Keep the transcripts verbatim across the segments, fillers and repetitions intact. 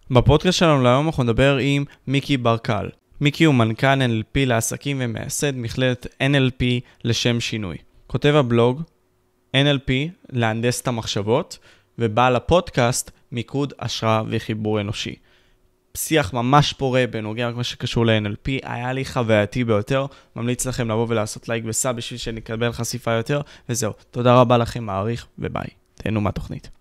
בפודקאסט שלנו להיום אנחנו נדבר עם מיקי ברקל. מיקי הוא מנכ"ל אן אל פי לעסקים ומייסד מכללת אן אל פי לשם שינוי. כותב הבלוג אן אל פי להנדס את המחשבות, ובעל הפודקאסט מיקוד, השראה וחיבור אנושי. שיח ממש פורה בנוגע למה שקשור ל-אן אל פי, היה לי חווייתי ביותר, ממליץ לכם לבוא ולעשות לייק וסאב בשביל שנקבל חשיפה יותר, וזהו. תודה רבה לכם, מעריך וביי. תהנו מהתוכנית.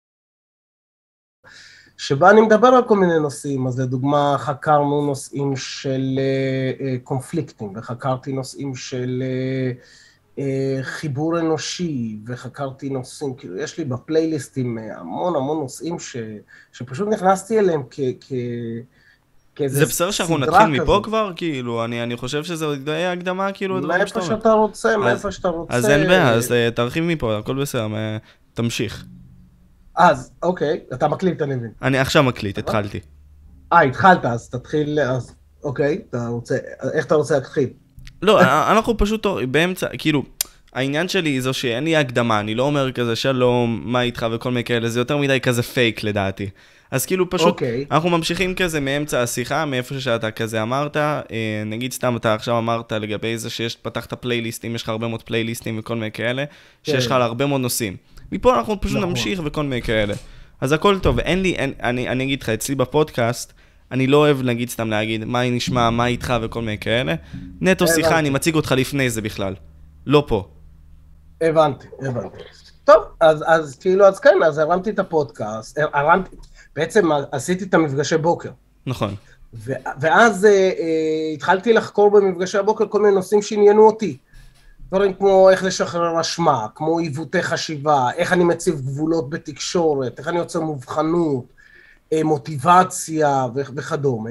שבה אני מדבר על כל מיני נושאים, אז לדוגמה חקרנו נושאים של קונפליקטים, וחקרתי נושאים של חיבור אנושי, וחקרתי נושאים, כאילו יש לי בפלייליסטים המון המון נושאים ש, שפשוט נכנסתי אליהם כ... כ זה בסדר שאנחנו נתחיל מפה כבר, כאילו, אני, אני חושב שזה עוד היה הקדמה, כאילו, מאיפה שאתה רוצה, מאיפה שאתה רוצה. אז אין בעיה, אז תרחיב מפה, הכל בסדר, תמשיך. אז, אוקיי, אתה מקליט, אני מבין. אני עכשיו מקליט, התחלתי. אה, התחלת, אז תתחיל, אז, אוקיי, אתה רוצה, איך אתה רוצה להתחיל? לא, אנחנו פשוט באמצע, כאילו, העניין שלי זו שאין לי הקדמה, אני לא אומר כזה שלום, מה איתך וכל מיני כאלה, זה יותר מדי כזה פייק לדעתי. אז כאילו פשוט, אנחנו ממשיכים כזה מאמצע השיחה, מאיפה שאתה כזה אמרת, נגיד סתם אתה עכשיו אמרת לגבי זה שיש פתחת פלייליסטים, יש לך הרבה מאוד פלייליסטים וכל מיני כאלה, שיש לך הרבה מאוד נושאים. מפה אנחנו פשוט נמשיך וכל מיני כאלה. אז הכל טוב, ואין לי, אין, אני, אני אגיד לך, אצלי בפודקאסט, אני לא אוהב להגיד סתם להגיד, מה נשמע, מה איתך וכל מיני כאלה. נטו שיחה, אני מציג אותך לפני זה בכלל. לא פה. הבנתי, הבנתי. טוב, אז, אז כאילו, אז כן, אז הרמתי את הפודקאסט, הרמתי, בעצם עשיתי את המפגשי בוקר. נכון. ו, ואז אה, אה, התחלתי לחקור במפגשי הבוקר כל מיני נושאים שעניינו אותי. דברים כמו איך לשחרר אשמה, כמו עיוותי חשיבה, איך אני מציב גבולות בתקשורת, איך אני יוצר מובחנות, מוטיבציה וכדומה.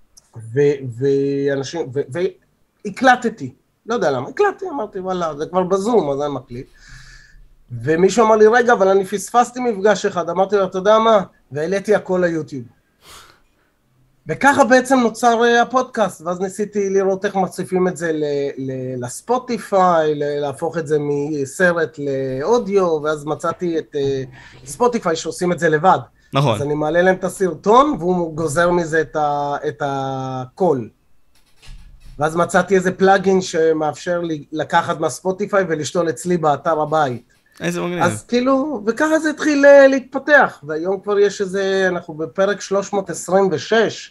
ואנשים, והקלטתי, לא יודע למה, הקלטתי, אמרתי, וואלה, זה כבר בזום, אז אני מקליט. ומישהו אמר לי, רגע, אבל אני פספסתי מפגש אחד, אמרתי לו, אתה יודע מה? והעליתי הכל ליוטיוב. וככה בעצם נוצר הפודקאסט, ואז ניסיתי לראות איך מציפים את זה לספוטיפיי, להפוך את זה מסרט לאודיו, ואז מצאתי את ספוטיפיי שעושים את זה לבד. נכון. אז אני מעלה להם את הסרטון, והוא גוזר מזה את הקול. ואז מצאתי איזה פלאגין שמאפשר לי לקחת מהספוטיפיי ולשתול אצלי באתר הבית. איזה מגניב. אז כאילו, וככה זה התחיל להתפתח, והיום כבר יש איזה, אנחנו בפרק שלוש מאות עשרים ושש,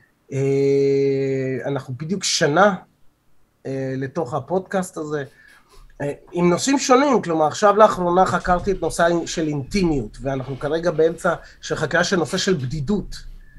אנחנו בדיוק שנה לתוך הפודקאסט הזה, עם נושאים שונים, כלומר, עכשיו לאחרונה חקרתי את נושא של אינטימיות, ואנחנו כרגע באמצע של חקירה של נושא של בדידות,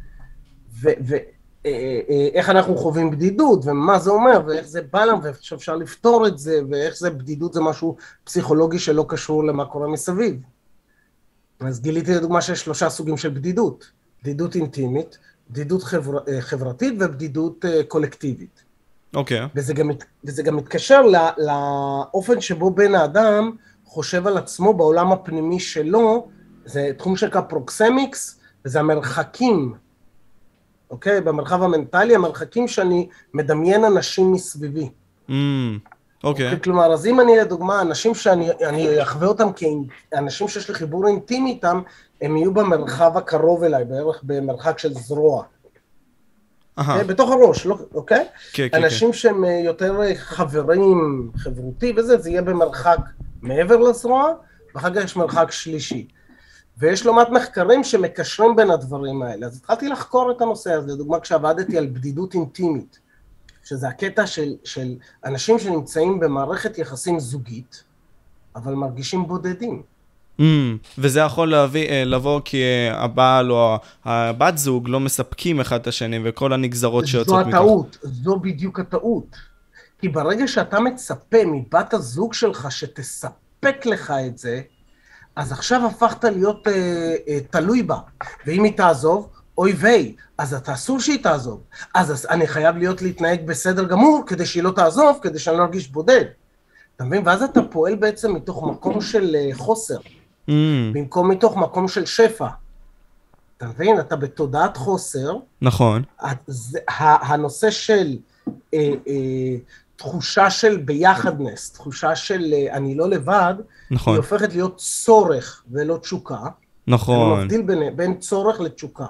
ואיך אנחנו חווים בדידות, ומה זה אומר, ואיך זה בא לנו, ואיך שאפשר לפתור את זה, ואיך זה בדידות זה משהו פסיכולוגי שלא קשור למה קורה מסביב. אז גיליתי לדוגמה שיש שלושה סוגים של בדידות, בדידות אינטימית, בדידות חבר... חברתית ובדידות קולקטיבית. אוקיי. Okay. וזה גם, וזה גם מתקשר לא, לאופן שבו בן האדם חושב על עצמו בעולם הפנימי שלו, זה תחום שנקרא פרוקסמיקס, וזה המרחקים, אוקיי? במרחב המנטלי, המרחקים שאני מדמיין אנשים מסביבי. Mm, אוקיי. Okay. כלומר, אז אם אני לדוגמה, אנשים שאני אחווה אותם כאנשים שיש לי חיבור אינטימי איתם, הם יהיו במרחב הקרוב אליי, בערך במרחק של זרוע. Okay, בתוך הראש, לא, אוקיי? Okay? Okay, אנשים okay. שהם יותר חברים, חברותי וזה, זה יהיה במרחק מעבר לזרוע, ואחר כך יש מרחק שלישי. ויש לא מעט מחקרים שמקשרים בין הדברים האלה. אז התחלתי לחקור את הנושא הזה, לדוגמה כשעבדתי על בדידות אינטימית, שזה הקטע של, של אנשים שנמצאים במערכת יחסים זוגית, אבל מרגישים בודדים. Mm, וזה יכול להביא, לבוא כי הבעל או הבת זוג לא מספקים אחד את השני, וכל הנגזרות שיוצאות מתוך. זו הטעות, זו בדיוק הטעות. כי ברגע שאתה מצפה מבת הזוג שלך שתספק לך את זה, אז עכשיו הפכת להיות אה, אה, תלוי בה, ואם היא תעזוב, אוי ויי, אז אתה אסור שהיא תעזוב. אז, אז אני חייב להיות להתנהג בסדר גמור, כדי שהיא לא תעזוב, כדי שאני לא ארגיש בודד. אתה מבין? ואז אתה פועל בעצם מתוך מקום של אה, חוסר, mm. במקום מתוך מקום של שפע. אתה מבין? אתה בתודעת חוסר. נכון. זה, הנושא של אה, אה, תחושה של ביחדנס, תחושה של אה, אני לא לבד, נכון. היא הופכת להיות צורך ולא תשוקה. נכון. אני מבדיל בין, בין צורך לתשוקה.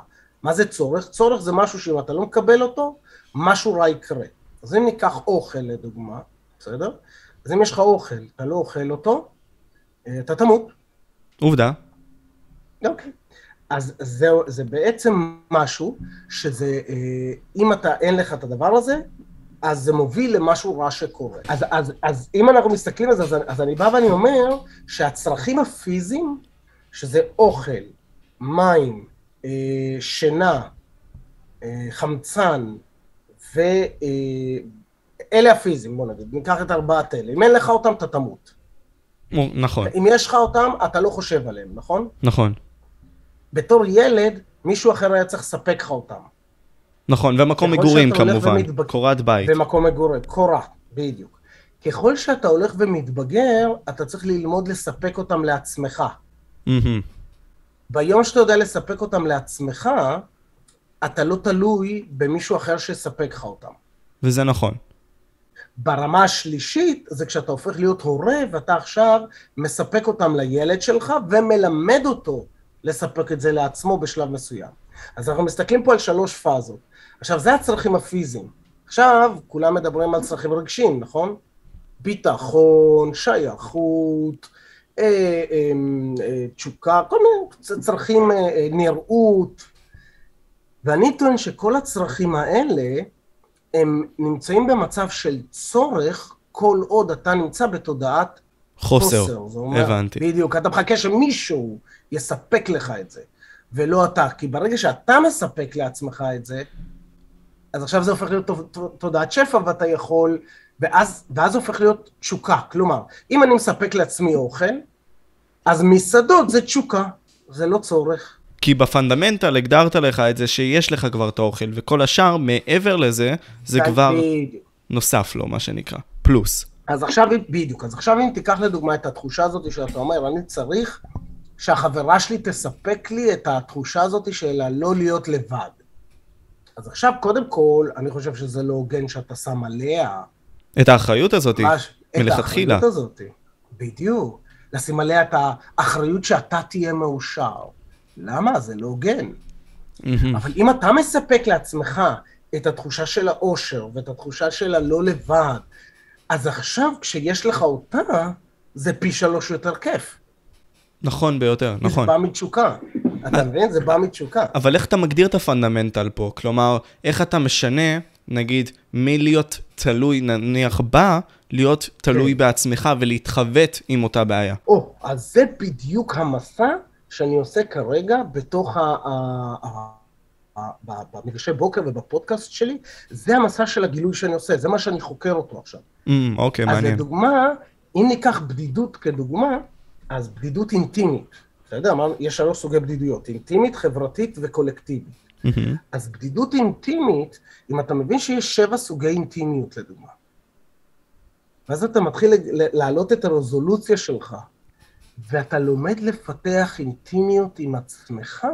מה זה צורך? צורך זה משהו שאם אתה לא מקבל אותו, משהו רע יקרה. אז אם ניקח אוכל לדוגמה, בסדר? אז אם יש לך אוכל, אתה לא אוכל אותו, אתה תמות. עובדה. אוקיי. אז זה, זה בעצם משהו שזה, אם אתה אין לך את הדבר הזה, אז זה מוביל למשהו רע שקורה. אז, אז, אז אם אנחנו מסתכלים על זה, אז, אז אני בא ואני אומר שהצרכים הפיזיים, שזה אוכל, מים, שינה, חמצן, ואלה הפיזיים, בוא נגיד, ניקח את ארבעת אלה. אם אין לך אותם, אתה תמות. נכון. אם יש לך אותם, אתה לא חושב עליהם, נכון? נכון. בתור ילד, מישהו אחר היה צריך לספק לך אותם. נכון, ומקום מגורים כמובן, ומתבג... קורת בית. ומקום מגורים, קורת, בדיוק. ככל שאתה הולך ומתבגר, אתה צריך ללמוד לספק אותם לעצמך. Mm-hmm. ביום שאתה יודע לספק אותם לעצמך, אתה לא תלוי במישהו אחר שיספק לך אותם. וזה נכון. ברמה השלישית, זה כשאתה הופך להיות הורה, ואתה עכשיו מספק אותם לילד שלך, ומלמד אותו לספק את זה לעצמו בשלב מסוים. אז אנחנו מסתכלים פה על שלוש פאזות. עכשיו, זה הצרכים הפיזיים. עכשיו, כולם מדברים על צרכים רגשיים, נכון? ביטחון, שייכות, אה, אה, אה, תשוקה, כל מיני צרכים, אה, נראות. ואני טוען שכל הצרכים האלה, הם נמצאים במצב של צורך, כל עוד אתה נמצא בתודעת חוסר. חוסר. זה אומר, הבנתי. בדיוק, אתה מחכה שמישהו יספק לך את זה, ולא אתה. כי ברגע שאתה מספק לעצמך את זה, אז עכשיו זה הופך להיות תודעת שפע, ואתה יכול, ואז, ואז הופך להיות תשוקה. כלומר, אם אני מספק לעצמי אוכל, אז מסעדות זה תשוקה, זה לא צורך. כי בפונדמנטל הגדרת לך את זה שיש לך כבר את האוכל, וכל השאר מעבר לזה, זה כבר בדיוק. נוסף לו, מה שנקרא, פלוס. אז עכשיו, בדיוק, אז עכשיו אם תיקח לדוגמה את התחושה הזאת שאתה אומר, אני צריך שהחברה שלי תספק לי את התחושה הזאת של לא להיות לבד. אז עכשיו, קודם כל, אני חושב שזה לא הוגן שאתה שם עליה. את האחריות הזאת, מש... מלכתחילה. את האחריות הזאת, בדיוק. לשים עליה את האחריות שאתה תהיה מאושר. למה? זה לא הוגן. Mm-hmm. אבל אם אתה מספק לעצמך את התחושה של האושר ואת התחושה של הלא לבד, אז עכשיו כשיש לך אותה, זה פי שלוש יותר כיף. נכון ביותר, נכון. זה בא מתשוקה. אתה מבין? זה בא מתשוקה. אבל איך אתה מגדיר את הפונדמנטל פה? כלומר, איך אתה משנה, נגיד, מלהיות תלוי נניח בה, להיות תלוי בעצמך ולהתחוות עם אותה בעיה? או, אז זה בדיוק המסע שאני עושה כרגע בתוך במפגשי בוקר ובפודקאסט שלי, זה המסע של הגילוי שאני עושה, זה מה שאני חוקר אותו עכשיו. אוקיי, מעניין. אז לדוגמה, אם ניקח בדידות כדוגמה, אז בדידות אינטימית, אתה יודע, יש שלוש סוגי בדידויות, אינטימית, חברתית וקולקטיבית. אז בדידות אינטימית, אם אתה מבין שיש שבע סוגי אינטימיות לדוגמה, ואז אתה מתחיל להעלות את הרזולוציה שלך, ואתה לומד לפתח אינטימיות עם עצמך,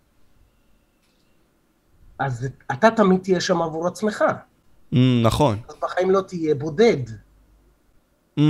אז אתה תמיד תהיה שם עבור עצמך. Mm, נכון. אז בחיים לא תהיה בודד. Mm.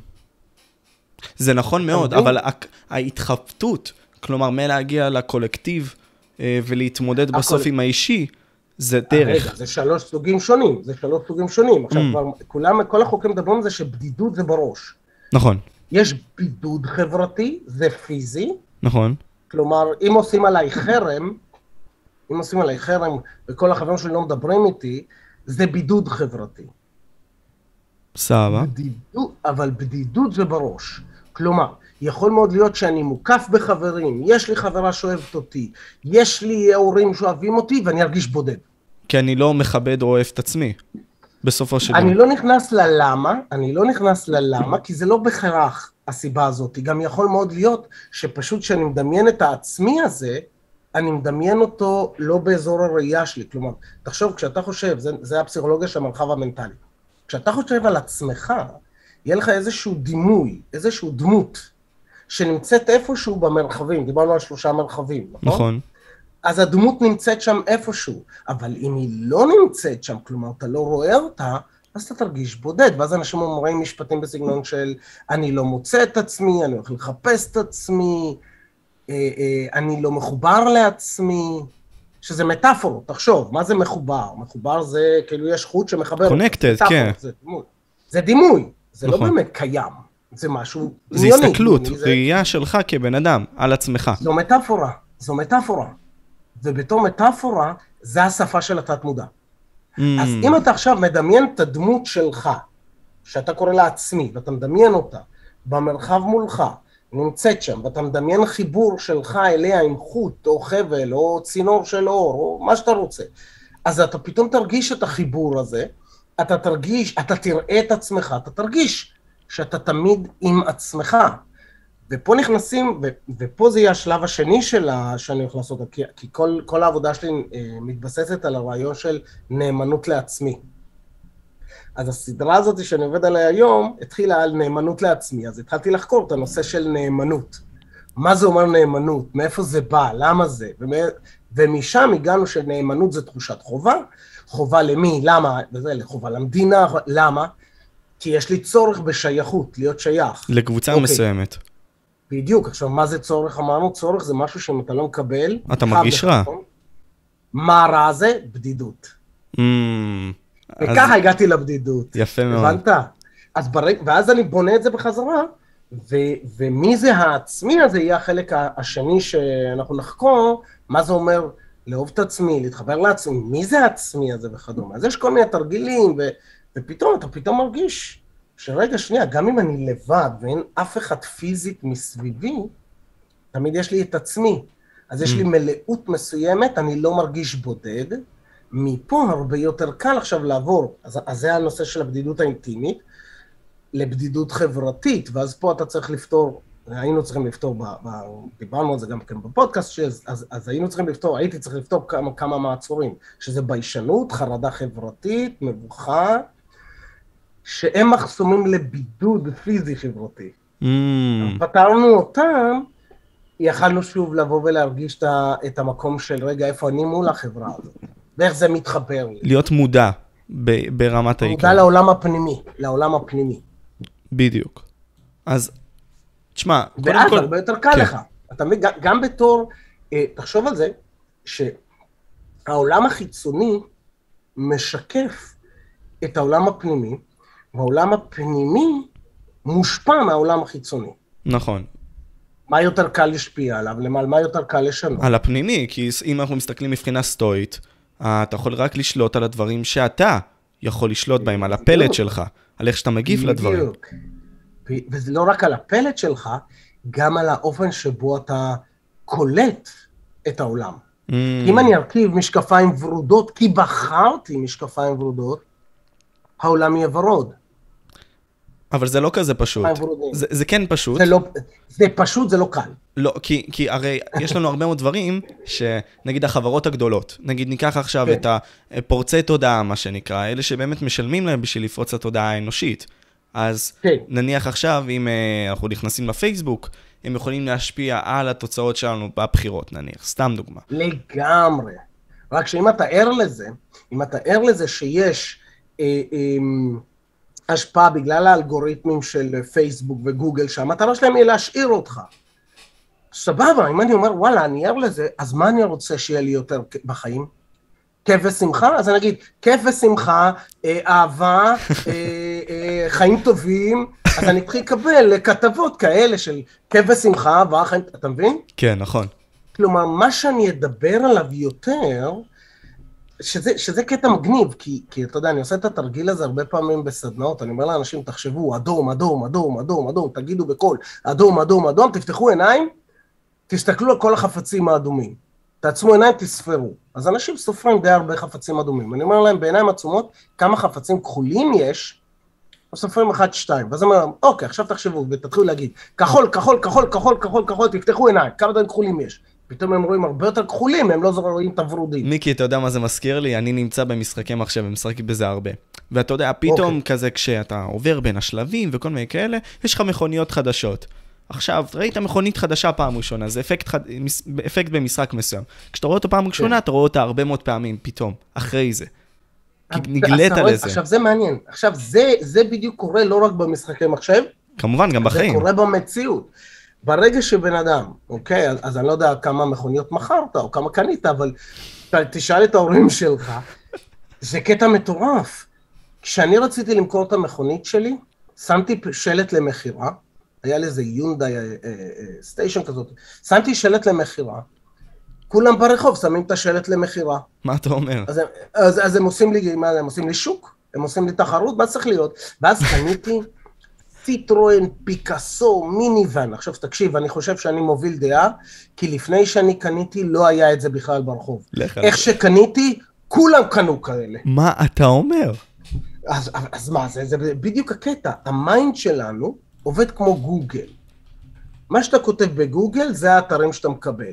זה נכון מאוד, אבל ההתחבטות, כלומר, מלהגיע לקולקטיב ולהתמודד בסוף עם האישי, זה דרך. רגע, זה שלוש סוגים שונים, זה שלוש סוגים שונים. עכשיו כבר, כולם, כל החוקרים מדברים על זה שבדידות זה בראש. נכון. יש בידוד חברתי, זה פיזי. נכון. כלומר, אם עושים עליי חרם, אם עושים עליי חרם, וכל החברים שלי לא מדברים איתי, זה בידוד חברתי. סבבה. בדידות, אבל בדידות זה בראש. כלומר, יכול מאוד להיות שאני מוקף בחברים, יש לי חברה שאוהבת אותי, יש לי הורים שאוהבים אותי, ואני ארגיש בודד. כי אני לא מכבד או אוהב את עצמי, בסופו של דבר. אני לא נכנס ללמה, אני לא נכנס ללמה, כי זה לא בהכרח הסיבה הזאת. גם יכול מאוד להיות שפשוט כשאני מדמיין את העצמי הזה, אני מדמיין אותו לא באזור הראייה שלי. כלומר, תחשוב, כשאתה חושב, זה, זה הפסיכולוגיה של המרחב המנטלי. כשאתה חושב על עצמך, יהיה לך איזשהו דימוי, איזשהו דמות, שנמצאת איפשהו במרחבים, דיברנו על שלושה מרחבים, נכון? נכון. אז הדמות נמצאת שם איפשהו, אבל אם היא לא נמצאת שם, כלומר, אתה לא רואה אותה, אז אתה תרגיש בודד, ואז אנשים אומרים משפטים בסגנון של, אני לא מוצא את עצמי, אני הולך לחפש את עצמי, אני לא מחובר לעצמי, שזה מטאפורות, תחשוב, מה זה מחובר? מחובר זה, כאילו יש חוט שמחבר. קונקטד, כן. זה דימוי. זה דימוי, זה לא באמת קיים, זה משהו דמיוני. זה הסתכלות, ראייה שלך כבן אדם, על עצמך. זו מטאפורה, זו מטאפורה. ובתור מטאפורה, זה השפה של התת מודע. אז אם אתה עכשיו מדמיין את הדמות שלך, שאתה קורא לה עצמי, ואתה מדמיין אותה במרחב מולך, נמצאת שם, ואתה מדמיין חיבור שלך אליה עם חוט, או חבל, או צינור של אור, או מה שאתה רוצה. אז אתה פתאום תרגיש את החיבור הזה, אתה תרגיש, אתה תראה את עצמך, אתה תרגיש שאתה תמיד עם עצמך. ופה נכנסים, ו, ופה זה יהיה השלב השני שלה, שאני הולך לעשות, כי, כי כל, כל העבודה שלי אה, מתבססת על הרעיון של נאמנות לעצמי. אז הסדרה הזאת שאני עובד עליה היום, התחילה על נאמנות לעצמי, אז התחלתי לחקור את הנושא של נאמנות. מה זה אומר נאמנות? מאיפה זה בא? למה זה? ומה, ומשם הגענו שנאמנות זה תחושת חובה, חובה למי? למה? וזה לחובה למדינה, למה? כי יש לי צורך בשייכות, להיות שייך. לקבוצה okay. מסוימת. בדיוק, עכשיו מה זה צורך? אמרנו צורך זה משהו שאם אתה לא מקבל... אתה מרגיש רע. מה רע זה? בדידות. Mm, וככה אז... הגעתי לבדידות. יפה מאוד. הבנת? אז ברג... ואז אני בונה את זה בחזרה, ו... ומי זה העצמי הזה יהיה החלק השני שאנחנו נחקור, מה זה אומר לאהוב את עצמי, להתחבר לעצמי, מי זה העצמי הזה וכדומה. אז יש כל מיני תרגילים, ו... ופתאום אתה פתאום מרגיש... שרגע שנייה, גם אם אני לבד ואין אף אחד פיזית מסביבי, תמיד יש לי את עצמי. אז יש לי מלאות מסוימת, אני לא מרגיש בודד, מפה הרבה יותר קל עכשיו לעבור, אז, אז זה הנושא של הבדידות האינטימית, לבדידות חברתית, ואז פה אתה צריך לפתור, היינו צריכים לפתור, ב, ב, דיברנו על זה גם כן בפודקאסט, אז, אז, אז היינו צריכים לפתור, הייתי צריך לפתור כמה, כמה מעצורים, שזה ביישנות, חרדה חברתית, מבוכה, שהם מחסומים לבידוד פיזי חברתי. Mm. פתרנו אותם, יכלנו שוב לבוא ולהרגיש את המקום של רגע, איפה אני מול החברה הזאת, ואיך זה מתחבר לי. להיות מודע ברמת העיקר. מודע לעולם הפנימי, לעולם הפנימי. בדיוק. אז, תשמע, ואז הרבה יותר קל לך. אתה מבין, גם בתור, תחשוב על זה, שהעולם החיצוני משקף את העולם הפנימי, והעולם הפנימי מושפע מהעולם החיצוני. נכון. מה יותר קל להשפיע עליו, למה מה יותר קל לשנות? על הפנימי, כי אם אנחנו מסתכלים מבחינה סטואית, אתה יכול רק לשלוט על הדברים שאתה יכול לשלוט בהם, על הפלט שלך, על איך שאתה מגיב לדברים. בדיוק. וזה לא רק על הפלט שלך, גם על האופן שבו אתה קולט את העולם. Mm. אם אני ארכיב משקפיים ורודות, כי בחרתי משקפיים ורודות, העולם יהיה ורוד. אבל זה לא כזה פשוט. זה, זה כן פשוט. זה, לא, זה פשוט, זה לא קל. לא, כי, כי הרי יש לנו הרבה מאוד דברים, שנגיד החברות הגדולות, נגיד ניקח עכשיו כן. את הפורצי תודעה, מה שנקרא, אלה שבאמת משלמים להם בשביל לפרוץ התודעה האנושית. אז כן. נניח עכשיו, אם אנחנו נכנסים לפייסבוק, הם יכולים להשפיע על התוצאות שלנו בבחירות, נניח, סתם דוגמה. לגמרי. רק שאם אתה ער לזה, אם אתה ער לזה שיש... אה, אה, השפעה בגלל האלגוריתמים של פייסבוק וגוגל, שהמטרה שלהם היא להשאיר אותך. סבבה, אם אני אומר, וואלה, אני ער לזה, אז מה אני רוצה שיהיה לי יותר בחיים? כיף ושמחה? אז אני אגיד, כיף ושמחה, אהבה, חיים טובים, אז אני אתחיל לקבל כתבות כאלה של כיף ושמחה, אהבה, חיים, אתה מבין? כן, נכון. כלומר, מה שאני אדבר עליו יותר, שזה, שזה קטע מגניב, כי, כי אתה יודע, אני עושה את התרגיל הזה הרבה פעמים בסדנאות, אני אומר לאנשים, תחשבו, אדום, אדום, אדום, אדום, אדום, תגידו בקול, אדום, אדום, אדום, תפתחו עיניים, תסתכלו על כל החפצים האדומים, תעצמו עיניים, תספרו. אז אנשים סופרים די הרבה חפצים אדומים, אני אומר להם, בעיניים עצומות, כמה חפצים כחולים יש, סופרים אחד, שתיים, ואז אני אומר להם, אוקיי, עכשיו תחשבו, ותתחילו להגיד, כחול, כחול, כחול, כחול, כחול, כחול, תפתחו עיניים, כמה דברים כחולים יש. פתאום הם רואים הרבה יותר כחולים, הם לא רואים את הוורודים. מיקי, אתה יודע מה זה מזכיר לי? אני נמצא במשחקי מחשב, ומשחקי בזה הרבה. ואתה יודע, פתאום okay. כזה כשאתה עובר בין השלבים וכל מיני כאלה, יש לך מכוניות חדשות. עכשיו, ראית מכונית חדשה פעם ראשונה, זה אפקט, חד... אפקט במשחק מסוים. כשאתה רואה אותו פעם ראשונה, okay. אתה רואה אותה הרבה מאוד פעמים, פתאום, אחרי זה. כי נגלית על זה. עכשיו, זה מעניין. עכשיו, זה, זה בדיוק קורה לא רק במשחקי מחשב. כמובן, גם בחיים. זה קורה במציאות. ברגע שבן אדם, אוקיי, אז, אז אני לא יודע כמה מכוניות מכרת או כמה קנית, אבל תשאל את ההורים שלך, זה קטע מטורף. כשאני רציתי למכור את המכונית שלי, שמתי שלט למחירה, היה לזה יונדאי סטיישן כזאת, שמתי שלט למחירה, כולם ברחוב שמים את השלט למחירה. מה אתה אומר? אז, אז, אז הם עושים לי, מה, הם עושים לי שוק, הם עושים לי תחרות, מה צריך להיות? ואז קניתי סיטרואן, פיקאסו, מיניוון. עכשיו תקשיב, אני חושב שאני מוביל דעה, כי לפני שאני קניתי לא היה את זה בכלל ברחוב. איך שקניתי, כולם קנו כאלה. מה אתה אומר? אז, אז מה, זה, זה בדיוק הקטע. המיינד שלנו עובד כמו גוגל. מה שאתה כותב בגוגל, זה האתרים שאתה מקבל.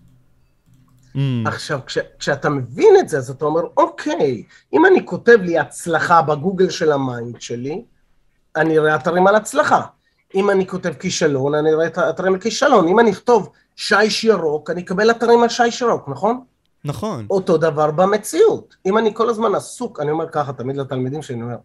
Mm. עכשיו, כש, כשאתה מבין את זה, אז אתה אומר, אוקיי, אם אני כותב לי הצלחה בגוגל של המיינד שלי, אני אראה אתרים על הצלחה. אם אני כותב כישלון, אני אראה אתרים על כישלון. אם אני אכתוב שיש ירוק, אני אקבל אתרים על שיש ירוק, נכון? נכון. אותו דבר במציאות. אם אני כל הזמן עסוק, אני אומר ככה, תמיד לתלמידים שאני אומר,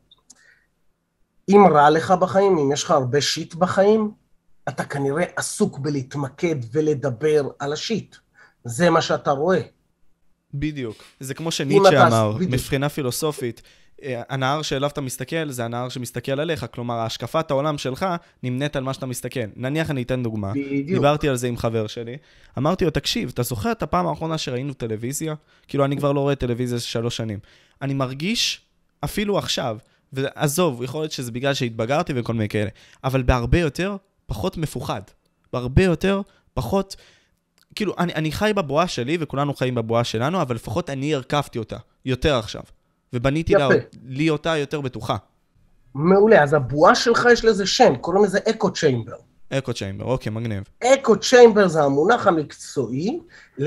אם רע לך בחיים, אם יש לך הרבה שיט בחיים, אתה כנראה עסוק בלהתמקד ולדבר על השיט. זה מה שאתה רואה. בדיוק. זה כמו שניטשה אמר, מבחינה פילוסופית, הנהר שאליו אתה מסתכל, זה הנהר שמסתכל עליך, כלומר, השקפת העולם שלך נמנית על מה שאתה מסתכל. נניח אני אתן דוגמה, בדיוק. דיברתי על זה עם חבר שלי, אמרתי לו, תקשיב, אתה זוכר את הפעם האחרונה שראינו טלוויזיה? כאילו, אני כבר לא רואה טלוויזיה שלוש שנים. אני מרגיש, אפילו עכשיו, ועזוב, יכול להיות שזה בגלל שהתבגרתי וכל מיני כאלה, אבל בהרבה יותר, פחות מפוחד. בהרבה יותר, פחות, כאילו, אני, אני חי בבועה שלי, וכולנו חיים בבועה שלנו, אבל לפחות אני הרכבתי אותה, יותר עכשיו. ובניתי לה, לי אותה יותר בטוחה. מעולה, אז הבועה שלך יש לזה שם, קוראים לזה אקו צ'יימבר. אקו צ'יימבר, אוקיי, מגניב. אקו צ'יימבר זה המונח המקצועי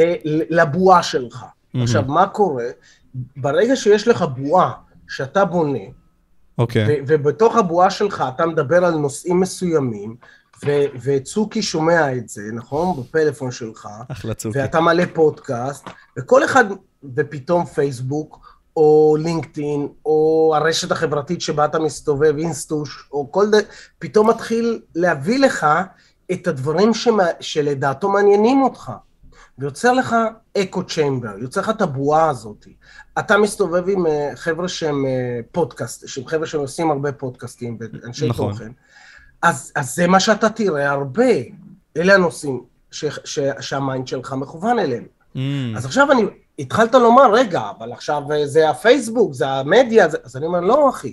לבועה שלך. Mm-hmm. עכשיו, מה קורה? ברגע שיש לך בועה שאתה בונה, אוקיי. ו- ובתוך הבועה שלך אתה מדבר על נושאים מסוימים, ו- וצוקי שומע את זה, נכון? בפלאפון שלך. אחלה צוקי. ואתה מלא פודקאסט, וכל אחד, ופתאום פייסבוק, או לינקדאין, או הרשת החברתית שבה אתה מסתובב, אינסטוש, או כל זה, פתאום מתחיל להביא לך את הדברים שמה, שלדעתו מעניינים אותך. ויוצר לך אקו צ'יימבר, יוצר לך את הבועה הזאת. אתה מסתובב עם חבר'ה שהם פודקאסט, שהם חבר'ה שהם עושים הרבה פודקאסטים, אנשי נכון. תוכן. אז, אז זה מה שאתה תראה הרבה. אלה הנושאים ש, ש, שהמיינד שלך מכוון אליהם. Mm. אז עכשיו אני... התחלת לומר, רגע, אבל עכשיו זה הפייסבוק, זה המדיה, זה... אז אני אומר, לא אחי,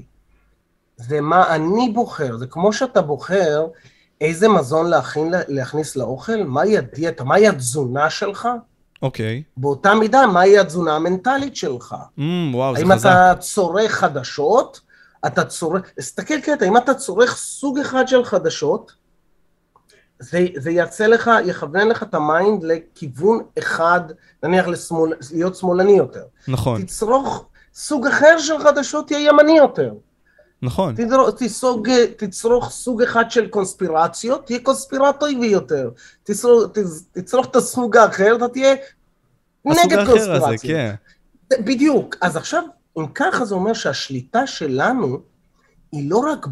זה מה אני בוחר, זה כמו שאתה בוחר איזה מזון להכין, להכניס לאוכל, מהי הדיאטה, מהי התזונה שלך, אוקיי. Okay. באותה מידה, מהי התזונה המנטלית שלך. Mm, וואו, זה האם חזק. אתה צורך חדשות, אתה צורך, תסתכל קטע, אם אתה צורך סוג אחד של חדשות, זה, זה יעשה לך, יכוון לך את המיינד לכיוון אחד, נניח לשמאל, להיות שמאלני יותר. נכון. תצרוך סוג אחר של חדשות, תהיה ימני יותר. נכון. תצרוך, תצרוך, תצרוך סוג אחד של קונספירציות, תהיה קונספירטיבי יותר. תצרוך, תצרוך את הסוג האחר, אתה תהיה נגד קונספירציות. הזה, כן. בדיוק. אז עכשיו, אם ככה זה אומר שהשליטה שלנו, היא לא רק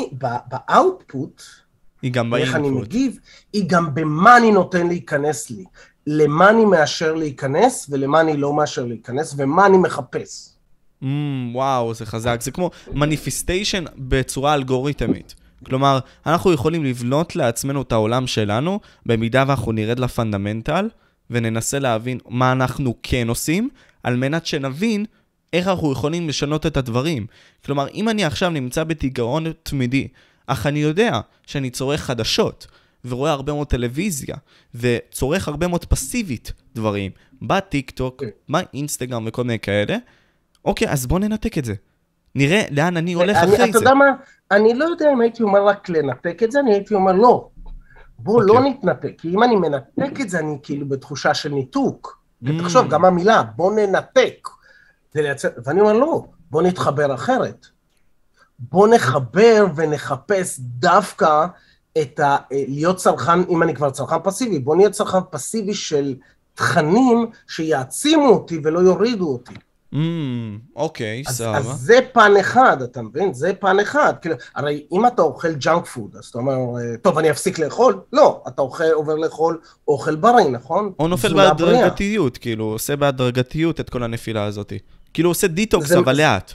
באוטפוט, היא גם באינפוט. איך אני מגיב, היא גם במה אני נותן להיכנס לי. למה אני מאשר להיכנס, ולמה אני לא מאשר להיכנס, ומה אני מחפש. Mm, וואו, זה חזק. זה כמו מניפיסטיישן בצורה אלגוריתמית. כלומר, אנחנו יכולים לבנות לעצמנו את העולם שלנו, במידה ואנחנו נרד לפונדמנטל, וננסה להבין מה אנחנו כן עושים, על מנת שנבין איך אנחנו יכולים לשנות את הדברים. כלומר, אם אני עכשיו נמצא בתיגרון תמידי, אך אני יודע שאני צורך חדשות, ורואה הרבה מאוד טלוויזיה, וצורך הרבה מאוד פסיבית דברים, בטיק טוק, באינסטגרם וכל מיני כאלה, אוקיי, אז בוא ננתק את זה. נראה לאן אני הולך אחרי זה. אתה יודע מה? אני לא יודע אם הייתי אומר רק לנתק את זה, אני הייתי אומר לא. בוא לא נתנתק, כי אם אני מנתק את זה, אני כאילו בתחושה של ניתוק. ותחשוב, גם המילה, בוא ננתק. ואני אומר לא, בוא נתחבר אחרת. בוא נחבר ונחפש דווקא את ה... להיות צרכן, אם אני כבר צרכן פסיבי, בוא נהיה צרכן פסיבי של תכנים שיעצימו אותי ולא יורידו אותי. אוקיי, סבבה. אז זה פן אחד, אתה מבין? זה פן אחד. הרי אם אתה אוכל ג'אנק פוד, אז אתה אומר, טוב, אני אפסיק לאכול? לא, אתה עובר לאכול אוכל בריא, נכון? או נופל בהדרגתיות, כאילו, עושה בהדרגתיות את כל הנפילה הזאת. כאילו, עושה דיטוקס, אבל לאט.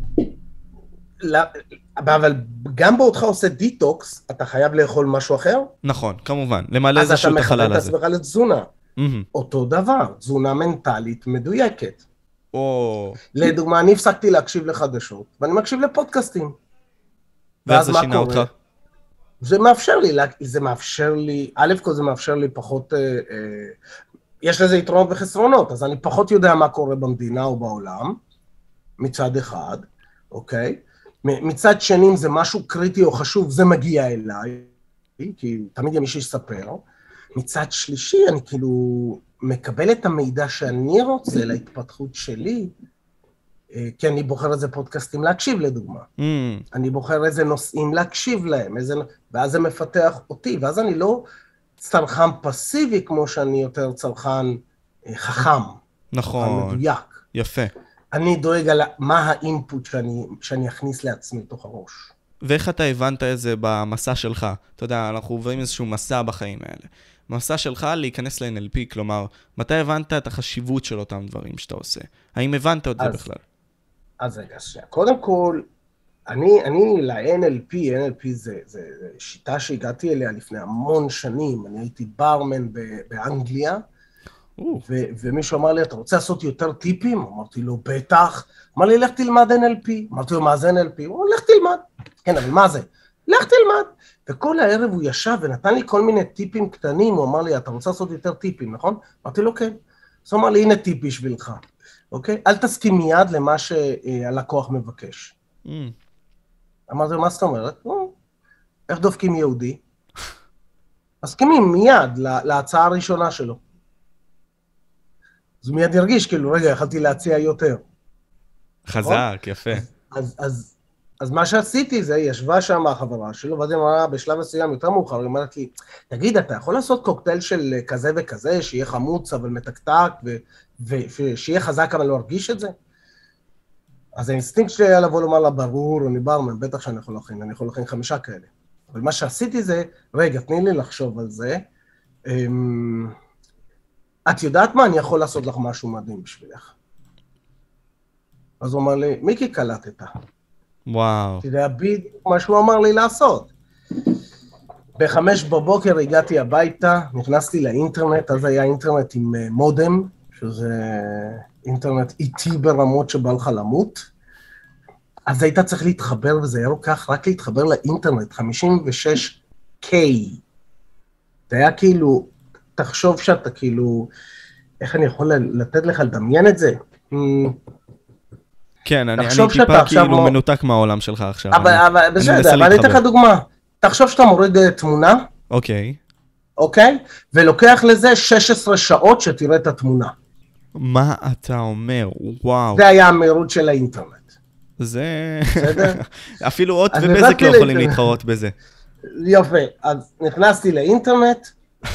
אבל גם בעודך עושה דיטוקס, אתה חייב לאכול משהו אחר? נכון, כמובן. למלא איזשהו את החלל הזה. אז אתה מכוון את עצמך לתזונה. אותו דבר, תזונה מנטלית מדויקת. לדוגמה, אני הפסקתי להקשיב לחדשות, ואני מקשיב לפודקאסטים. ואיך זה שינה אותך? זה מאפשר לי, זה מאפשר לי, א' כל זה מאפשר לי פחות, יש לזה יתרונות וחסרונות, אז אני פחות יודע מה קורה במדינה או בעולם, מצד אחד, אוקיי? מצד שני, אם זה משהו קריטי או חשוב, זה מגיע אליי, כי תמיד יש שיספר. מצד שלישי, אני כאילו מקבל את המידע שאני רוצה להתפתחות שלי, כי אני בוחר איזה פודקאסטים להקשיב, לדוגמה. Mm. אני בוחר איזה נושאים להקשיב להם, איזה... ואז זה מפתח אותי, ואז אני לא צרכן פסיבי, כמו שאני יותר צרכן חכם. נכון. מדויק. יפה. אני דואג על מה האינפוט שאני, שאני אכניס לעצמי תוך הראש. ואיך אתה הבנת את זה במסע שלך? אתה יודע, אנחנו עוברים איזשהו מסע בחיים האלה. מסע שלך להיכנס ל-אן אל פי, כלומר, מתי הבנת את החשיבות של אותם דברים שאתה עושה? האם הבנת את זה בכלל? אז רגע, קודם כל, אני, אני ל-אן אל פי, אן אל פי זה, זה שיטה שהגעתי אליה לפני המון שנים, אני הייתי ברמן באנגליה, ו- ומישהו אמר לי, אתה רוצה לעשות יותר טיפים? אמרתי לו, בטח. אמר לי, לך תלמד אן אל פי. אמרתי לו, מה זה אן אל פי? הוא אומר, לך תלמד. כן, אבל מה זה? לך תלמד. וכל הערב הוא ישב ונתן לי כל מיני טיפים קטנים, הוא אמר לי, אתה רוצה לעשות יותר טיפים, נכון? אמרתי לו, כן. אז הוא אמר לי, הנה טיפ בשבילך, אוקיי? אל תסכים מיד למה שהלקוח מבקש. Mm. אמרתי לו, מה זאת אומרת? או, איך דופקים יהודי? מסכימים מיד להצעה הראשונה שלו. אז הוא מיד ירגיש, כאילו, רגע, יכלתי להציע יותר. חזק, יפה. אז, אז, אז מה שעשיתי זה, ישבה שם החברה שלו, ואז היא אמרה, בשלב מסוים יותר מאוחר, היא אומרת לי, תגיד, אתה יכול לעשות קוקטייל של כזה וכזה, שיהיה חמוץ, אבל מתקתק, ושיהיה חזק, אבל לא ארגיש את זה? אז האינסטינקט שלי היה לבוא לומר לה, ברור, אני ברמן, בטח שאני יכול להכין, אני יכול להכין חמישה כאלה. אבל מה שעשיתי זה, רגע, תני לי לחשוב על זה, את יודעת מה? אני יכול לעשות לך משהו מדהים בשבילך. אז הוא אמר לי, מיקי קלטת. וואו. תדע בדיוק מה שהוא אמר לי לעשות. בחמש בבוקר הגעתי הביתה, נכנסתי לאינטרנט, אז היה אינטרנט עם מודם, שזה אינטרנט איטי ברמות שבא לך למות. אז היית צריך להתחבר, וזה היה לוקח רק להתחבר לאינטרנט, חמישים ושש קיי. זה היה כאילו... תחשוב שאתה כאילו, איך אני יכול לתת לך לדמיין את זה? כן, אני טיפה כאילו מנותק מהעולם שלך עכשיו. אבל בסדר, אבל אני אתן לך דוגמה. תחשוב שאתה מוריד תמונה. אוקיי. אוקיי? ולוקח לזה שש עשרה שעות שתראה את התמונה. מה אתה אומר? וואו. זה היה המהירות של האינטרנט. זה... בסדר? אפילו עוד ובזק לא יכולים להתחרות בזה. יפה, אז נכנסתי לאינטרנט,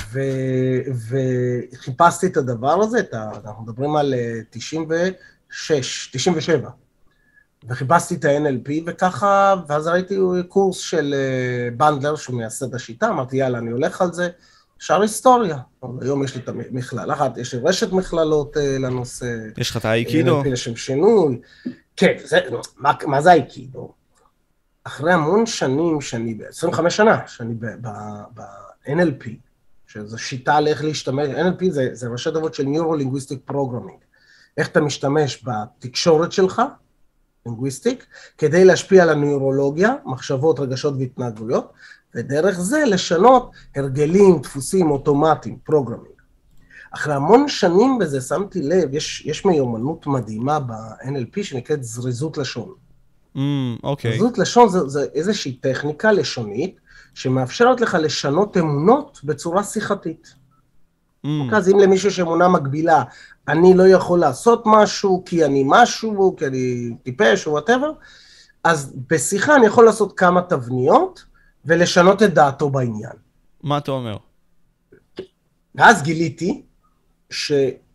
וחיפשתי את הדבר הזה, אנחנו מדברים על תשעים ושש, תשעים ושבע, וחיפשתי את ה-אן אל פי, וככה, ואז ראיתי קורס של בנדלר, שהוא מייסד השיטה, אמרתי, יאללה, אני הולך על זה, שאר היסטוריה. היום יש לי את המכללה אחת, יש לי רשת מכללות לנושא. יש לך את האייקידו? אן אל פי לשם שינוי. כן, מה זה האייקידו? אחרי המון שנים, שאני, עשרים וחמש שנה, שאני ב-אן אל פי, שזו שיטה על איך להשתמש, אן אל פי זה, זה ראשי תיבות של Neuro-Linguistic Programming. איך אתה משתמש בתקשורת שלך, לינגוויסטיק, כדי להשפיע על הנוירולוגיה, מחשבות, רגשות והתנהגויות, ודרך זה לשנות הרגלים, דפוסים, אוטומטיים, פרוגרמינג. אחרי המון שנים בזה שמתי לב, יש, יש מיומנות מדהימה ב-אן אל פי שנקראת זריזות לשון. Mm, אוקיי. זריזות לשון זה, זה איזושהי טכניקה לשונית, שמאפשרת לך לשנות אמונות בצורה שיחתית. Mm. אז אם למישהו שאמונה מגבילה, אני לא יכול לעשות משהו, כי אני משהו, כי אני טיפש או whatever, אז בשיחה אני יכול לעשות כמה תבניות, ולשנות את דעתו בעניין. מה אתה אומר? ואז גיליתי, ש...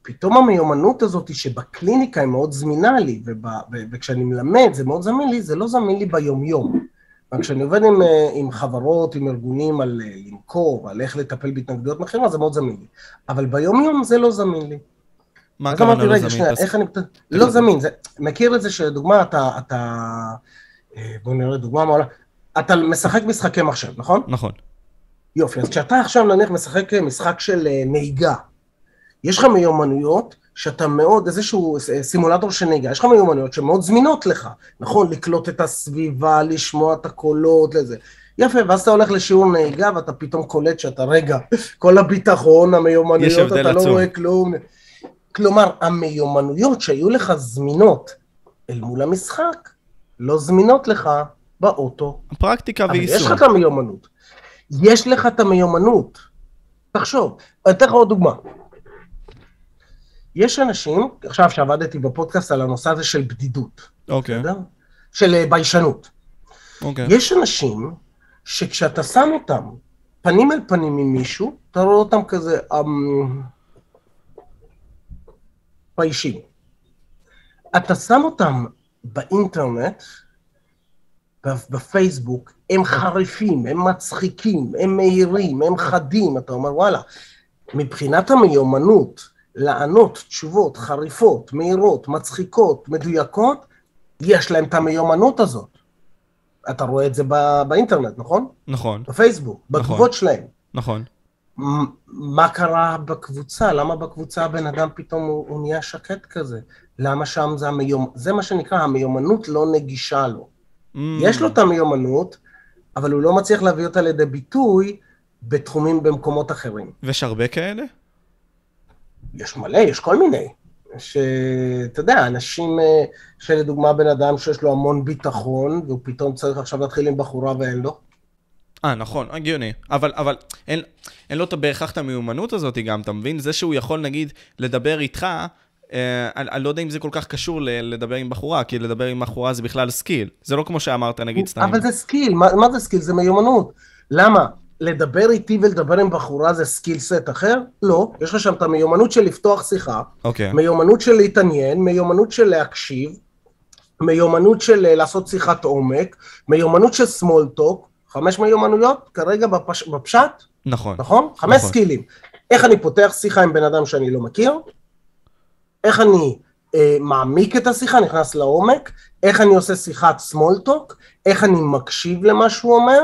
פתאום המיומנות הזאת שבקליניקה היא מאוד זמינה לי, וכשאני מלמד זה מאוד זמין לי, זה לא זמין לי ביום-יום. כשאני עובד עם, עם חברות, עם ארגונים על למכור, על איך לטפל בהתנגדויות מחירה, זה מאוד זמין לי. אבל ביום-יום זה לא זמין לי. מה הכוונה לא זמין? איך אני... לא זמין, מכיר את זה שלדוגמה אתה... בואו נראה דוגמה מעולה. אתה משחק משחקי מחשב, נכון? נכון. יופי, אז כשאתה עכשיו נניח משחק משחק של נהיגה, יש לך מיומנויות שאתה מאוד, איזשהו סימולטור של נהיגה, יש לך מיומנויות שמאוד זמינות לך, נכון? לקלוט את הסביבה, לשמוע את הקולות, לזה. יפה, ואז אתה הולך לשיעור נהיגה, ואתה פתאום קולט שאתה רגע, כל הביטחון, המיומנויות, אתה לא רואה כלום. כלומר, המיומנויות שהיו לך זמינות אל מול המשחק, לא זמינות לך באוטו. הפרקטיקה ויישום. אבל יש לך את המיומנות. יש לך את המיומנות. תחשוב, אני אתן לך עוד דוגמה. יש אנשים, עכשיו שעבדתי בפודקאסט על הנושא הזה של בדידות. אוקיי. Okay. של ביישנות. אוקיי. Okay. יש אנשים שכשאתה שם אותם פנים אל פנים עם מישהו, אתה רואה אותם כזה אמ... ביישים. אתה שם אותם באינטרנט, בפייסבוק, הם חריפים, הם מצחיקים, הם מהירים, הם חדים, אתה אומר וואלה, מבחינת המיומנות, לענות תשובות חריפות, מהירות, מצחיקות, מדויקות, יש להם את המיומנות הזאת. אתה רואה את זה באינטרנט, נכון? נכון. בפייסבוק, בתגובות שלהם. נכון. מה קרה בקבוצה? למה בקבוצה הבן אדם פתאום הוא, הוא נהיה שקט כזה? למה שם זה המיומנות? זה מה שנקרא, המיומנות לא נגישה לו. Mm. יש לו את המיומנות, אבל הוא לא מצליח להביא אותה לידי ביטוי בתחומים במקומות אחרים. ויש הרבה כאלה? יש מלא, יש כל מיני. שאתה יודע, אנשים שלדוגמה בן אדם שיש לו המון ביטחון, והוא פתאום צריך עכשיו להתחיל עם בחורה ואין לו. אה, נכון, הגיוני. אבל, אבל אין, אין לו בהכרח את המיומנות הזאת גם, אתה מבין? זה שהוא יכול, נגיד, לדבר איתך, אה, אני, אני לא יודע אם זה כל כך קשור ל, לדבר עם בחורה, כי לדבר עם בחורה זה בכלל סקיל. זה לא כמו שאמרת, נגיד, סתם. אבל זה סקיל. מה, מה זה סקיל? זה מיומנות. למה? לדבר איתי ולדבר עם בחורה זה סקיל סט אחר? לא. יש לך שם את המיומנות של לפתוח שיחה, אוקיי. מיומנות של להתעניין, מיומנות של להקשיב, מיומנות של לעשות שיחת עומק, מיומנות של small talk, חמש מיומנויות, כרגע בפש... בפשט. נכון. נכון? חמש נכון. סקילים. איך אני פותח שיחה עם בן אדם שאני לא מכיר, איך אני אה, מעמיק את השיחה, נכנס לעומק, איך אני עושה שיחת small talk, איך אני מקשיב למה שהוא אומר,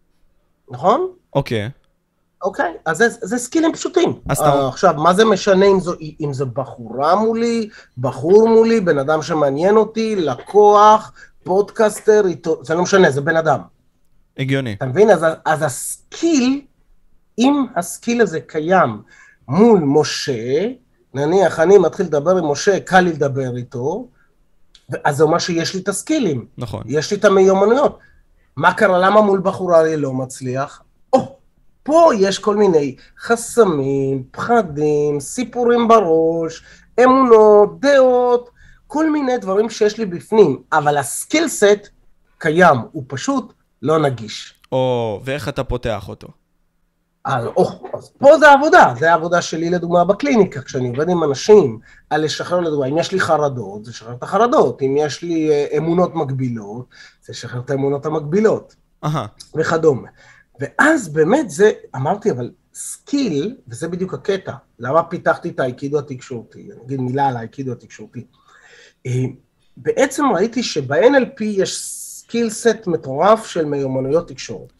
נכון? אוקיי. אוקיי, אז זה, זה סקילים פשוטים. אז uh, אתה... עכשיו, מה זה משנה אם זו, אם זו בחורה מולי, בחור מולי, בן אדם שמעניין אותי, לקוח, פודקאסטר, איתו, זה לא משנה, זה בן אדם. הגיוני. אתה מבין? אז, אז הסקיל, אם הסקיל הזה קיים מול משה, נניח אני מתחיל לדבר עם משה, קל לי לדבר איתו, אז זה אומר שיש לי את הסקילים. נכון. יש לי את המיומנויות. מה קרה? למה מול בחורה אני לא מצליח? או, פה יש כל מיני חסמים, פחדים, סיפורים בראש, אמונות, דעות, כל מיני דברים שיש לי בפנים, אבל הסקיל סט קיים, הוא פשוט לא נגיש. או, ואיך אתה פותח אותו? אז, או, אז פה זה העבודה, זה העבודה שלי לדוגמה בקליניקה, כשאני עובד עם אנשים על לשחרר לדוגמה, אם יש לי חרדות, זה לשחרר את החרדות, אם יש לי אמונות מגבילות, זה לשחרר את האמונות המגבילות, אהה. וכדומה. ואז באמת זה, אמרתי, אבל סקיל, וזה בדיוק הקטע, למה פיתחתי את האיקידו התקשורתי, אני אגיד מילה על האיקידו התקשורתי, בעצם ראיתי שב-אן אל פי יש סקיל סט מטורף של מיומנויות תקשורת.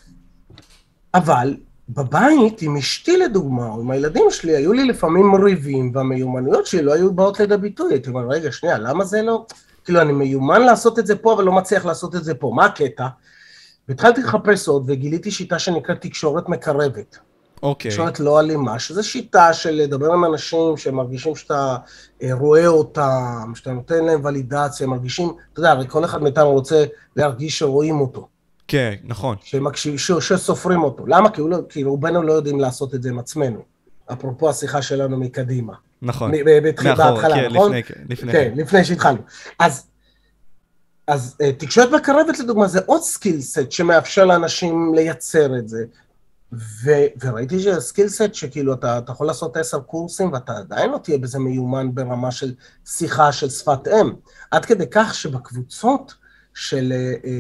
אבל בבית, עם אשתי לדוגמה, או עם הילדים שלי, היו לי לפעמים ריבים, והמיומנויות שלי לא היו באות לידי ביטוי. הייתי אומר, רגע, שנייה, למה זה לא? כאילו, אני מיומן לעשות את זה פה, אבל לא מצליח לעשות את זה פה. מה הקטע? והתחלתי לחפש עוד, וגיליתי שיטה שנקראת תקשורת מקרבת. אוקיי. תקשורת לא אלימה, שזו שיטה של לדבר עם אנשים שמרגישים שאתה רואה אותם, שאתה נותן להם ולידציה, מרגישים, אתה יודע, הרי כל אחד מאיתנו רוצה להרגיש שרואים אותו. כן, נכון. שמקשיב, ש, שסופרים אותו. למה? כי, לא, כי רובנו לא יודעים לעשות את זה עם עצמנו. אפרופו השיחה שלנו מקדימה. נכון. בהתחלה, כן, נכון? לפני, לפני. כן, לפני שהתחלנו. אז, אז תקשורת מקרבת לדוגמה, זה עוד סקיל סט שמאפשר לאנשים לייצר את זה. ו- וראיתי שזה סקילסט שכאילו אתה, אתה יכול לעשות עשר קורסים ואתה עדיין לא תהיה בזה מיומן ברמה של שיחה של שפת אם. עד כדי כך שבקבוצות של,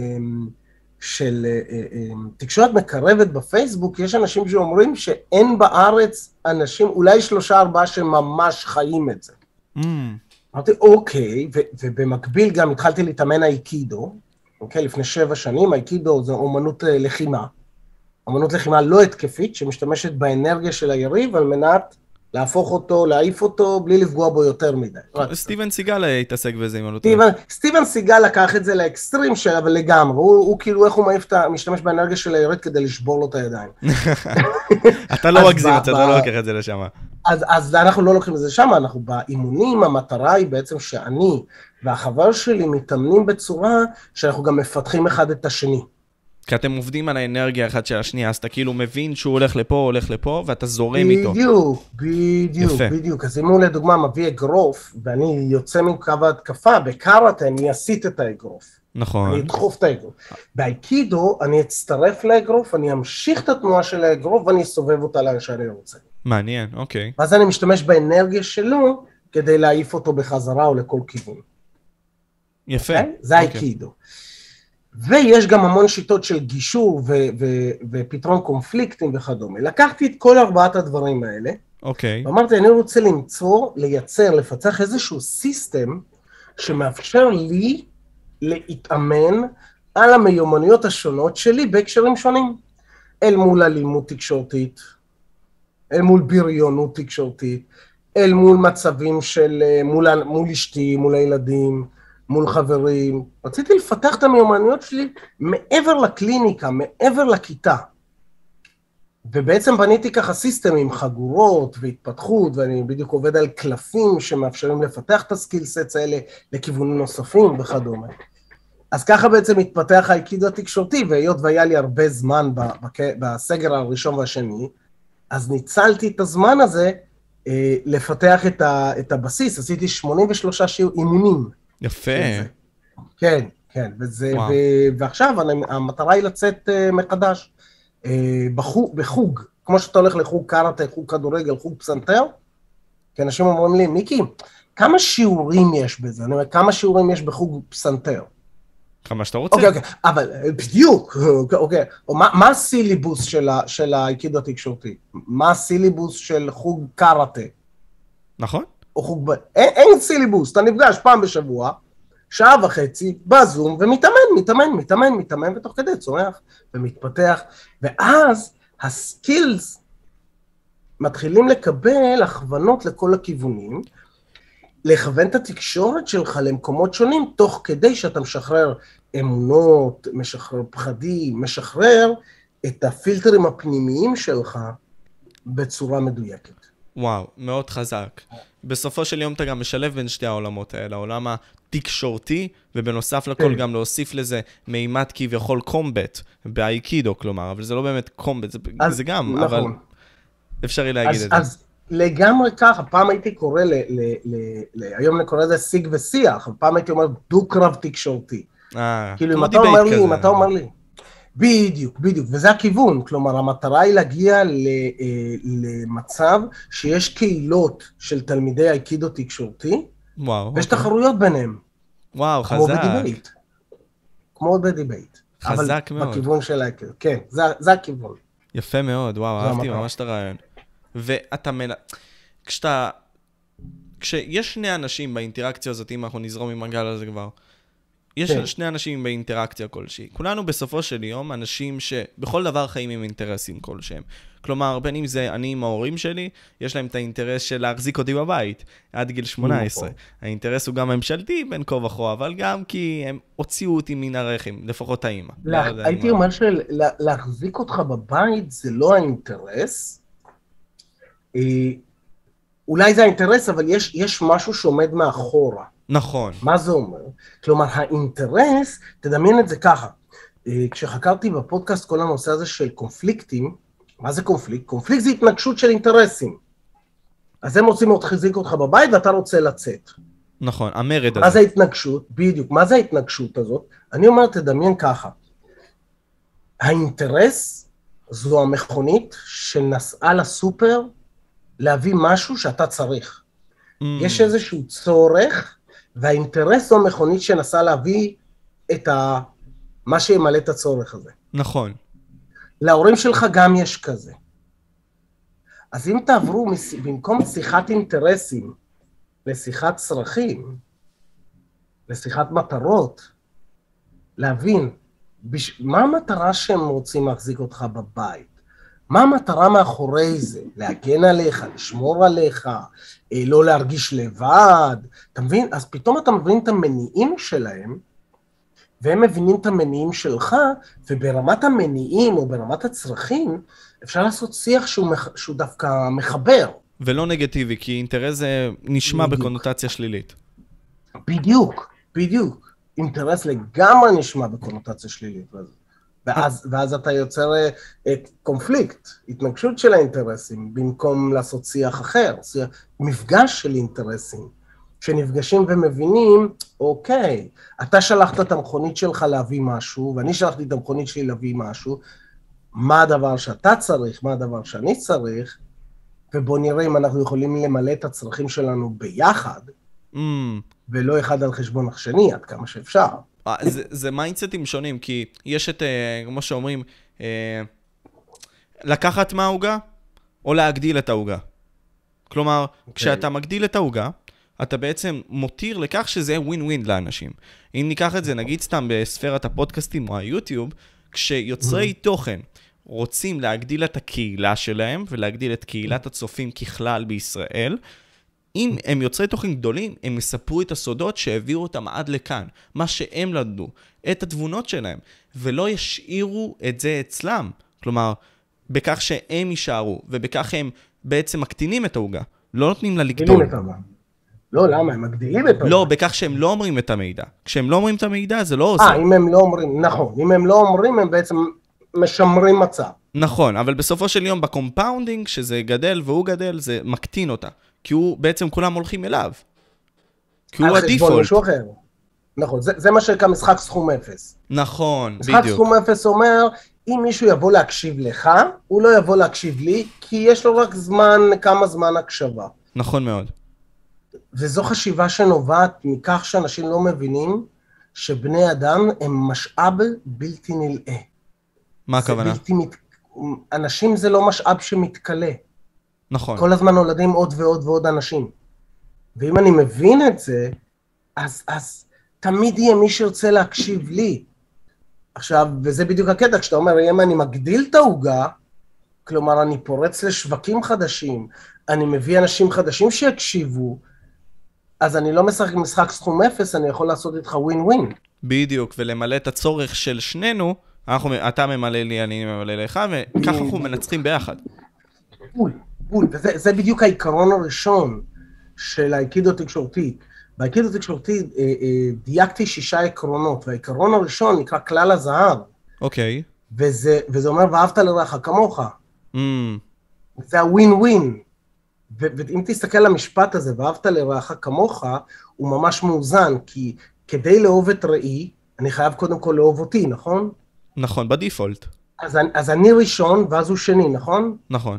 של תקשורת מקרבת בפייסבוק, יש אנשים שאומרים שאין בארץ אנשים, אולי שלושה ארבעה שממש חיים את זה. Mm. אמרתי, אוקיי, ו- ובמקביל גם התחלתי להתאמן אייקידו, אוקיי, לפני שבע שנים, אייקידו זה אומנות לחימה. אמנות לחימה לא התקפית, שמשתמשת באנרגיה של היריב, על מנת להפוך אותו, להעיף אותו, בלי לפגוע בו יותר מדי. סטיבן סיגל התעסק בזה, אם אני לא טועה. סטיבן סיגל לקח את זה לאקסטרים שלו, אבל לגמרי. הוא כאילו, איך הוא מעיף, משתמש באנרגיה של היריב כדי לשבור לו את הידיים. אתה לא מגזים את זה, אתה לא לוקח את זה לשם. אז אנחנו לא לוקחים את זה לשם, אנחנו באימונים, המטרה היא בעצם שאני והחבר שלי מתאמנים בצורה שאנחנו גם מפתחים אחד את השני. כי אתם עובדים על האנרגיה אחת של השנייה, אז אתה כאילו מבין שהוא הולך לפה, הולך לפה, ואתה זורם איתו. בדיוק, בדיוק, בדיוק. אז אם הוא לדוגמה מביא אגרוף, ואני יוצא מקו ההתקפה, בקראטה אני אסיט את האגרוף. נכון. אני אדחוף את האגרוף. באייקידו אני אצטרף לאגרוף, אני אמשיך את התנועה של האגרוף, ואני אסובב אותה לאן שאני רוצה. מעניין, אוקיי. ואז אני משתמש באנרגיה שלו, כדי להעיף אותו בחזרה או לכל כיוון. יפה. זה האייקידו. ויש גם המון שיטות של גישור ו- ו- ופתרון קונפליקטים וכדומה. לקחתי את כל ארבעת הדברים האלה, אוקיי. ואמרתי, אני רוצה למצוא, לייצר, לפצח איזשהו סיסטם, שמאפשר לי להתאמן על המיומנויות השונות שלי בהקשרים שונים. אל מול אלימות תקשורתית, אל מול בריונות תקשורתית, אל מול מצבים של, מול, מול אשתי, מול הילדים, מול חברים. רציתי לפתח את המיומנויות שלי מעבר לקליניקה, מעבר לכיתה. ובעצם בניתי ככה סיסטמים, חגורות והתפתחות, ואני בדיוק עובד על קלפים שמאפשרים לפתח את הסקילסטס האלה לכיוונים נוספים וכדומה. אז ככה בעצם התפתח האייקידו התקשורתי, והיות והיה לי הרבה זמן בסגר הראשון והשני, אז ניצלתי את הזמן הזה אה, לפתח את, ה, את הבסיס, עשיתי שמונים ושלושה שיעור אימונים. יפה. כן, כן, וזה, ו, ועכשיו אני, המטרה היא לצאת uh, מחדש, uh, בחוג, בחוג, כמו שאתה הולך לחוג קראטה, חוג כדורגל, חוג פסנתר, כי אנשים אומרים לי, מיקי, כמה שיעורים יש בזה? אני אומר, כמה שיעורים יש בחוג פסנתר? כמה שאתה רוצה. אוקיי, אוקיי, אבל בדיוק, אוקיי, מה, מה הסיליבוס של, ה, של האייקידו התקשורתי? מה הסיליבוס של חוג קראטה? נכון. או חוג, אין, אין סיליבוס, אתה נפגש פעם בשבוע, שעה וחצי, בזום, ומתאמן, מתאמן, מתאמן, מתאמן, ותוך כדי צומח ומתפתח, ואז הסקילס מתחילים לקבל הכוונות לכל הכיוונים, לכוון את התקשורת שלך למקומות שונים, תוך כדי שאתה משחרר אמונות, משחרר פחדים, משחרר את הפילטרים הפנימיים שלך בצורה מדויקת. וואו, מאוד חזק. בסופו של יום אתה גם משלב בין שתי העולמות האלה, העולם התקשורתי, ובנוסף לכל גם להוסיף לזה מימד כביכול קומבט, באייקידו כלומר, אבל זה לא באמת קומבט, זה, זה גם, נכון. אבל אפשרי להגיד אז, את זה. אז לגמרי ככה, פעם הייתי קורא, ל, ל, ל, ל, היום אני קורא לזה שיג ושיח, פעם הייתי אומר דו-קרב תקשורתי. אה, כאילו אם אתה אומר לי, אם אתה אומר לי, בדיוק, בדיוק, וזה הכיוון, כלומר, המטרה היא להגיע למצב שיש קהילות של תלמידי אייקידו תקשורתי, וואו, ויש תחרויות ביניהם. וואו, חזק. כמו בדיבייט. כמו בדיבייט. חזק מאוד. אבל בכיוון של האייקידו, כן, זה, זה הכיוון. יפה מאוד, וואו, אהבתי ממש את הרעיון. ואתה מנ... כשאתה... כשיש שני אנשים באינטראקציה הזאת, אם אנחנו נזרום עם הגל הזה כבר, יש כן. שני אנשים באינטראקציה כלשהי. כולנו בסופו של יום אנשים שבכל דבר חיים עם אינטרסים כלשהם. כלומר, בין אם זה אני עם ההורים שלי, יש להם את האינטרס של להחזיק אותי בבית עד גיל שמונה עשרה. האינטרס הוא גם ממשלתי בין כה וכה, אבל גם כי הם הוציאו אותי מן הרחם, לפחות האמא. לה... הייתי אומר שלהחזיק אותך בבית זה לא האינטרס. אולי זה האינטרס, אבל יש, יש משהו שעומד מאחורה. נכון. מה זה אומר? כלומר, האינטרס, תדמיין את זה ככה, כשחקרתי בפודקאסט כל הנושא הזה של קונפליקטים, מה זה קונפליקט? קונפליקט זה התנגשות של אינטרסים. אז הם רוצים להחזיק אותך בבית ואתה רוצה לצאת. נכון, המרד הזה. מה זה ההתנגשות? בדיוק, מה זה ההתנגשות הזאת? אני אומר, תדמיין ככה, האינטרס זו המכונית שנסעה לסופר להביא משהו שאתה צריך. Mm. יש איזשהו צורך, והאינטרס זו המכונית שנסעה להביא את ה... מה שימלא את הצורך הזה. נכון. להורים שלך גם יש כזה. אז אם תעברו במקום שיחת אינטרסים לשיחת צרכים, לשיחת מטרות, להבין בש... מה המטרה שהם רוצים להחזיק אותך בבית? מה המטרה מאחורי זה? להגן עליך, לשמור עליך, לא להרגיש לבד. אתה מבין? אז פתאום אתה מבין את המניעים שלהם, והם מבינים את המניעים שלך, וברמת המניעים או ברמת הצרכים, אפשר לעשות שיח שהוא, מח... שהוא דווקא מחבר. ולא נגטיבי, כי אינטרס זה נשמע בדיוק. בקונוטציה שלילית. בדיוק, בדיוק. אינטרס לגמרי נשמע בקונוטציה שלילית. ואז, ואז אתה יוצר את קונפליקט, התנגשות של האינטרסים, במקום לעשות שיח אחר, שיח, מפגש של אינטרסים, שנפגשים ומבינים, אוקיי, אתה שלחת את המכונית שלך להביא משהו, ואני שלחתי את המכונית שלי להביא משהו, מה הדבר שאתה צריך, מה הדבר שאני צריך, ובוא נראה אם אנחנו יכולים למלא את הצרכים שלנו ביחד, mm. ולא אחד על חשבון השני, עד כמה שאפשר. זה, זה מיינדסטים שונים, כי יש את, כמו שאומרים, לקחת מההוגה, או להגדיל את ההוגה. כלומר, okay. כשאתה מגדיל את ההוגה, אתה בעצם מותיר לכך שזה ווין ווין לאנשים. אם ניקח את זה, נגיד סתם בספירת הפודקאסטים או היוטיוב, כשיוצרי mm. תוכן רוצים להגדיל את הקהילה שלהם, ולהגדיל את קהילת הצופים ככלל בישראל, אם הם יוצרי תוכן גדולים, הם יספרו את הסודות שהביאו אותם עד לכאן, מה שהם למדו, את התבונות שלהם, ולא ישאירו את זה אצלם. כלומר, בכך שהם יישארו, ובכך הם בעצם מקטינים את ההוגה, לא נותנים לה לגדול. לא, למה? הם מגדילים את ההוגה. לא, בכך שהם לא אומרים את המידע. כשהם לא אומרים את המידע, זה לא עוזר. אה, אם הם לא אומרים, נכון. אם הם לא אומרים, הם בעצם משמרים מצב. נכון, אבל בסופו של יום, בקומפאונדינג, שזה גדל והוא גדל, זה מקטין אותה. כי הוא, בעצם כולם הולכים אליו. כי הוא הדיפולט. על חשבון משהו אחר. נכון, זה, זה מה שנקרא משחק סכום אפס. נכון, משחק בדיוק. משחק סכום אפס אומר, אם מישהו יבוא להקשיב לך, הוא לא יבוא להקשיב לי, כי יש לו רק זמן, כמה זמן הקשבה. נכון מאוד. וזו חשיבה שנובעת מכך שאנשים לא מבינים, שבני אדם הם משאב בלתי נלאה. מה הכוונה? בלתי מת... אנשים זה לא משאב שמתקלה. נכון. כל הזמן נולדים עוד ועוד ועוד אנשים. ואם אני מבין את זה, אז, אז תמיד יהיה מי שירצה להקשיב לי. עכשיו, וזה בדיוק הקטע, כשאתה אומר, אם אני מגדיל את ההוגה, כלומר, אני פורץ לשווקים חדשים, אני מביא אנשים חדשים שיקשיבו, אז אני לא משחק משחק סכום אפס, אני יכול לעשות איתך ווין ווין. בדיוק, ולמלא את הצורך של שנינו, אנחנו, אתה ממלא לי, אני ממלא לך, וככה אנחנו מנצחים ביחד. בול, בול, וזה זה בדיוק העיקרון הראשון של האייקידו תקשורתי. באייקידו תקשורתי אה, אה, דייקתי שישה עקרונות, והעיקרון הראשון נקרא כלל הזהב. אוקיי. וזה, וזה אומר, ואהבת לרעך כמוך. Mm. זה הווין ווין. ואם תסתכל על המשפט הזה, ואהבת לרעך כמוך, הוא ממש מאוזן, כי כדי לאהוב את ראי, אני חייב קודם כל לאהוב אותי, נכון? נכון, בדיפולט. אז, אז אני ראשון, ואז הוא שני, נכון? נכון.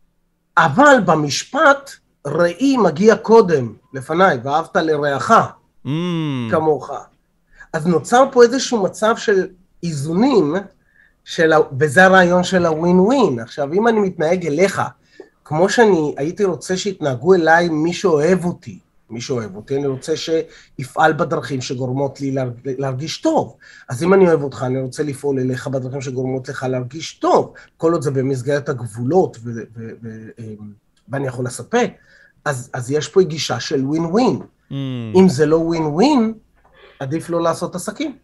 אבל במשפט, ראי מגיע קודם, לפניי, ואהבת לרעך mm. כמוך. אז נוצר פה איזשהו מצב של איזונים, של, וזה הרעיון של הווין ווין. עכשיו, אם אני מתנהג אליך, כמו שאני הייתי רוצה שיתנהגו אליי מי שאוהב אותי, מי שאוהב אותי, אני רוצה שיפעל בדרכים שגורמות לי להרגיש טוב. אז אם אני אוהב אותך, אני רוצה לפעול אליך בדרכים שגורמות לך להרגיש טוב, כל עוד זה במסגרת הגבולות, ו- ו- ו- ואני יכול לספק. אז, אז יש פה גישה של ווין ווין. Mm. אם זה לא ווין ווין, עדיף לא לעשות עסקים.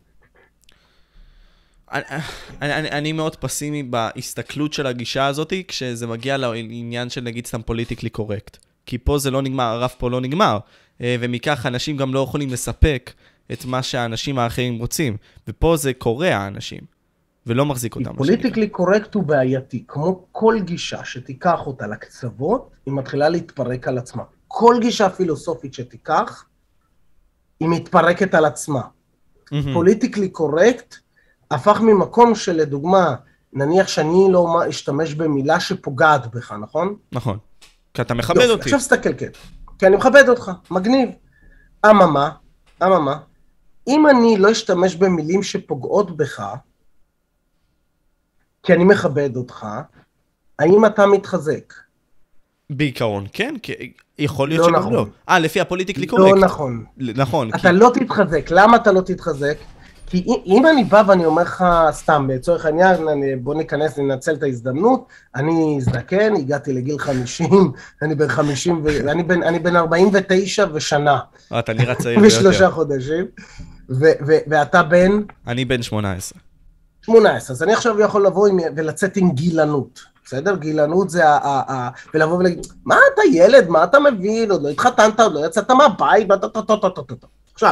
אני, אני, אני מאוד פסימי בהסתכלות של הגישה הזאת, כשזה מגיע לעניין של נגיד סתם פוליטיקלי קורקט. כי פה זה לא נגמר, הרף פה לא נגמר, ומכך אנשים גם לא יכולים לספק את מה שהאנשים האחרים רוצים, ופה זה קורע האנשים, ולא מחזיק אותם. פוליטיקלי קורקט הוא בעייתי, כמו כל גישה שתיקח אותה לקצוות, היא מתחילה להתפרק על עצמה. כל גישה פילוסופית שתיקח, היא מתפרקת על עצמה. פוליטיקלי קורקט, הפך ממקום שלדוגמה, נניח שאני לא אשתמש במילה שפוגעת בך, נכון? נכון. כי אתה מכבד אותי. עכשיו סתכל, כן. כי אני מכבד אותך, מגניב. אממה, אממה, אם אני לא אשתמש במילים שפוגעות בך, כי אני מכבד אותך, האם אתה מתחזק? בעיקרון, כן, כי יכול להיות לא שגם נכון. לא. אה, לפי הפוליטיקלי קורקט. לא נכון. נכון. אתה כי... לא תתחזק. למה אתה לא תתחזק? כי אם אני בא ואני אומר לך סתם, בצורך העניין, אני, בוא ניכנס, ננצל את ההזדמנות, אני הזדקן, הגעתי לגיל חמישים, אני בן חמישים, ו... אני, בן, אני בן ארבעים ותשע ושנה. אתה נראה צעיר ביותר. ושלושה חודשים, ו, ו, ואתה בן? אני בן שמונה עשרה. שמונה עשרה, אז אני עכשיו יכול לבוא עם, ולצאת עם גילנות, בסדר? גילנות זה ה... ה, ה ולבוא ולהגיד, מה אתה ילד, מה אתה מבין, עוד לא התחתנת, עוד לא יצאת מהבית, עכשיו,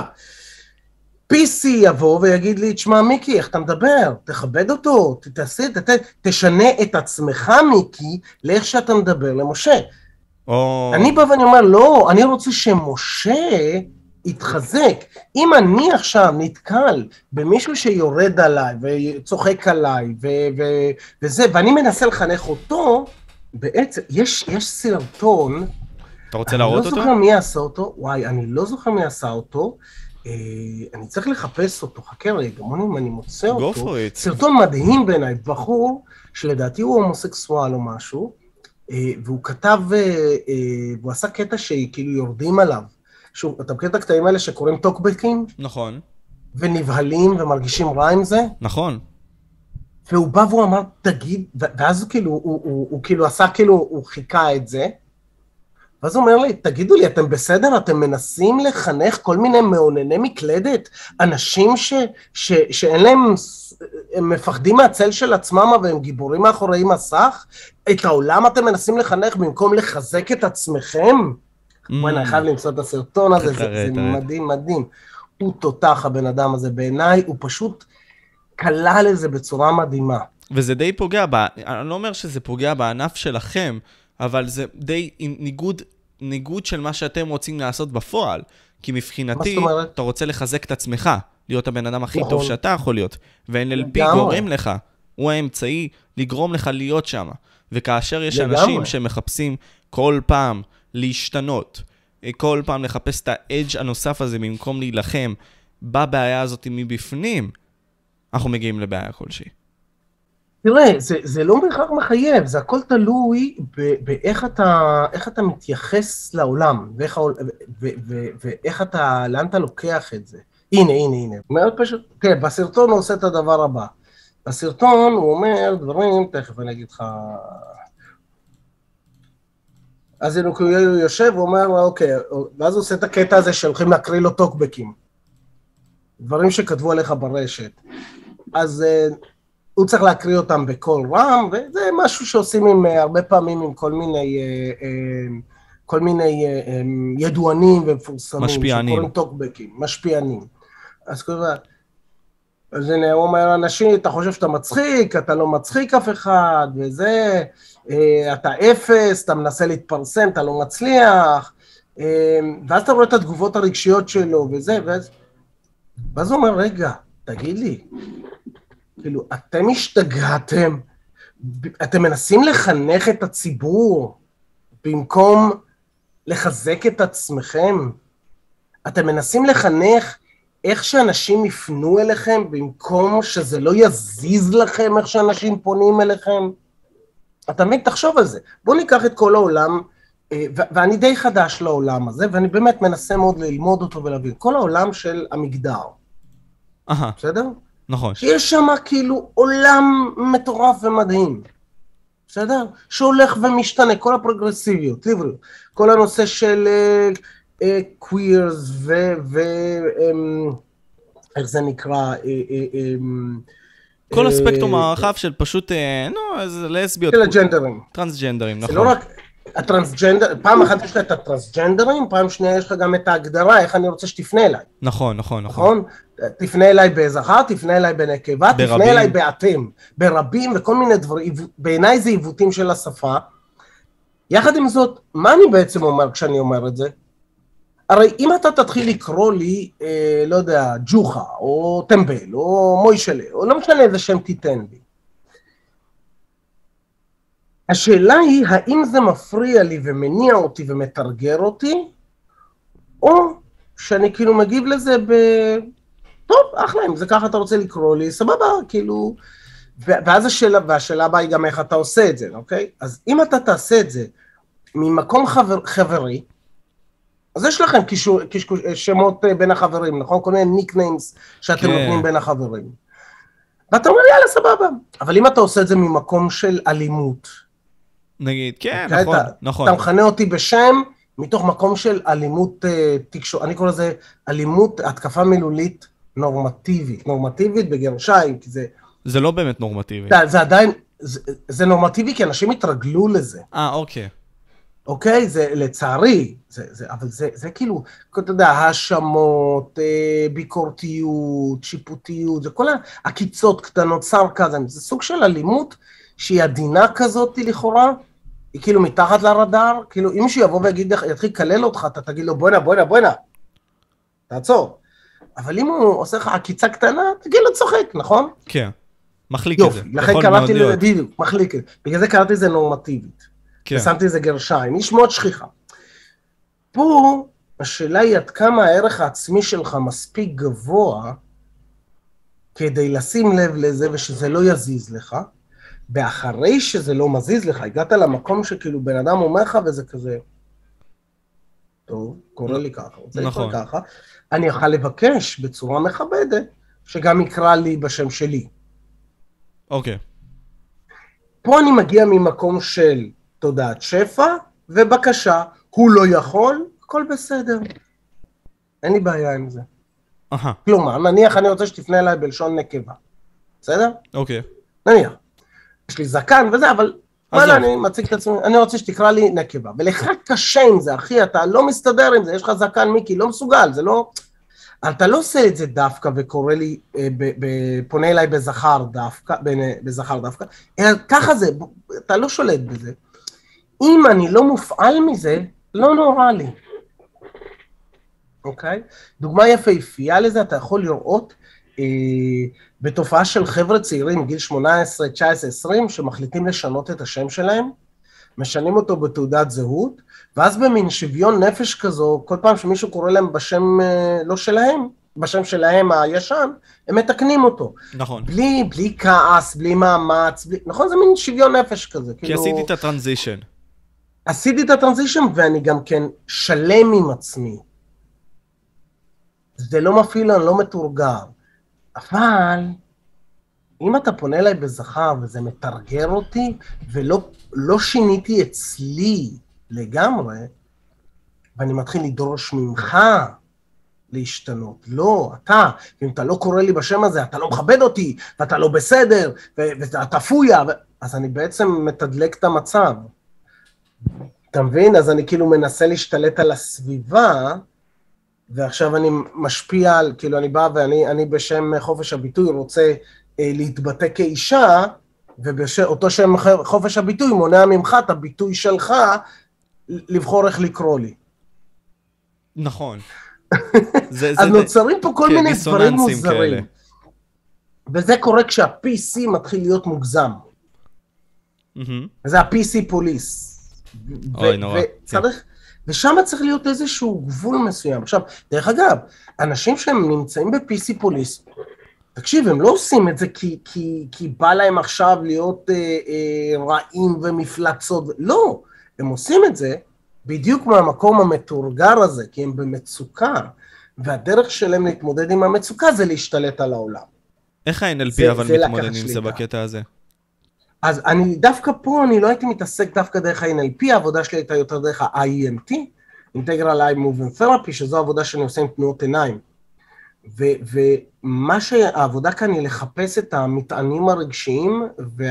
פי סי יבוא ויגיד לי, תשמע מיקי, איך אתה מדבר? תכבד אותו, תעשה, תשנה את עצמך מיקי, לאיך שאתה מדבר למשה. אני בא ואני אומר, לא, אני רוצה שמשה יתחזק. אם אני עכשיו נתקל במישהו שיורד עליי וצוחק עליי וזה, ואני מנסה לחנך אותו, בעצם יש סרטון, אתה רוצה להראות אותו? אני לא זוכר מי עשה אותו, וואי, אני לא זוכר מי עשה אותו, אני צריך לחפש אותו, חכה רגע, אם אני מוצא אותו, סרטון מדהים בעיניי, בחור שלדעתי הוא הומוסקסואל או משהו, והוא כתב, והוא עשה קטע שכאילו יורדים עליו, שוב, אתה מכיר את הקטעים האלה שקוראים טוקבקים? נכון. ונבהלים ומרגישים רע עם זה? נכון. והוא בא והוא אמר, תגיד, ואז הוא כאילו, הוא, הוא, הוא, הוא כאילו עשה כאילו, הוא חיכה את זה, ואז הוא אומר לי, תגידו לי, אתם בסדר? אתם מנסים לחנך כל מיני מעונני מקלדת, אנשים ש, ש, שאין להם, הם מפחדים מהצל של עצמם, והם גיבורים מאחורי מסך? את העולם אתם מנסים לחנך במקום לחזק את עצמכם? בואי, אני חייב למצוא את הסרטון הזה, זה מדהים, מדהים. הוא תותח, הבן אדם הזה, בעיניי, הוא פשוט כלל לזה בצורה מדהימה. וזה די פוגע, אני לא אומר שזה פוגע בענף שלכם, אבל זה די ניגוד, ניגוד של מה שאתם רוצים לעשות בפועל. כי מבחינתי, אתה רוצה לחזק את עצמך, להיות הבן אדם הכי טוב שאתה יכול להיות. ו-אן אל פי גורם לך, הוא האמצעי לגרום לך להיות שם. וכאשר יש אנשים שמחפשים כל פעם להשתנות, כל פעם לחפש את האדג' הנוסף הזה במקום להילחם בבעיה הזאת מבפנים, אנחנו מגיעים לבעיה כלשהי. תראה, זה, זה לא בהכרח מחייב, זה הכל תלוי באיך אתה, איך אתה מתייחס לעולם, ואיך, ו, ו, ו, ואיך אתה, לאן אתה לוקח את זה. הנה, הנה, הנה. מאוד פשוט, כן, בסרטון הוא עושה את הדבר הבא. בסרטון הוא אומר דברים, תכף אני אגיד לך... אז הוא יושב ואומר, אוקיי, ואז הוא עושה את הקטע הזה שהולכים להקריא לו טוקבקים. דברים שכתבו עליך ברשת. אז הוא צריך להקריא אותם בכל רם, וזה משהו שעושים עם, הרבה פעמים עם כל מיני, כל מיני ידוענים ומפורסמים. משפיענים. שקוראים טוקבקים, משפיענים. אז כזה, אז הנה, הוא אומר, אנשים, אתה חושב שאתה מצחיק, אתה לא מצחיק אף אחד, וזה... אתה אפס, אתה מנסה להתפרסם, אתה לא מצליח, ואז אתה רואה את התגובות הרגשיות שלו, וזה, ואז, ואז הוא אומר, רגע, תגיד לי, כאילו, אתם השתגעתם, אתם מנסים לחנך את הציבור, במקום לחזק את עצמכם, אתם מנסים לחנך איך שאנשים יפנו אליכם, במקום שזה לא יזיז לכם איך שאנשים פונים אליכם, אתה מבין, תחשוב על זה. בוא ניקח את כל העולם, ואני די חדש לעולם הזה, ואני באמת מנסה מאוד ללמוד אותו ולהבין. כל העולם של המגדר. אהה. בסדר? נכון. שיש שם כאילו עולם מטורף ומדהים. בסדר? שהולך ומשתנה, כל הפרוגרסיביות, כל הנושא של קווירס ו... איך זה נקרא? כל הספקטרום הרחב של פשוט, נו, אז לסביות. של הג'נדרים. טרנסג'נדרים, נכון. זה לא רק הטרנסג'נדר, פעם אחת יש לך את הטרנסג'נדרים, פעם שנייה יש לך גם את ההגדרה, איך אני רוצה שתפנה אליי. נכון, נכון, נכון. תפנה אליי בזכר, תפנה אליי בנקבה, תפנה אליי באתם, ברבים וכל מיני דברים, בעיניי זה עיוותים של השפה. יחד עם זאת, מה אני בעצם אומר כשאני אומר את זה? הרי אם אתה תתחיל לקרוא לי, אה, לא יודע, ג'וחה, או טמבל, או מוישלה, או לא משנה איזה שם תיתן לי, השאלה היא, האם זה מפריע לי ומניע אותי ומתרגר אותי, או שאני כאילו מגיב לזה ב... טוב, אחלה, אם זה ככה אתה רוצה לקרוא לי, סבבה, כאילו... ואז השאלה, והשאלה הבאה היא גם איך אתה עושה את זה, אוקיי? אז אם אתה תעשה את זה ממקום חבר, חברי, אז יש לכם קישור, קישור, שמות בין החברים, נכון? כל מיני ניקניימס שאתם כן. נותנים בין החברים. ואתה אומר, יאללה, סבבה. אבל אם אתה עושה את זה ממקום של אלימות, נגיד, כן, נכון, אתה, נכון. אתה מכנה אותי בשם, מתוך מקום של אלימות תקשור, אני קורא לזה אלימות, התקפה מילולית נורמטיבית, נורמטיבית בגרשיים, כי זה... זה לא באמת נורמטיבי. זה, זה עדיין, זה, זה נורמטיבי כי אנשים התרגלו לזה. אה, אוקיי. אוקיי? זה לצערי, זה, זה, אבל זה, זה כאילו, אתה יודע, האשמות, ביקורתיות, שיפוטיות, זה כל הקיצות קטנות, סרקזם, זה סוג של אלימות שהיא עדינה כזאת לכאורה, היא כאילו מתחת לרדאר, כאילו אם מישהו יבוא ויגיד, יתחיל לקלל אותך, אתה תגיד לו בואנה, בואנה, בואנה, תעצור. אבל אם הוא עושה לך עקיצה קטנה, תגיד לו צוחק, נכון? כן, מחליק את זה. יופי, לכן קראתי לזה, בדיוק, מחליק את זה. בגלל זה קראתי לזה נורמטיבית. כן. ושמתי לזה גרשיים, איש מאוד שכיחה. פה, השאלה היא עד כמה הערך העצמי שלך מספיק גבוה, כדי לשים לב לזה ושזה לא יזיז לך, ואחרי שזה לא מזיז לך, הגעת למקום שכאילו בן אדם אומר לך וזה כזה, טוב, קורא לי ככה, רוצה לקרוא ככה, אני יכול לבקש בצורה מכבדת, שגם יקרא לי בשם שלי. אוקיי. פה אני מגיע ממקום של תודעת שפע, ובקשה, הוא לא יכול, הכל בסדר. אין לי בעיה עם זה. אהה. כלומר, נניח אני רוצה שתפנה אליי בלשון נקבה. בסדר? אוקיי. נניח. יש לי זקן וזה, אבל וואלה, אני מציג את עצמי, אני רוצה שתקרא לי נקבה. ולך קשה עם זה, אחי, אתה לא מסתדר עם זה, יש לך זקן מיקי, לא מסוגל, זה לא... אתה לא עושה את זה דווקא וקורא לי, פונה אליי בזכר דווקא, בזכר דווקא, אלא ככה זה, אתה לא שולט בזה. אם אני לא מופעל מזה, לא נורא לי. אוקיי? דוגמה יפהפייה לזה, אתה יכול לראות אה, בתופעה של חבר'ה צעירים, גיל שמונה עשרה, תשע עשרה, עשרים, שמחליטים לשנות את השם שלהם, משנים אותו בתעודת זהות, ואז במין שוויון נפש כזו, כל פעם שמישהו קורא להם בשם אה, לא שלהם, בשם שלהם הישן, הם מתקנים אותו. נכון. בלי, בלי כעס, בלי מאמץ, בלי, נכון? זה מין שוויון נפש כזה. כי כאילו... עשיתי את הטרנזישן. עשיתי את הטרנזישן, ואני גם כן שלם עם עצמי. זה לא מפעיל, אני לא מתורגר. אבל, אם אתה פונה אליי בזכר, וזה מתרגר אותי, ולא לא שיניתי אצלי לגמרי, ואני מתחיל לדרוש ממך להשתנות. לא, אתה, אם אתה לא קורא לי בשם הזה, אתה לא מכבד אותי, ואתה לא בסדר, ואתה פויה, ו... אז אני בעצם מתדלק את המצב. אתה מבין? אז אני כאילו מנסה להשתלט על הסביבה, ועכשיו אני משפיע על, כאילו אני בא ואני אני בשם חופש הביטוי רוצה אה, להתבטא כאישה, ובאותו שם חופש הביטוי מונע ממך את הביטוי שלך, לבחור איך לקרוא לי. נכון. זה, אז זה נוצרים פה כל מיני דברים מוזרים. כאלה. וזה קורה כשה-פי סי מתחיל להיות מוגזם. Mm-hmm. וזה ה-פי סי פוליס. אוי, נורא. וצריך, ושם צריך להיות איזשהו גבול מסוים. עכשיו, דרך אגב, אנשים שהם נמצאים ב-פי סי פוליס, תקשיב, הם לא עושים את זה כי, כי, כי בא להם עכשיו להיות אה, אה, רעים ומפלצות. לא, הם עושים את זה בדיוק מהמקום המתורגר הזה, כי הם במצוקה, והדרך שלהם להתמודד עם המצוקה זה להשתלט על העולם. איך ה-אן אל פי אבל מתמודד עם זה בקטע הזה? אז אני דווקא פה, אני לא הייתי מתעסק דווקא דרך ה-אן אל פי, העבודה שלי הייתה יותר דרך ה-איי אי אם טי, Integral Eye Movement Therapy, שזו העבודה שאני עושה עם תנועות עיניים. ומה שהעבודה כאן היא לחפש את המטענים הרגשיים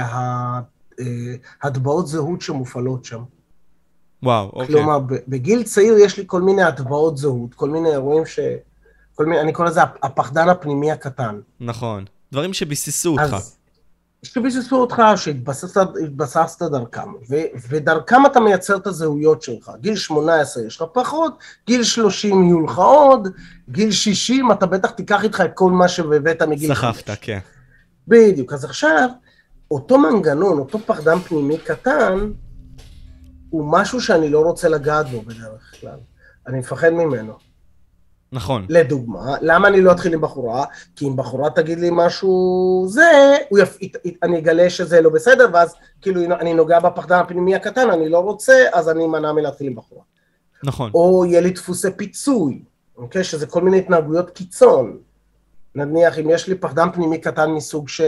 וההטבעות זהות שמופעלות שם. וואו, אוקיי. כלומר, בגיל צעיר יש לי כל מיני הטבעות זהות, כל מיני אירועים ש... כל מיני, אני קורא לזה הפחדן הפנימי הקטן. נכון. דברים שביססו אותך. אז שביססו אותך, שהתבססת דרכם, ו, ודרכם אתה מייצר את הזהויות שלך. גיל שמונה עשרה יש לך פחות, גיל שלושים יהיו לך עוד, גיל שישים אתה בטח תיקח איתך את כל מה שהבאת מגיל סחפת, כן. בדיוק. אז עכשיו, אותו מנגנון, אותו פחדן פנימי קטן, הוא משהו שאני לא רוצה לגעת בו בדרך כלל. אני מפחד ממנו. נכון. לדוגמה, למה אני לא אתחיל עם בחורה? כי אם בחורה תגיד לי משהו זה, יפ... אני אגלה שזה לא בסדר, ואז כאילו אני נוגע בפחדן הפנימי הקטן, אני לא רוצה, אז אני אמנע מלהתחיל עם בחורה. נכון. או יהיה לי דפוסי פיצוי, אוקיי? שזה כל מיני התנהגויות קיצון. נניח, אם יש לי פחדן פנימי קטן מסוג של,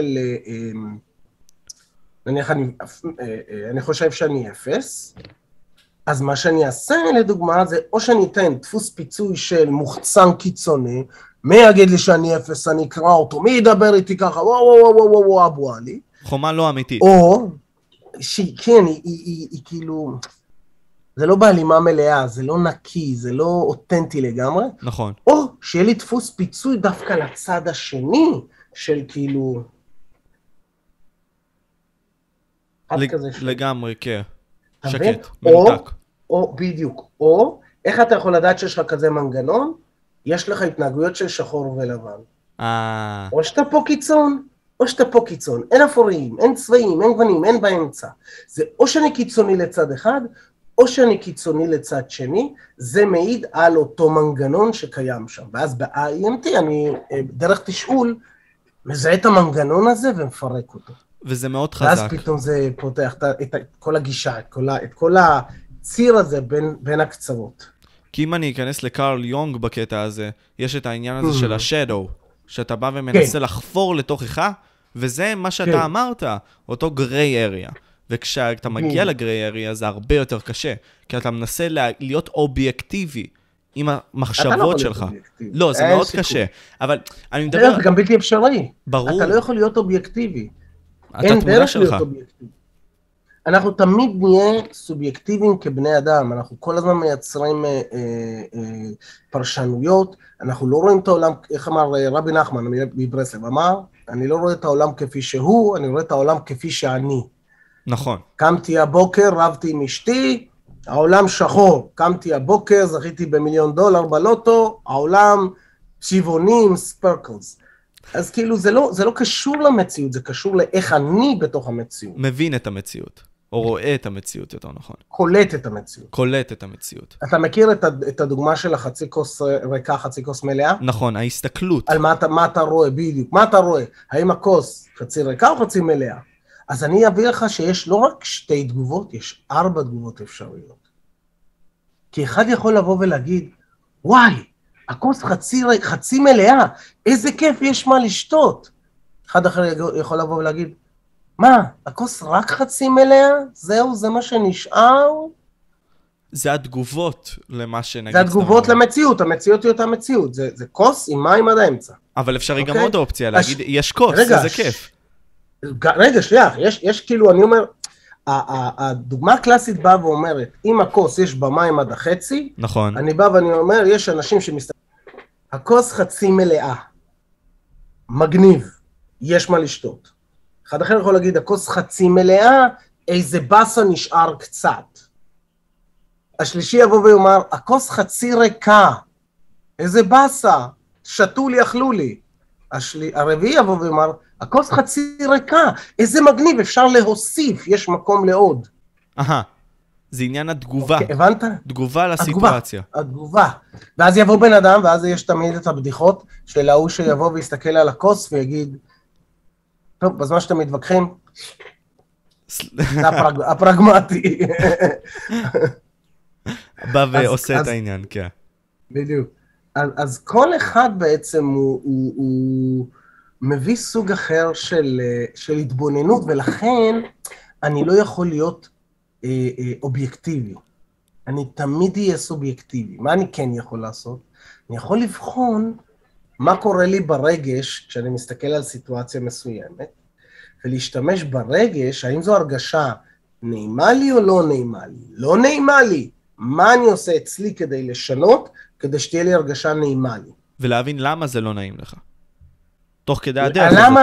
נניח, אני, אני חושב שאני אפס, אז מה שאני אעשה, לדוגמה, זה או שאני אתן דפוס פיצוי של מוחצן קיצוני, מי יגיד לי שאני אפס, אני אקרא אותו, מי ידבר איתי ככה, וואו וואו וואו וואו וואו אבו עלי. חומה לא אמיתית. או, שכן, היא, היא, היא, היא כאילו, זה לא בהלימה מלאה, זה לא נקי, זה לא אותנטי לגמרי. נכון. או שיהיה לי דפוס פיצוי דווקא לצד השני, של כאילו... לגמרי, כן. שקט, או, מנותק. או, בדיוק. או, איך אתה יכול לדעת שיש לך כזה מנגנון? יש לך התנהגויות של שחור ולבן. אה... או שאתה פה קיצון, או שאתה פה קיצון. אין אפורים, אין צבעים, אין גוונים, אין באמצע. זה או שאני קיצוני לצד אחד, או שאני קיצוני לצד שני, זה מעיד על אותו מנגנון שקיים שם. ואז ב-איי אם טי אני, דרך תשאול, מזהה את המנגנון הזה ומפרק אותו. וזה מאוד חזק. ואז פתאום זה פותח את, את, את כל הגישה, את כל, את כל הציר הזה בין, בין הקצוות. כי אם אני אכנס לקרל יונג בקטע הזה, יש את העניין הזה של השדו, שאתה בא ומנסה כן. לחפור לתוכך, וזה מה שאתה כן. אמרת, אותו גריי אריה. וכשאתה מגיע לגריי אריה זה הרבה יותר קשה, כי אתה מנסה להיות אובייקטיבי עם המחשבות שלך. לא, זה מאוד קשה. אבל אני מדבר... זה גם בלתי אפשרי. ברור. אתה לא יכול להיות אובייקטיבי. אין דרך להיות אובייקטיבי. אנחנו תמיד נהיה סובייקטיביים כבני אדם, אנחנו כל הזמן מייצרים אה, אה, אה, פרשנויות, אנחנו לא רואים את העולם, איך אמר רבי נחמן מברסלב, אמר, אני לא רואה את העולם כפי שהוא, אני רואה את העולם כפי שאני. נכון. קמתי הבוקר, רבתי עם אשתי, העולם שחור, קמתי הבוקר, זכיתי במיליון דולר בלוטו, העולם צבעונים, ספרקלס. אז כאילו זה לא, זה לא קשור למציאות, זה קשור לאיך אני בתוך המציאות. מבין את המציאות, או רואה את המציאות יותר נכון. קולט את המציאות. קולט את המציאות. אתה מכיר את, את הדוגמה של החצי כוס ריקה, חצי כוס מלאה? נכון, ההסתכלות. על מה אתה, מה אתה רואה, בדיוק. מה אתה רואה? האם הכוס חצי ריקה או חצי מלאה? אז אני אביא לך שיש לא רק שתי תגובות, יש ארבע תגובות אפשריות. כי אחד יכול לבוא ולהגיד, וואי, הכוס חצי, חצי מלאה, איזה כיף יש מה לשתות. אחד אחר יכול לבוא ולהגיד, מה, הכוס רק חצי מלאה? זהו, זה מה שנשאר? זה התגובות למה שנגיד. זה התגובות למציאות, המציאות היא אותה מציאות, זה, זה כוס עם מים עד האמצע. אבל אפשרי גם עוד אופציה, להגיד, יש כוס, איזה כיף. רגע, שנייה, יש, יש כאילו, אני אומר, הדוגמה הקלאסית באה ואומרת, אם הכוס יש במים עד החצי, נכון. אני בא ואני אומר, יש אנשים שמסתכלים, הכוס חצי מלאה, מגניב, יש מה לשתות. אחד אחר יכול להגיד, הכוס חצי מלאה, איזה בסה נשאר קצת. השלישי יבוא ויאמר, הכוס חצי ריקה, איזה בסה, שתו לי, אכלו לי. השלי... הרביעי יבוא ואומר, הכוס חצי ריקה, איזה מגניב, אפשר להוסיף, יש מקום לעוד. אהה, זה עניין התגובה. Okay, הבנת? תגובה לסיטואציה. התגובה, התגובה. ואז יבוא בן אדם, ואז יש תמיד את הבדיחות של ההוא שיבוא ויסתכל על הכוס ויגיד, טוב, בזמן שאתם מתווכחים, זה הפרג... הפרגמטי. בא ועושה אז, את אז... העניין, כן. בדיוק. אז, אז כל אחד בעצם הוא, הוא, הוא מביא סוג אחר של, של התבוננות, ולכן אני לא יכול להיות אה, אה, אובייקטיבי. אני תמיד אהיה סובייקטיבי. מה אני כן יכול לעשות? אני יכול לבחון מה קורה לי ברגש כשאני מסתכל על סיטואציה מסוימת, ולהשתמש ברגש, האם זו הרגשה נעימה לי או לא נעימה לי? לא נעימה לי. מה אני עושה אצלי כדי לשנות, כדי שתהיה לי הרגשה נעימה לי. ולהבין למה זה לא נעים לך. תוך כדי הדרך. למה,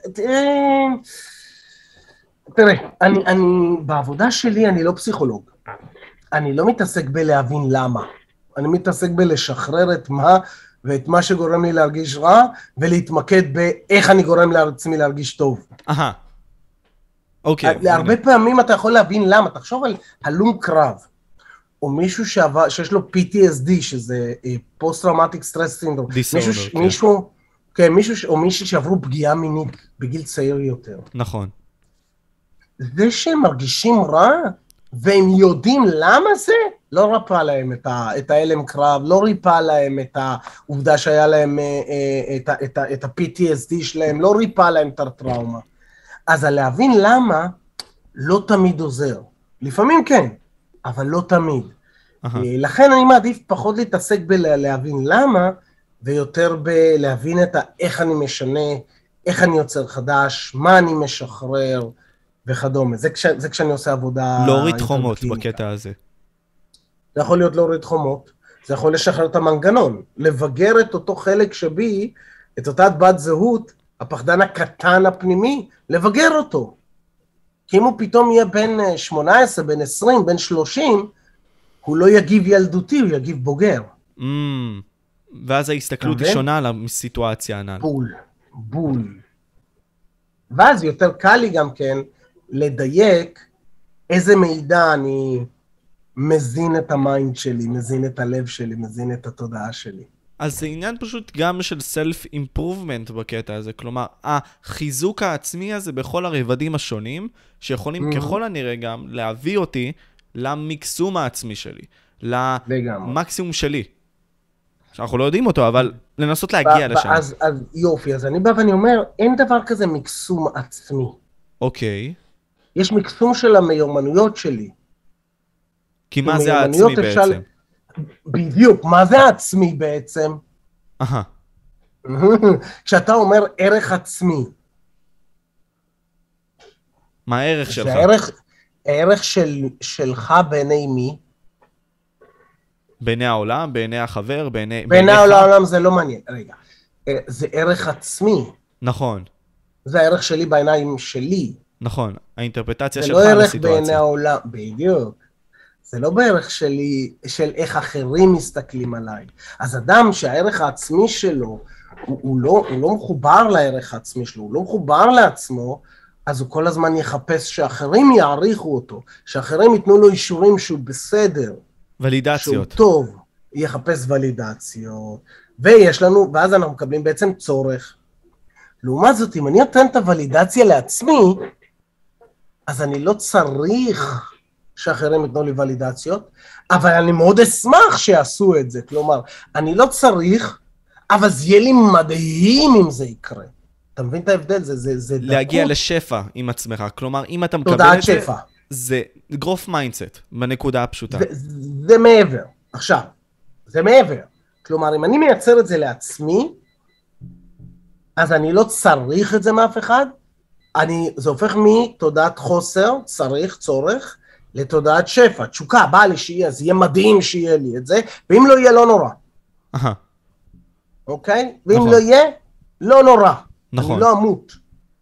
תראה, אני, אני, בעבודה שלי אני לא פסיכולוג. אני לא מתעסק בלהבין למה. אני מתעסק בלשחרר את מה, ואת מה שגורם לי להרגיש רע, ולהתמקד באיך אני גורם לעצמי להרגיש טוב. אהה. אוקיי. להרבה פעמים אתה יכול להבין למה, תחשוב על הלום קרב, או מישהו שעבר, שיש לו פי טי אס די, שזה פוסט-טראומטיק סטרס סינדרום. דיסאורדר, כן. מישהו, כן, מישהו, או מישהו שעברו פגיעה מינית בגיל צעיר יותר. נכון. זה שהם מרגישים רע, והם יודעים למה זה, לא רפא להם את, ה, את האלם קרב, לא ריפא להם את העובדה שהיה להם את, את, את ה-פי טי אס די שלהם, לא ריפא להם את הטראומה. אז להבין למה, לא תמיד עוזר. לפעמים כן, אבל לא תמיד. Uh-huh. לכן אני מעדיף פחות להתעסק בלהבין למה, ויותר בלהבין את איך אני משנה, איך אני יוצר חדש, מה אני משחרר, וכדומה. זה, כש, זה כשאני עושה עבודה... להוריד חומות בקטע הזה. זה יכול להיות להוריד חומות, זה יכול לשחרר את המנגנון, לבגר את אותו חלק שבי, את אותה בת זהות, הפחדן הקטן הפנימי, לבגר אותו. כי אם הוא פתאום יהיה בין שמונה עשרה, בין עשרים, בין שלושים, הוא לא יגיב ילדותי, הוא יגיב בוגר. Mm, ואז ההסתכלות היא שונה על הסיטואציה הנ"ל. בול, בול. ואז יותר קל לי גם כן לדייק איזה מידע אני מזין את המיינד שלי, מזין את הלב שלי, מזין את התודעה שלי. אז זה עניין פשוט גם של self-improvement בקטע הזה, כלומר, החיזוק העצמי הזה בכל הרבדים השונים, שיכולים mm-hmm. ככל הנראה גם להביא אותי למקסום העצמי שלי, למקסימום שלי. שאנחנו לא יודעים אותו, אבל לנסות להגיע לשם. אז, אז יופי, אז אני בא ואני אומר, אין דבר כזה מקסום עצמי. אוקיי. יש מקסום של המיומנויות שלי. כי מה זה העצמי בעצם? אפשר... בדיוק, מה זה העצמי בעצם? אהה. כשאתה אומר ערך עצמי. מה הערך שלך? זה הערך, הערך של, שלך בעיני מי? בעיני העולם, בעיני החבר, בעיני... בעיני העולם זה לא מעניין, רגע. זה ערך עצמי. נכון. זה הערך שלי בעיניים שלי. נכון, האינטרפרטציה שלך על הסיטואציה. זה לא ערך בעיני העולם, בדיוק. זה לא בערך שלי, של איך אחרים מסתכלים עליי. אז אדם שהערך העצמי שלו, הוא, הוא, לא, הוא לא מחובר לערך העצמי שלו, הוא לא מחובר לעצמו, אז הוא כל הזמן יחפש שאחרים יעריכו אותו, שאחרים ייתנו לו אישורים שהוא בסדר. ולידציות. שהוא טוב, יחפש ולידציות, ויש לנו, ואז אנחנו מקבלים בעצם צורך. לעומת זאת, אם אני נותן את הוולידציה לעצמי, אז אני לא צריך שאחרים ייתנו לי ולידציות, אבל אני מאוד אשמח שיעשו את זה. כלומר, אני לא צריך, אבל זה יהיה לי מדהים אם זה יקרה. אתה מבין את ההבדל? זה, זה, זה להגיע דקות. לשפע עם עצמך. כלומר, אם אתה מקבל תודעת את שפע. זה, זה גרוף מיינדסט, בנקודה הפשוטה. זה, זה מעבר. עכשיו, זה מעבר. כלומר, אם אני מייצר את זה לעצמי, אז אני לא צריך את זה מאף אחד, אני, זה הופך מתודעת חוסר, צריך, צורך, לתודעת שפע, תשוקה, בא לי שיהיה, אז יהיה מדהים שיהיה לי את זה, ואם לא יהיה, לא נורא. אהה. אוקיי? ואם לא יהיה, לא נורא. נכון. אני לא אמות.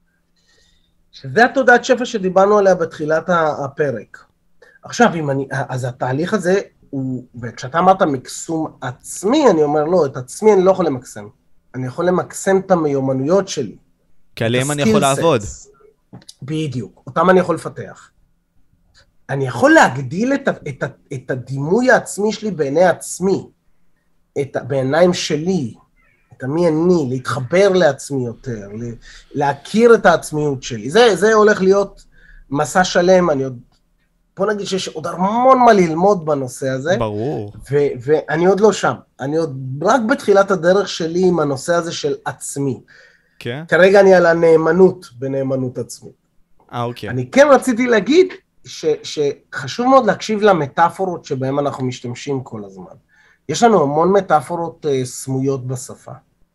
שזה התודעת שפע שדיברנו עליה בתחילת הפרק. עכשיו, אם אני, אז התהליך הזה, הוא, וכשאתה אמרת מקסום עצמי, אני אומר, לא, את עצמי אני לא יכול למקסם. אני יכול למקסם את המיומנויות שלי. כי עליהם אני יכול לעבוד. בדיוק, אותם אני יכול לפתח. אני יכול להגדיל את, את, את הדימוי העצמי שלי בעיני עצמי, את, בעיניים שלי, את המי אני, להתחבר לעצמי יותר, להכיר את העצמיות שלי. זה, זה הולך להיות מסע שלם, אני עוד, בוא נגיד שיש עוד המון מה ללמוד בנושא הזה. ברור. ו, ואני עוד לא שם, אני עוד רק בתחילת הדרך שלי עם הנושא הזה של עצמי. כן? כרגע אני על הנאמנות בנאמנות עצמית. אה, אוקיי. אני כן רציתי להגיד ש, שחשוב מאוד להקשיב למטאפורות שבהן אנחנו משתמשים כל הזמן. יש לנו המון מטאפורות uh, סמויות בשפה,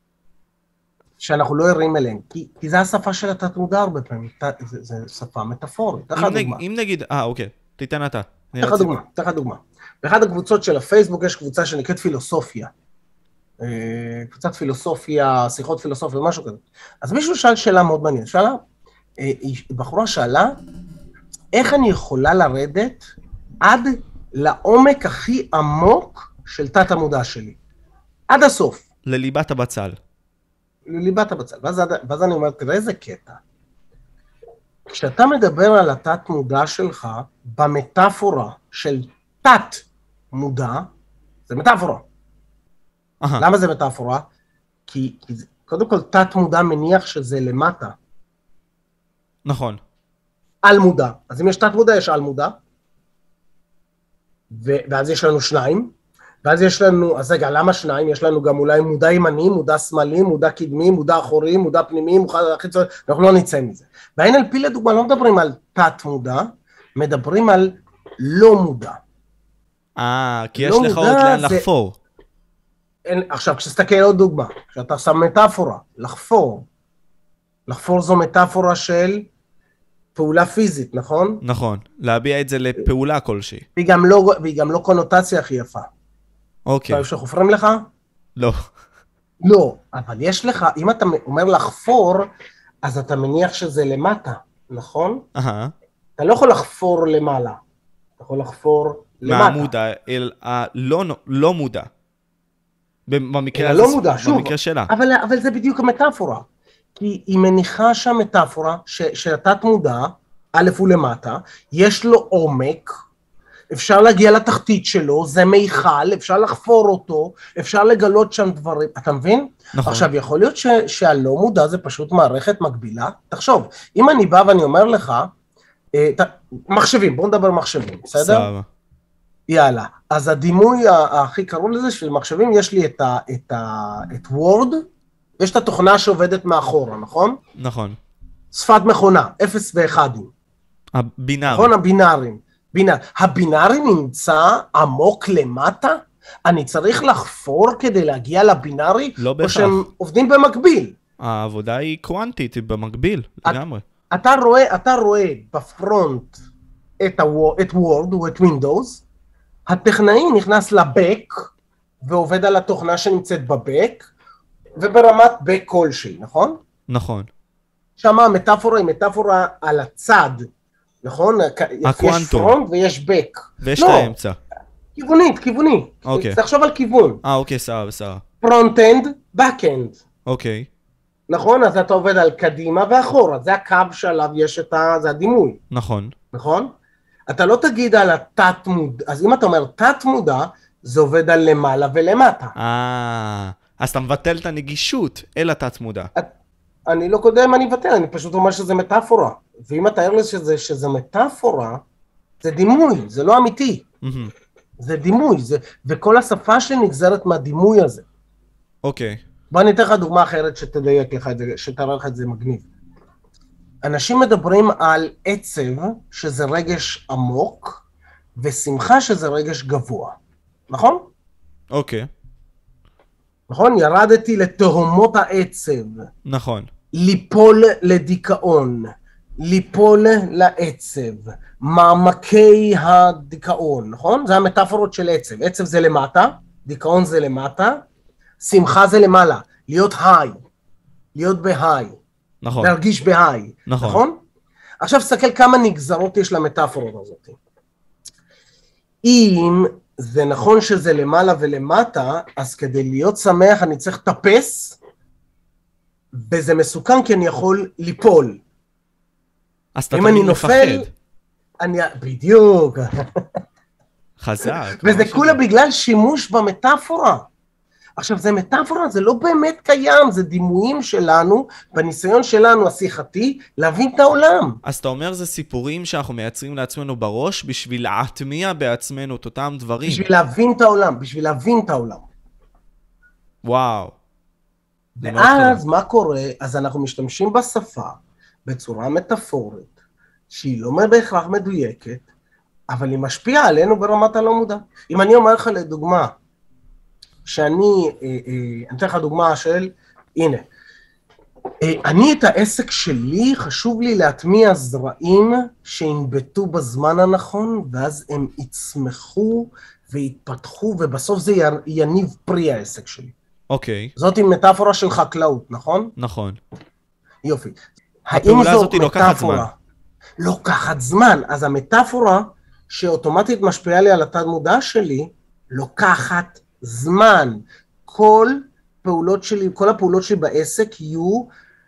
שאנחנו לא ערים אליהן, כי, כי זה השפה של התת-מודע הרבה פעמים, זה, זה שפה מטאפורית. אם, נג, אם נגיד, אה, אוקיי, תיתן אתה. תן לך דוגמה, תן לך דוגמה. באחד הקבוצות של הפייסבוק יש קבוצה שנקראת פילוסופיה. קבוצת פילוסופיה, שיחות פילוסופיה, משהו כזה. אז מישהו שאל שאלה מאוד מעניינת. שאלה, בחורה שאלה, איך אני יכולה לרדת עד לעומק הכי עמוק של תת המודע שלי? עד הסוף. לליבת הבצל. לליבת הבצל. ואז, ואז אני אומר, תראה איזה קטע. כשאתה מדבר על התת מודע שלך, במטאפורה של תת מודע, זה מטאפורה. Aha. למה זה מטאפורה? כי, כי זה, קודם כל תת מודע מניח שזה למטה. נכון. על מודע. אז אם יש תת מודע, יש על מודע. ו- ואז יש לנו שניים. ואז יש לנו, אז רגע, למה שניים? יש לנו גם אולי מודע ימני, מודע שמאלי, מודע קדמי, מודע אחורי, מודע פנימי, מודע חיצוני, אנחנו לא נצא מזה. ב-אן אל פי לדוגמה לא מדברים על תת מודע, מדברים על לא מודע. אה, כי יש לך עוד לאן לחפור. אין, עכשיו, כשתסתכל עוד דוגמה, כשאתה שם מטאפורה, לחפור. לחפור זו מטאפורה של פעולה פיזית, נכון? נכון, להביע את זה לפעולה כלשהי. והיא גם לא, והיא גם לא קונוטציה הכי יפה. אוקיי. אתה שחופרים לך? לא. לא, אבל יש לך, אם אתה אומר לחפור, אז אתה מניח שזה למטה, נכון? אהה. אתה לא יכול לחפור למעלה, אתה יכול לחפור למטה. מהמודע אל הלא לא מודע. במקרה הזה, לא מודע, שוב, במקרה שלה. אבל, אבל זה בדיוק המטאפורה. כי היא מניחה שהמטאפורה, שהתת מודע, א' הוא למטה, יש לו עומק, אפשר להגיע לתחתית שלו, זה מיכל, אפשר לחפור אותו, אפשר לגלות שם דברים, אתה מבין? נכון. עכשיו, יכול להיות ש, שהלא מודע זה פשוט מערכת מקבילה? תחשוב, אם אני בא ואני אומר לך, אה, ת, מחשבים, בוא נדבר מחשבים, בסדר? סבבה. יאללה, אז הדימוי הכי קרוב לזה של מחשבים, יש לי את, ה, את, ה, את וורד, יש את התוכנה שעובדת מאחורה, נכון? נכון. שפת מכונה, אפס ואחדים. הבינארי. נכון, הבינארים. בינאר. הבינארי נמצא עמוק למטה? אני צריך לחפור כדי להגיע לבינארי? לא בהכרח. או שהם עובדים במקביל? העבודה היא קוונטית, היא במקביל, לגמרי. אתה רואה, אתה רואה בפרונט את, ה- את וורד או את ווינדוס, הטכנאי נכנס לבק, ועובד על התוכנה שנמצאת בבק, וברמת בק כלשהי, נכון? נכון. שם המטאפורה היא מטאפורה על הצד, נכון? הקוונטום. יש פרונט ויש בק. ויש לא, את האמצע. כיוונית, כיווני. אוקיי. תחשוב על כיוון. אה, אוקיי, סבבה, סבבה. פרונט אנד, בק אנד. אוקיי. נכון? אז אתה עובד על קדימה ואחורה, זה הקו שעליו יש את ה... זה הדימוי. נכון. נכון? אתה לא תגיד על התת מודע, אז אם אתה אומר תת מודע, זה עובד על למעלה ולמטה. אה, אז אתה מבטל את הנגישות אל התת מודע. אני לא יודע אם אני מבטל, אני פשוט אומר שזה מטאפורה. ואם אתה אומר שזה, שזה מטאפורה, זה דימוי, זה לא אמיתי. זה דימוי, זה, וכל השפה שלי נגזרת מהדימוי הזה. אוקיי. בוא אני אתן לך דוגמה אחרת שתדייק לך את זה, שתראה לך את זה מגניב. אנשים מדברים על עצב, שזה רגש עמוק, ושמחה שזה רגש גבוה. נכון? אוקיי. נכון? ירדתי לתהומות העצב. נכון. ליפול לדיכאון, ליפול לעצב, מעמקי הדיכאון, נכון? זה המטאפורות של עצב. עצב זה למטה, דיכאון זה למטה, שמחה זה למעלה, להיות היי, להיות בהיי. נכון. להרגיש בהיי. נכון. נכון? עכשיו תסתכל כמה נגזרות יש למטאפורות הזאת. אם זה נכון שזה למעלה ולמטה, אז כדי להיות שמח אני צריך לטפס, וזה מסוכן כי אני יכול ליפול. אז אתה תמיד מפחד. אני... בדיוק. חזק. וזה כולה בגלל שימוש במטאפורה. עכשיו, זה מטאפורה, זה לא באמת קיים, זה דימויים שלנו, בניסיון שלנו השיחתי, להבין את העולם. אז אתה אומר, זה סיפורים שאנחנו מייצרים לעצמנו בראש, בשביל להטמיע בעצמנו את אותם דברים. בשביל להבין את העולם, בשביל להבין את העולם. וואו. ואז מה קורה? אז אנחנו משתמשים בשפה, בצורה מטאפורית, שהיא לא בהכרח מדויקת, אבל היא משפיעה עלינו ברמת הלא מודע. אם אני אומר לך לדוגמה, שאני, אני אתן לך דוגמה של, הנה, אני את העסק שלי, חשוב לי להטמיע זרעים שינבטו בזמן הנכון, ואז הם יצמחו ויתפתחו, ובסוף זה יניב פרי העסק שלי. אוקיי. זאת עם מטאפורה של חקלאות, נכון? נכון. יופי. הפעולה הזאת היא לוקחת זמן. לוקחת זמן, אז המטאפורה שאוטומטית משפיעה לי על התת מודע שלי, לוקחת זמן. כל פעולות שלי, כל הפעולות שלי בעסק יהיו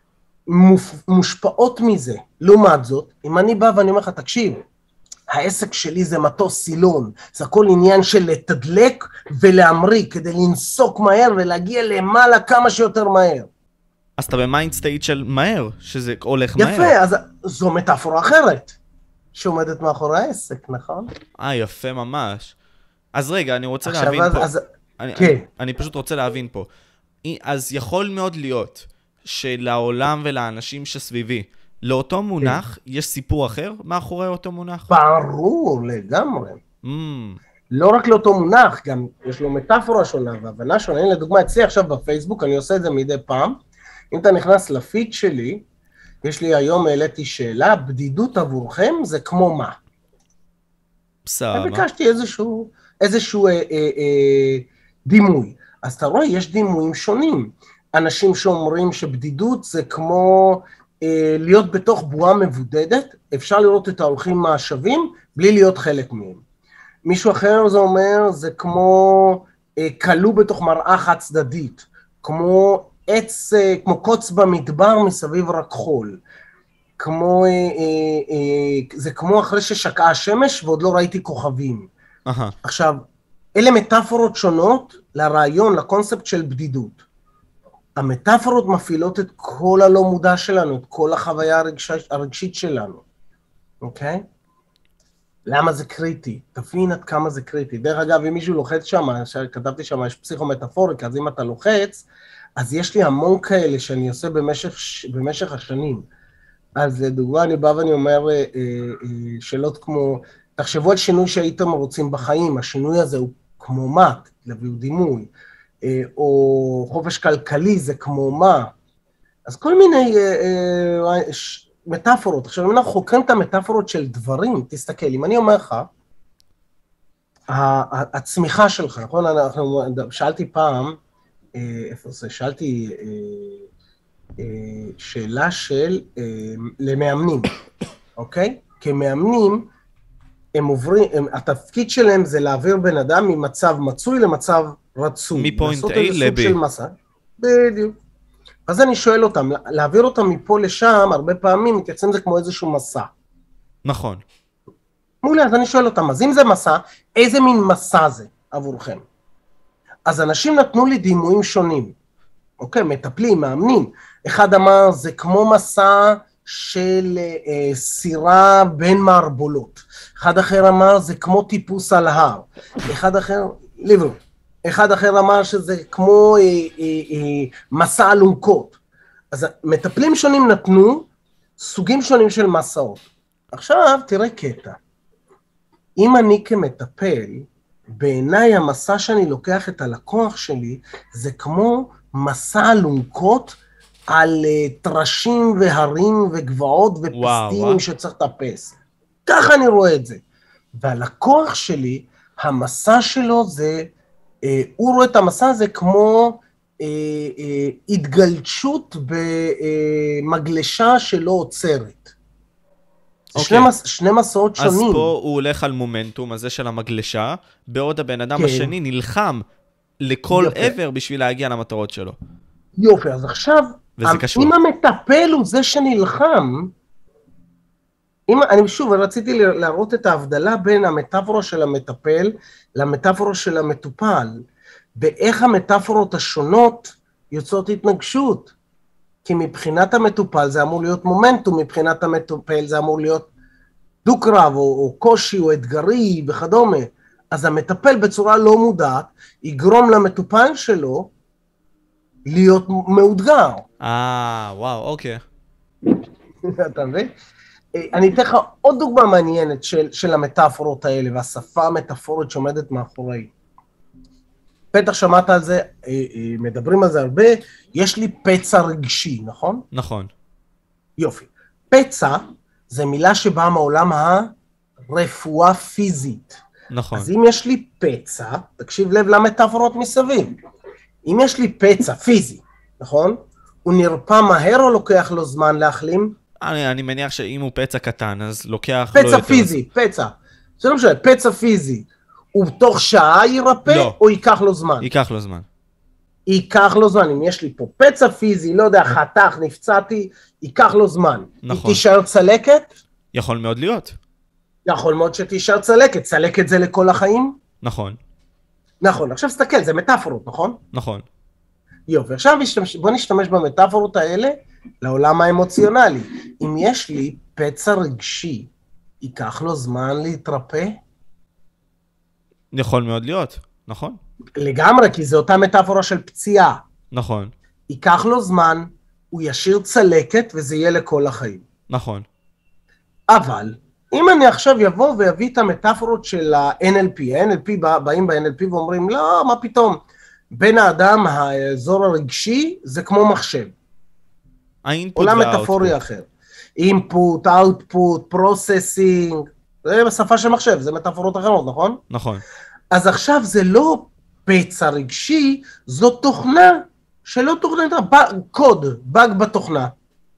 מושפעות מזה. לעומת זאת, אם אני בא ואני אומר לך, תקשיב, העסק שלי זה מטוס סילון, זה הכל עניין של לתדלק ולהמריא, כדי לנסוק מהר ולהגיע למעלה כמה שיותר מהר. אז אתה במיינד סטייט של מהר, שזה הולך מהר. יפה, אז זו מטאפורה אחרת, שעומדת מאחורי העסק, נכון? אה, יפה ממש. אז רגע, אני רוצה עכשיו, להבין אז, פה. אז, אני, כן. אני, אני פשוט רוצה להבין פה. אז יכול מאוד להיות שלעולם ולאנשים שסביבי, לאותו מונח, כן. יש סיפור אחר מאחורי אותו מונח? ברור, לגמרי. Mm. לא רק לאותו מונח, גם יש לו מטאפורה שונה, והבנה שונה. אני לדוגמה אצלי עכשיו בפייסבוק, אני עושה את זה מדי פעם. אם אתה נכנס לפיד שלי, יש לי היום העליתי שאלה, בדידות עבורכם זה כמו מה? בסדר. וביקשתי איזשהו, איזשהו אה, אה, אה, דימוי. אז אתה רואה, יש דימויים שונים. אנשים שאומרים שבדידות זה כמו אה, להיות בתוך בועה מבודדת, אפשר לראות את ההולכים מהשווים, בלי להיות חלק מהם. מישהו אחר זה אומר, זה כמו אה, כלוא בתוך מראה חד צדדית, כמו עץ, אה, כמו קוץ במדבר מסביב רק חול. כמו, אה, אה, אה, זה כמו אחרי ששקעה השמש ועוד לא ראיתי כוכבים. Uh-huh. עכשיו, אלה מטאפורות שונות לרעיון, לקונספט של בדידות. המטאפורות מפעילות את כל הלא מודע שלנו, את כל החוויה הרגשית, הרגשית שלנו. אוקיי? למה זה קריטי? תבין עד כמה זה קריטי. דרך אגב, אם מישהו לוחץ שם, כתבתי שם, יש פסיכומטאפוריקה, אז אם אתה לוחץ, אז יש לי המון כאלה שאני עושה במשך, במשך השנים. אז לדוגמה, אני בא ואני אומר אה, אה, שאלות כמו, תחשבו על שינוי שהייתם רוצים בחיים, השינוי הזה הוא כמו מה, להביאו דימוי, אה, או חופש כלכלי זה כמו מה. אז כל מיני אה, אה, ש, מטאפורות. עכשיו, אם אנחנו חוקרים את המטאפורות של דברים, תסתכל, אם אני אומר לך, הצמיחה שלך, נכון? אנחנו, שאלתי פעם, אה, איפה זה? שאלתי... אה, שאלה של למאמנים, אוקיי? כמאמנים, הם עוברים, הם, התפקיד שלהם זה להעביר בן אדם ממצב מצוי למצב רצוי. מפוינט A ל-B. בדיוק. אז אני שואל אותם, להעביר אותם מפה לשם, הרבה פעמים מתייחסים זה כמו איזשהו מסע. נכון. מעולה, אז אני שואל אותם, אז אם זה מסע, איזה מין מסע זה עבורכם? אז אנשים נתנו לי דימויים שונים. אוקיי, מטפלים, מאמנים. אחד אמר, זה כמו מסע של אה, סירה בין מערבולות. אחד אחר אמר, זה כמו טיפוס על הר. אחד אחר, ליבר. אחד אחר אמר שזה כמו אה, אה, אה, מסע אלונקות. אז מטפלים שונים נתנו סוגים שונים של מסעות. עכשיו, תראה קטע. אם אני כמטפל, בעיניי המסע שאני לוקח את הלקוח שלי, זה כמו מסע אלונקות על uh, טרשים והרים וגבעות ופסטינים שצריך לטפס. ככה אני רואה את זה. והלקוח שלי, המסע שלו זה, uh, הוא רואה את המסע הזה כמו uh, uh, התגלשות במגלשה שלא עוצרת. Okay. שני, מס, שני מסעות שונים. אז פה הוא הולך על מומנטום הזה של המגלשה, בעוד הבן אדם okay. השני נלחם לכל יופי. עבר בשביל להגיע למטרות שלו. יופי, אז עכשיו, אם המטפל הוא זה שנלחם, אם, אני שוב, רציתי להראות את ההבדלה בין המטאפורה של המטפל למטאפורה של המטופל, באיך המטאפורות השונות יוצאות התנגשות. כי מבחינת המטופל זה אמור להיות מומנטום, מבחינת המטופל זה אמור להיות דו-קרב, או, או קושי, או אתגרי, וכדומה. אז המטפל בצורה לא מודעת, יגרום למטופל שלו להיות מאותגר. אה, וואו, אוקיי. אתה מבין? אני אתן לך עוד דוגמה מעניינת של, של המטאפורות האלה, והשפה המטאפורית שעומדת מאחורי. בטח שמעת על זה, מדברים על זה הרבה, יש לי פצע רגשי, נכון? נכון. יופי. פצע זה מילה שבאה מעולם הרפואה פיזית. נכון. אז אם יש לי פצע, תקשיב לב למטאפורות מסביב. אם יש לי פצע פיזי, נכון? הוא נרפא מהר או לוקח לו זמן להחלים? אני, אני מניח שאם הוא פצע קטן, אז לוקח פצע לו יותר... פצע פיזי, פצע. זה לא משנה, פצע פיזי. הוא תוך שעה יירפא, לא. או ייקח לו זמן? ייקח לו זמן. ייקח לו זמן, אם יש לי פה פצע פיזי, לא יודע, חתך, נפצעתי, ייקח לו זמן. נכון. היא תישאר צלקת? יכול מאוד להיות. יכול מאוד שתישאר צלקת, צלקת זה לכל החיים? נכון. נכון, עכשיו סתכל, זה מטאפורות, נכון? נכון. יופי, עכשיו בוא נשתמש במטאפורות האלה לעולם האמוציונלי. אם יש לי פצע רגשי, ייקח לו זמן להתרפא? יכול מאוד להיות, נכון? לגמרי, כי זו אותה מטאפורה של פציעה. נכון. ייקח לו זמן, הוא ישאיר צלקת וזה יהיה לכל החיים. נכון. אבל, אם אני עכשיו יבוא ויביא את המטאפורות של ה-אן אל פי, ה-אן אל פי באים ב-אן אל פי ואומרים, לא, מה פתאום? בין האדם, האזור הרגשי, זה כמו מחשב. עולם מטאפורי אחר. input, output, processing, זה בשפה של מחשב, זה מטאפורות אחרות, נכון? נכון. אז עכשיו זה לא פצע רגשי, זו תוכנה שלא תוכנית, קוד, באג בתוכנה.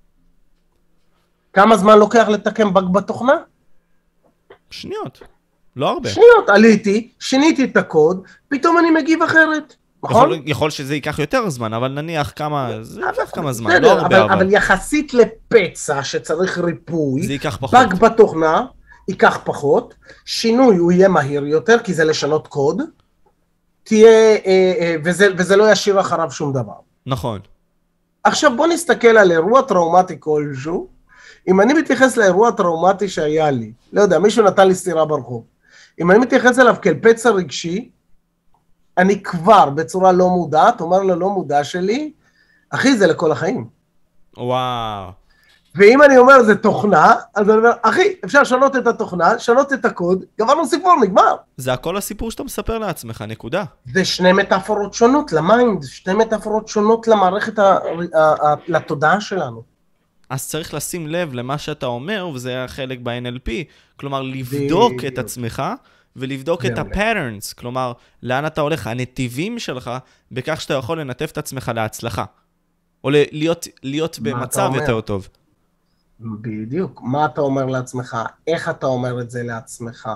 כמה זמן לוקח לתקן באג בתוכנה? שניות, לא הרבה. שניות, עליתי, שיניתי את הקוד, פתאום אני מגיב אחרת. יכול, יכול שזה ייקח יותר זמן, אבל נניח כמה, זה ייקח כמה זמן, בסדר, לא הרבה אבל, אבל. אבל יחסית לפצע שצריך ריפוי, זה ייקח פחות. באג בתוכנה ייקח פחות, שינוי הוא יהיה מהיר יותר, כי זה לשנות קוד, תהיה, אה, אה, וזה, וזה לא ישאיר אחריו שום דבר. נכון. עכשיו בוא נסתכל על אירוע טראומטי כלשהו, אם אני מתייחס לאירוע טראומטי שהיה לי, לא יודע, מישהו נתן לי סטירה ברחוב, אם אני מתייחס אליו כאל פצע רגשי, אני כבר בצורה לא מודעת, אומר ללא מודע שלי, אחי זה לכל החיים. וואו. ואם אני אומר זה תוכנה, אז אני אומר, אחי, אפשר לשנות את התוכנה, לשנות את הקוד, גמרנו סיפור, נגמר. זה הכל הסיפור שאתה מספר לעצמך, נקודה. זה שני מטאפורות שונות למיינד, שני מטאפורות שונות למערכת, ה- ה- ה- לתודעה שלנו. אז צריך לשים לב למה שאתה אומר, וזה החלק ב-אן אל פי, כלומר, לבדוק את עצמך, ולבדוק את ה-patterns, כלומר, לאן אתה הולך, הנתיבים שלך, בכך שאתה יכול לנתב את עצמך להצלחה, או להיות, להיות במצב יותר טוב. בדיוק, מה אתה אומר לעצמך, איך אתה אומר את זה לעצמך.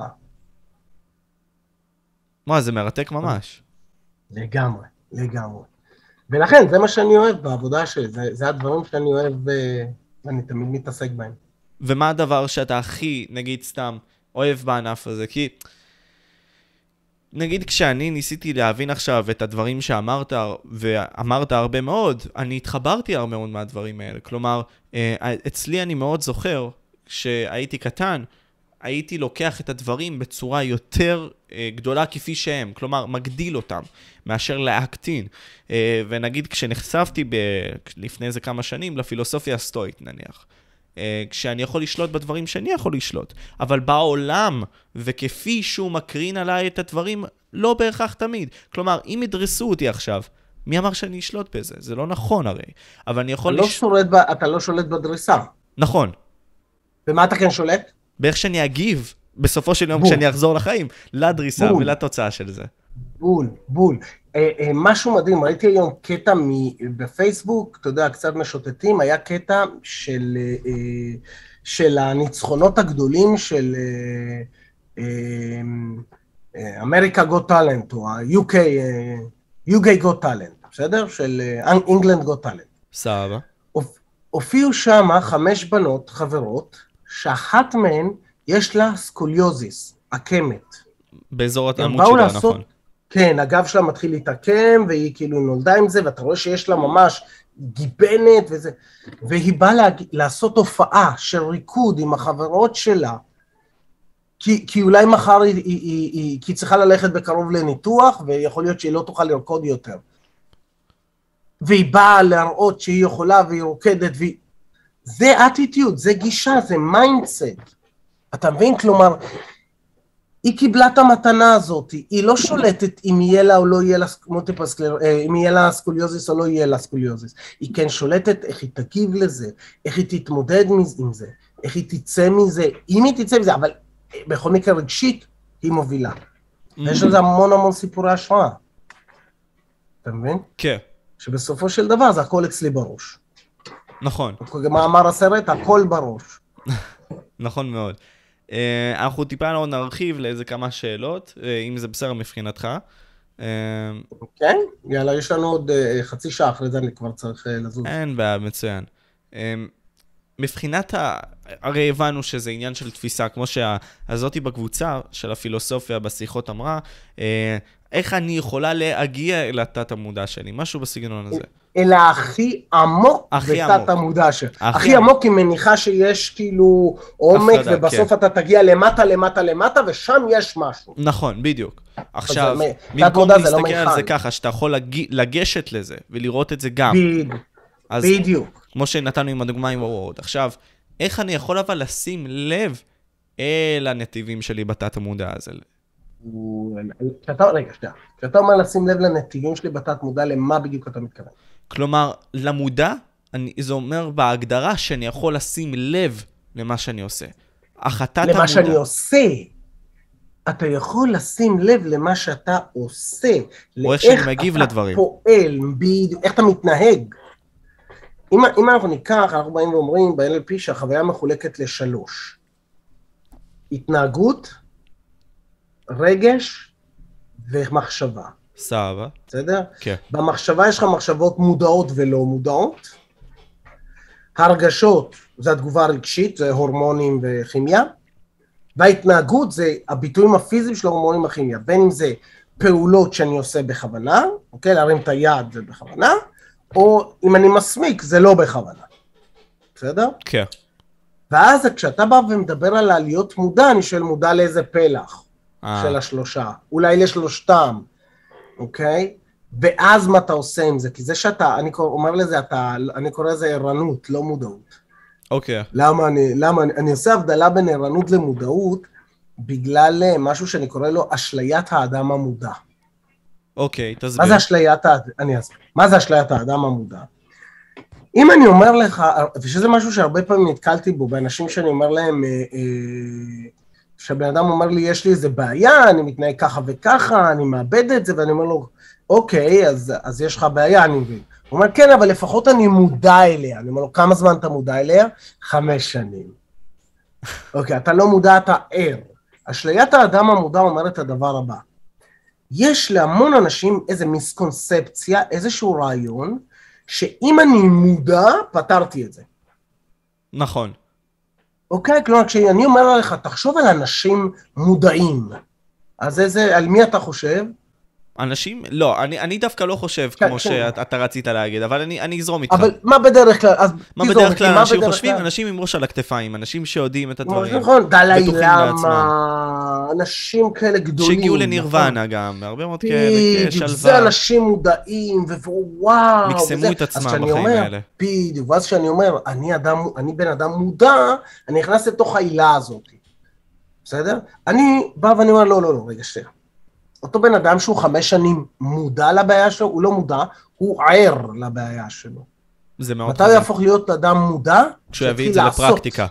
מה, זה מרתק ממש. לגמרי, לגמרי. ולכן, זה מה שאני אוהב בעבודה שלי, זה, זה הדברים שאני אוהב ואני תמיד מתעסק בהם. ומה הדבר שאתה הכי, נגיד סתם, אוהב בענף הזה? כי נגיד כשאני ניסיתי להבין עכשיו את הדברים שאמרת, ואמרת הרבה מאוד, אני התחברתי הרבה מאוד מהדברים האלה. כלומר, אצלי אני מאוד זוכר, כשהייתי קטן, הייתי לוקח את הדברים בצורה יותר גדולה כפי שהם, כלומר, מגדיל אותם, מאשר להקטין. ונגיד כשנחשפתי ב... לפני איזה כמה שנים לפילוסופיה הסטואית נניח, כשאני יכול לשלוט בדברים שאני יכול לשלוט, אבל בעולם וכפי שהוא מקרין עליי את הדברים, לא בהכרח תמיד. כלומר, אם ידרסו אותי עכשיו, מי אמר שאני אשלוט בזה? זה לא נכון הרי. אבל אני יכול... אתה, לש... לא שולט ב... אתה לא שולט בדריסה. נכון. ומה אתה כן שולט? באיך שאני אגיב בסופו של יום בול. כשאני אחזור לחיים, לדריסה בול. ולתוצאה של זה. בול, בול. אה, אה, משהו מדהים, ראיתי היום קטע מ... בפייסבוק, אתה יודע, קצת משוטטים, היה קטע של, אה, של הניצחונות הגדולים של אמריקה גוט טלנט, או ה-יו קיי, יו קיי גוט טלנט, בסדר? של אנגלנד גוט טלנט. סבבה. הופיעו שם חמש בנות, חברות, שאחת מהן יש לה סקוליוזיס, עקמת. באזור העמוד שלה, לעשות, נכון. כן, הגב שלה מתחיל להתעקם, והיא כאילו נולדה עם זה, ואתה רואה שיש לה ממש גיבנת וזה, והיא באה לה, לעשות הופעה של ריקוד עם החברות שלה, כי, כי אולי מחר היא, היא, היא, היא, כי היא צריכה ללכת בקרוב לניתוח, ויכול להיות שהיא לא תוכל לרקוד יותר. והיא באה להראות שהיא יכולה, והיא רוקדת, והיא... זה אטיטיוד, זה גישה, זה מיינדסט. אתה מבין? כלומר, היא קיבלה את המתנה הזאת, היא לא שולטת אם יהיה לה או לא יהיה לה, אם יהיה לה סקוליוזיס או לא יהיה לה סקוליוזיס. היא כן שולטת איך היא תגיב לזה, איך היא תתמודד עם זה, איך היא תצא מזה, אם היא תצא מזה, אבל בכל מקרה רגשית, היא מובילה. יש לזה המון המון סיפורי השראה. אתה מבין? כן. שבסופו של דבר זה הכל אצלי בראש. נכון. מה אמר הסרט? הכל בראש. נכון מאוד. אנחנו טיפה לא נרחיב לאיזה כמה שאלות, אם זה בסדר מבחינתך, כן? יאללה, יש לנו עוד חצי שעה אחרי זה, אני כבר צריך לזוז. אין בעיה, מצוין. מבחינת ה... הרי הבנו שזה עניין של תפיסה, כמו שהזאתי בקבוצה של הפילוסופיה בשיחות אמרה, איך אני יכולה להגיע אל התת המודע שלי, משהו בסגנון הזה. אלא הכי עמוק בתת המודע שלי. הכי עמוק היא מניחה שיש כאילו עומק, ובסוף אתה תגיע למטה, למטה, למטה, ושם יש משהו. נכון, בדיוק. עכשיו, במקום להסתכל על זה ככה, שאתה יכול לגשת לזה, ולראות את זה גם. בדיוק. כמו שנתנו עם הדוגמה עם הוורד. עכשיו, איך אני יכול אבל לשים לב אל הנתיבים שלי בתת המודע הזה? רגע, שנייה. כשאתה אומר לשים לב לנתיבים שלי בתת מודע, למה בדיוק אתה מתכוון? כלומר, למודע, אני, זה אומר בהגדרה שאני יכול לשים לב למה שאני עושה. אך התת המודע... למה שאני עושה. אתה יכול לשים לב למה שאתה עושה. או איך שאני מגיב לדברים. איך אתה פועל, בדיוק, איך אתה מתנהג. אם, אם אנחנו ניקח, אנחנו באים ואומרים ב-אן אל פי שהחוויה מחולקת לשלוש. התנהגות, רגש ומחשבה. סבבה. בסדר? כן. במחשבה יש לך מחשבות מודעות ולא מודעות. הרגשות זה התגובה הרגשית, זה הורמונים וכימיה. וההתנהגות זה הביטויים הפיזיים של ההורמונים וכימיה. בין אם זה פעולות שאני עושה בכוונה, אוקיי? להרים את היד זה בכוונה, או אם אני מסמיק זה לא בכוונה. בסדר? כן. ואז כשאתה בא ומדבר על להיות מודע, אני שואל מודע לאיזה פלח של השלושה. אולי לשלושתם. אוקיי? ואז מה אתה עושה עם זה? כי זה שאתה, אני אומר לזה, אתה, אני קורא לזה ערנות, לא מודעות. אוקיי. למה אני, למה אני, אני עושה הבדלה בין ערנות למודעות, בגלל משהו שאני קורא לו אשליית האדם המודע. אוקיי, תסביר. מה זה אשליית האדם? אני אסביר. מה זה אשליית האדם המודע? אם אני אומר לך, ושזה משהו שהרבה פעמים נתקלתי בו, באנשים שאני אומר להם, אה, אה, שהבן אדם אומר לי, יש לי איזה בעיה, אני מתנהג ככה וככה, אני מאבד את זה, ואני אומר לו, אוקיי, אז, אז יש לך בעיה, אני מבין. הוא אומר, כן, אבל לפחות אני מודע אליה. אני אומר לו, כמה זמן אתה מודע אליה? חמש שנים. אוקיי, אתה לא מודע, אתה ער. אשליית האדם המודע אומרת הדבר הבא. יש להמון אנשים איזו מיסקונספציה, איזשהו רעיון, שאם אני מודע, פתרתי את זה. נכון. אוקיי, כלומר, כשאני אומר לך, תחשוב על אנשים מודעים, אז איזה, על מי אתה חושב? אנשים? לא, אני, אני דווקא לא חושב כן, כמו כן. שאתה רצית להגיד, אבל אני, אני אזרום איתך. אבל מה בדרך כלל? אז מה תזרום, בדרך כלל מה אנשים בדרך חושבים? כלל? אנשים עם ראש על הכתפיים, אנשים שיודעים את הדברים. נכון, דלי למה, אנשים כאלה גדולים. שהגיעו לנירוונה נכון. גם, הרבה מאוד כאלה, שלווה. זה אנשים מודעים, ווואו. מקסמו וזה. את עצמם בחיים אומר, האלה. בדיוק, ואז כשאני אומר, אני, אדם, אני בן אדם מודע, אני נכנס לתוך העילה הזאת. בסדר? אני בא ואני אומר, לא, לא, לא, רגע, שתהיה. אותו בן אדם שהוא חמש שנים מודע לבעיה שלו, הוא לא מודע, הוא ער לבעיה שלו. זה מאוד חזק. מתי הוא יהפוך להיות אדם מודע? כשהוא יביא את זה לעשות. לפרקטיקה.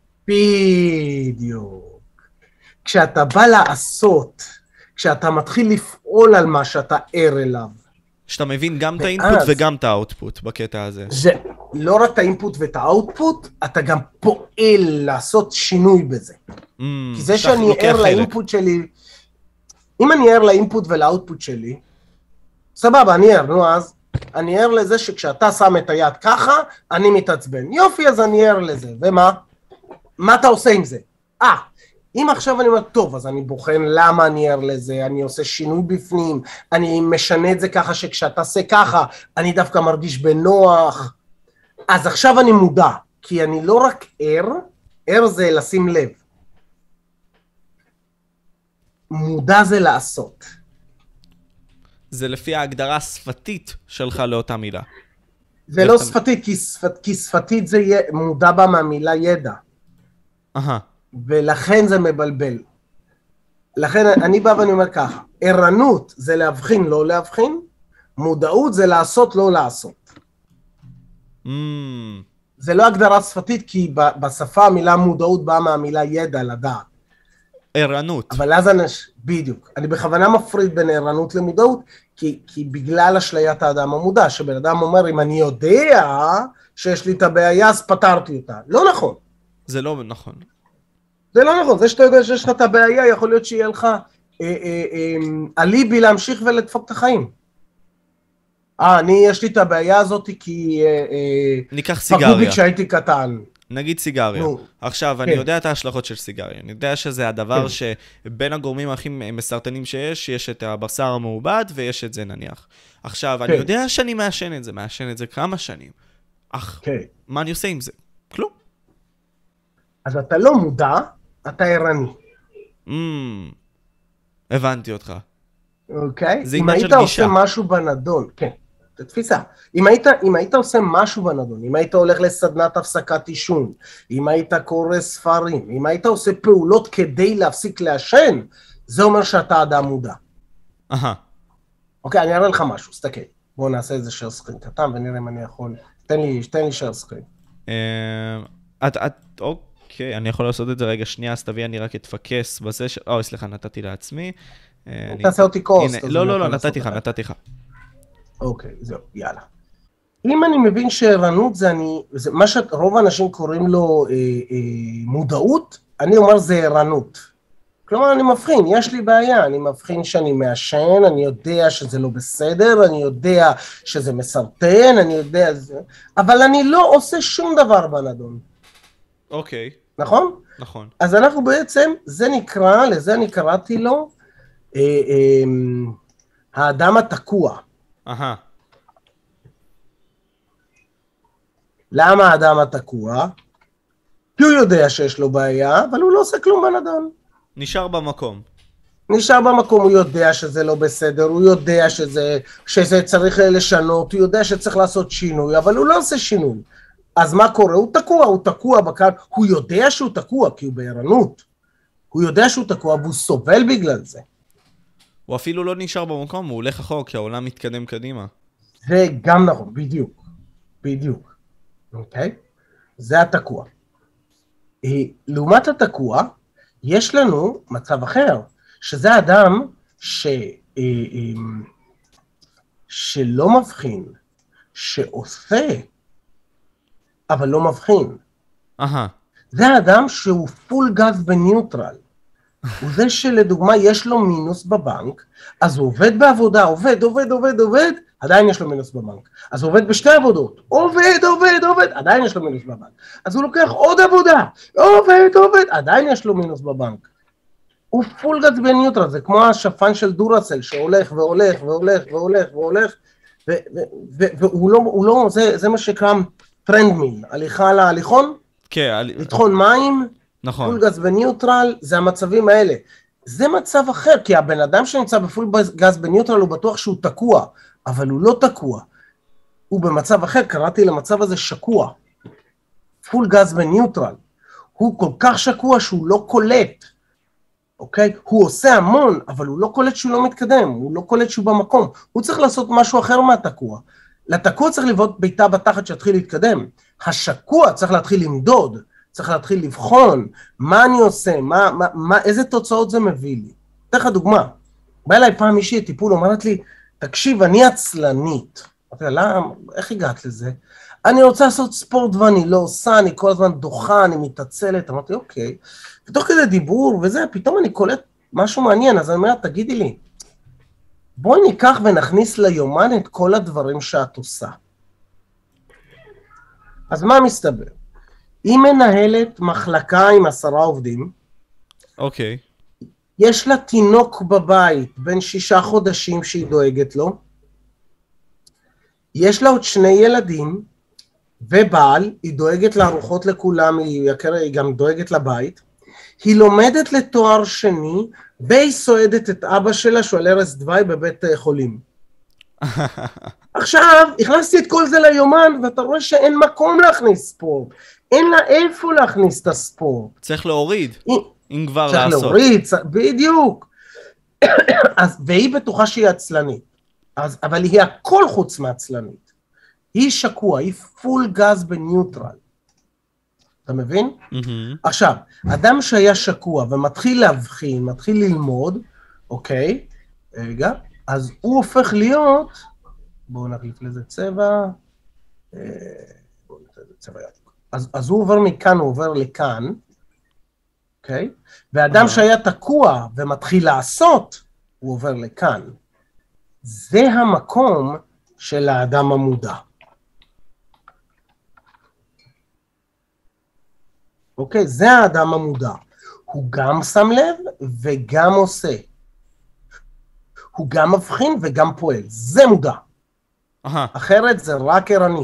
בדיוק. כשאתה בא לעשות, כשאתה מתחיל לפעול על מה שאתה ער אליו. שאתה מבין גם ואז, את האינפוט וגם את האוטפוט בקטע הזה. זה לא רק את האינפוט ואת האוטפוט, אתה גם פועל לעשות שינוי בזה. Mm, כי זה שאני ער לאינפוט שלי... אם אני ער לאינפוט ולאוטפוט שלי, סבבה, אני ער, נו אז, אני ער לזה שכשאתה שם את היד ככה, אני מתעצבן. יופי, אז אני ער לזה. ומה? מה אתה עושה עם זה? אה, אם עכשיו אני אומר, טוב, אז אני בוחן למה אני ער לזה, אני עושה שינוי בפנים, אני משנה את זה ככה שכשאתה עושה ככה, אני דווקא מרגיש בנוח. אז עכשיו אני מודע, כי אני לא רק ער, ער זה לשים לב. מודע זה לעשות. זה לפי ההגדרה השפתית שלך לאותה מילה. זה לא שפתית, כי, שפת, כי שפתית זה י... מודע בה מהמילה ידע. אהה. ולכן זה מבלבל. לכן אני בא ואני אומר ככה, ערנות זה להבחין, לא להבחין, מודעות זה לעשות, לא לעשות. Mm. זה לא הגדרה שפתית, כי בשפה המילה מודעות באה מהמילה ידע, לדעת. ערנות. אבל אז אנש, בדיוק, אני בכוונה מפריד בין ערנות למודעות, כי, כי בגלל אשליית האדם המודע, שבן אדם אומר, אם אני יודע שיש לי את הבעיה, אז פתרתי אותה. לא נכון. זה לא נכון. זה לא נכון, זה שאתה יודע שיש לך את הבעיה, יכול להיות שיהיה לך אליבי להמשיך ולדפוק את החיים. אה, אני, יש לי את הבעיה הזאת כי... ניקח סיגריה. פגעו בי כשהייתי קטן. נגיד סיגריה. עכשיו, אני יודע את ההשלכות של סיגריה. אני יודע שזה הדבר שבין הגורמים הכי מסרטנים שיש, יש את הבשר המעובד ויש את זה נניח. עכשיו, אני יודע שאני מעשן את זה, מעשן את זה כמה שנים. אך, מה אני עושה עם זה? כלום. אז אתה לא מודע, אתה ערני. הבנתי אותך. אוקיי? אם היית עושה משהו בנדון, כן, זה תפיסה. אם היית, אם היית עושה משהו בנדון, אם היית הולך לסדנת הפסקת עישון, אם היית קורא ספרים, אם היית עושה פעולות כדי להפסיק לעשן, זה אומר שאתה אדם מודע. אהה. אוקיי, אני אראה לך משהו, סתכל. בואו נעשה איזה share screen קטן ונראה אם אני יכול. תן לי, תן לי share screen. את, את, אוקיי, אני יכול לעשות את זה רגע שנייה, אז תביא, אני רק אתפקס בזה ש... אוי, סליחה, נתתי לעצמי. תעשה אותי קורס. לא, לא, לא, נתתי לך, נתתי לך. אוקיי, זהו, יאללה. אם אני מבין שערנות זה אני, זה מה שרוב האנשים קוראים לו אה, אה, מודעות, אני אומר זה ערנות. כלומר, אני מבחין, יש לי בעיה, אני מבחין שאני מעשן, אני יודע שזה לא בסדר, אני יודע שזה מסרטן, אני יודע זה, אבל אני לא עושה שום דבר בנדון. אוקיי. נכון? נכון. אז אנחנו בעצם, זה נקרא, לזה אני קראתי לו, אה, אה, האדם התקוע. אהה. למה האדם התקוע? כי הוא יודע שיש לו בעיה, אבל הוא לא עושה כלום בנדון. נשאר במקום. נשאר במקום, הוא יודע שזה לא בסדר, הוא יודע שזה, שזה צריך לשנות, הוא יודע שצריך לעשות שינוי, אבל הוא לא עושה שינוי. אז מה קורה? הוא תקוע, הוא תקוע בקהל, הוא יודע שהוא תקוע, כי הוא בערנות. הוא יודע שהוא תקוע, והוא סובל בגלל זה. הוא אפילו לא נשאר במקום, הוא הולך אחורה, כי העולם מתקדם קדימה. זה גם נכון, בדיוק. בדיוק. אוקיי? זה התקוע. לעומת התקוע, יש לנו מצב אחר, שזה אדם ש... שלא מבחין, שעושה, אבל לא מבחין. אהה. זה האדם שהוא פול גז בניוטרל. הוא זה שלדוגמה יש לו מינוס בבנק, אז הוא עובד בעבודה, עובד, עובד, עובד, עובד, עדיין יש לו מינוס בבנק. אז הוא עובד בשתי עבודות, עובד, עובד, עובד, עדיין יש לו מינוס בבנק. אז הוא לוקח עוד עבודה, עובד, עובד, עדיין יש לו מינוס בבנק. הוא פול גז בניוטרל, זה כמו השפן של דורסל שהולך והולך והולך והולך והולך, והוא לא, הוא לא, זה, זה מה שקרא טרנדמיל, הליכה להליכון, כן, לטחון מים, נכון. פול גז בניוטרל, זה המצבים האלה. זה מצב אחר, כי הבן אדם שנמצא בפול גז בניוטרל הוא בטוח שהוא תקוע, אבל הוא לא תקוע. הוא במצב אחר, קראתי למצב הזה שקוע. פול גז בניוטרל. הוא כל כך שקוע שהוא לא קולט. אוקיי? הוא עושה המון, אבל הוא לא קולט שהוא לא מתקדם, הוא לא קולט שהוא במקום. הוא צריך לעשות משהו אחר מהתקוע. לתקוע צריך לבעוט ביתה בתחת שיתחיל להתקדם. השקוע צריך להתחיל למדוד. צריך להתחיל לבחון מה אני עושה, מה, מה, מה, איזה תוצאות זה מביא לי. אתן לך דוגמה, בא אליי פעם מישהי טיפול, אומרת לי, תקשיב, אני עצלנית. אמרתי לה, למה, איך הגעת לזה? אני רוצה לעשות ספורט ואני לא עושה, אני כל הזמן דוחה, אני מתעצלת. אמרתי, אוקיי. ותוך כדי דיבור וזה, פתאום אני קולט משהו מעניין, אז אני אומר, תגידי לי, בואי ניקח ונכניס ליומן את כל הדברים שאת עושה. אז מה מסתבר? היא מנהלת מחלקה עם עשרה עובדים. אוקיי. יש לה תינוק בבית, בין שישה חודשים שהיא דואגת לו. יש לה עוד שני ילדים, ובעל, היא דואגת לארוחות לכולם, היא, היא גם דואגת לבית. היא לומדת לתואר שני, והיא סועדת את אבא שלה, שהוא על ערש דווי בבית חולים. עכשיו, הכנסתי את כל זה ליומן, ואתה רואה שאין מקום להכניס ספורט. אין לה איפה להכניס את הספורט. צריך להוריד, אם כבר לעשות. צריך להוריד, בדיוק. אז, והיא בטוחה שהיא עצלנית. אז, אבל היא הכל חוץ מעצלנית. היא שקוע, היא פול גז בניוטרל. אתה מבין? Mm-hmm. עכשיו, אדם שהיה שקוע ומתחיל להבחין, מתחיל ללמוד, אוקיי, רגע, אז הוא הופך להיות, בואו נחליף לזה צבע, בואו נחליף לזה צבע יד. אז, אז הוא עובר מכאן, הוא עובר לכאן, אוקיי? ואדם שהיה תקוע ומתחיל לעשות, הוא עובר לכאן. זה המקום של האדם המודע. אוקיי? זה האדם המודע. הוא גם שם לב וגם עושה. הוא גם מבחין וגם פועל. זה מודע. אחרת זה רק ערני.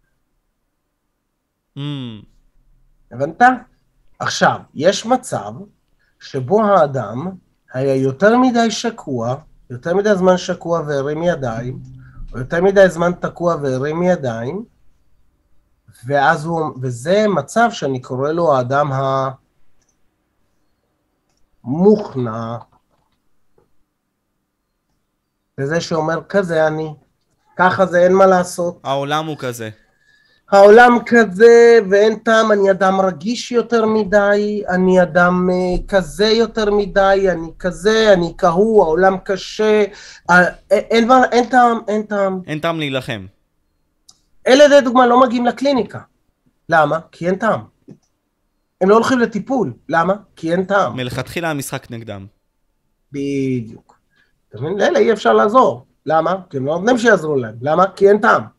הבנת? עכשיו, יש מצב שבו האדם היה יותר מדי שקוע, יותר מדי זמן שקוע והרים ידיים, או יותר מדי זמן תקוע והרים ידיים, ואז הוא, וזה מצב שאני קורא לו האדם המוכנע, וזה שאומר כזה אני, ככה זה אין מה לעשות. העולם הוא כזה. העולם כזה, ואין טעם, אני אדם רגיש יותר מדי, אני אדם כזה יותר מדי, אני כזה, אני כהוא, העולם קשה, אין, אין טעם, אין טעם. אין טעם להילחם. אלה לדוגמה לא מגיעים לקליניקה. למה? כי אין טעם. הם לא הולכים לטיפול. למה? כי אין טעם. מלכתחילה המשחק נגדם. בדיוק. אתה מבין? לאלה אי אפשר לעזור. למה? כי הם לא נותנים שיעזרו להם. למה? כי אין טעם.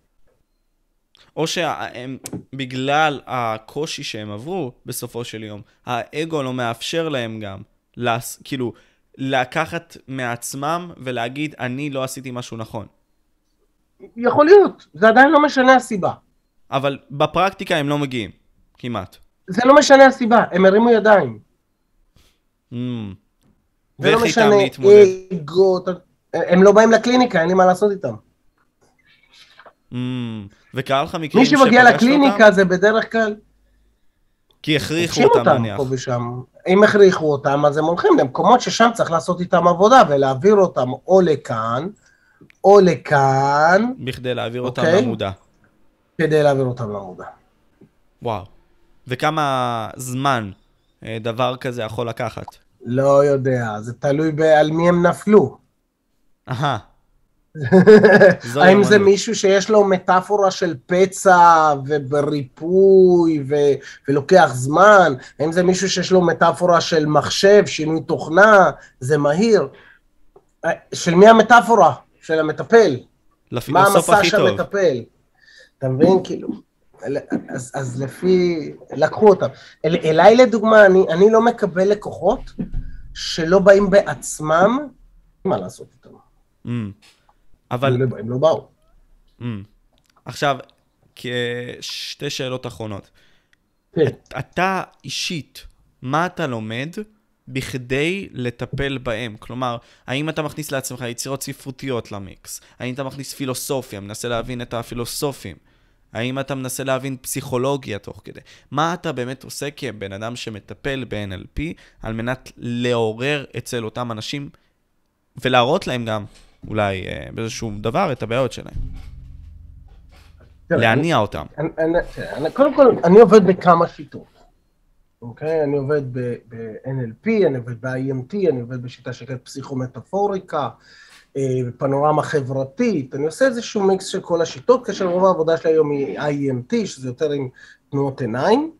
או שהם, בגלל הקושי שהם עברו בסופו של יום, האגו לא מאפשר להם גם, לס, כאילו, לקחת מעצמם ולהגיד, אני לא עשיתי משהו נכון. יכול להיות, זה עדיין לא משנה הסיבה. אבל בפרקטיקה הם לא מגיעים, כמעט. זה לא משנה הסיבה, הם הרימו ידיים. Mm. ואיך איתם להתמודד? אגו, הם לא באים לקליניקה, אין לי מה לעשות איתם. Mm. וקרה לך מקרים מי שמגיע לקליניקה אותם? זה בדרך כלל... כי הכריחו אותם, אותם נניח. אם הכריחו אותם, אז הם הולכים למקומות ששם צריך לעשות איתם עבודה, ולהעביר אותם או לכאן, או לכאן. בכדי להעביר אותם אוקיי? למודע. כדי להעביר אותם למודע. וואו. וכמה זמן דבר כזה יכול לקחת? לא יודע, זה תלוי על מי הם נפלו. אהה. האם זה מישהו שיש לו מטאפורה של פצע ובריפוי ו- ולוקח זמן? האם זה מישהו שיש לו מטאפורה של מחשב, שינוי תוכנה, זה מהיר? של מי המטאפורה? של המטפל? מה המסע של המטפל? אתה מבין? כאילו, אז, אז לפי, לקחו אותם. אל, אליי לדוגמה, אני, אני לא מקבל לקוחות שלא באים בעצמם, מה לעשות איתם? Mm. אבל... הם לא באו. Mm. עכשיו, כשתי שאלות אחרונות. כן. אתה אישית, מה אתה לומד בכדי לטפל בהם? כלומר, האם אתה מכניס לעצמך יצירות ספרותיות למיקס? האם אתה מכניס פילוסופיה, מנסה להבין את הפילוסופים? האם אתה מנסה להבין פסיכולוגיה תוך כדי? מה אתה באמת עושה כבן אדם שמטפל ב-אן אל פי על מנת לעורר אצל אותם אנשים ולהראות להם גם אולי באיזשהו דבר את הבעיות שלהם? להניע אותם. קודם כל, אני עובד בכמה שיטות. אוקיי? אני עובד ב-אן אל פי, אני עובד ב-איי אם טי, אני עובד בשיטה שנקראת פסיכומטאפוריקה, בפנורמה חברתית, אני עושה איזשהו מיקס של כל השיטות, כאשר רוב העבודה שלי היום היא איי אם טי, שזה יותר עם תנועות עיניים.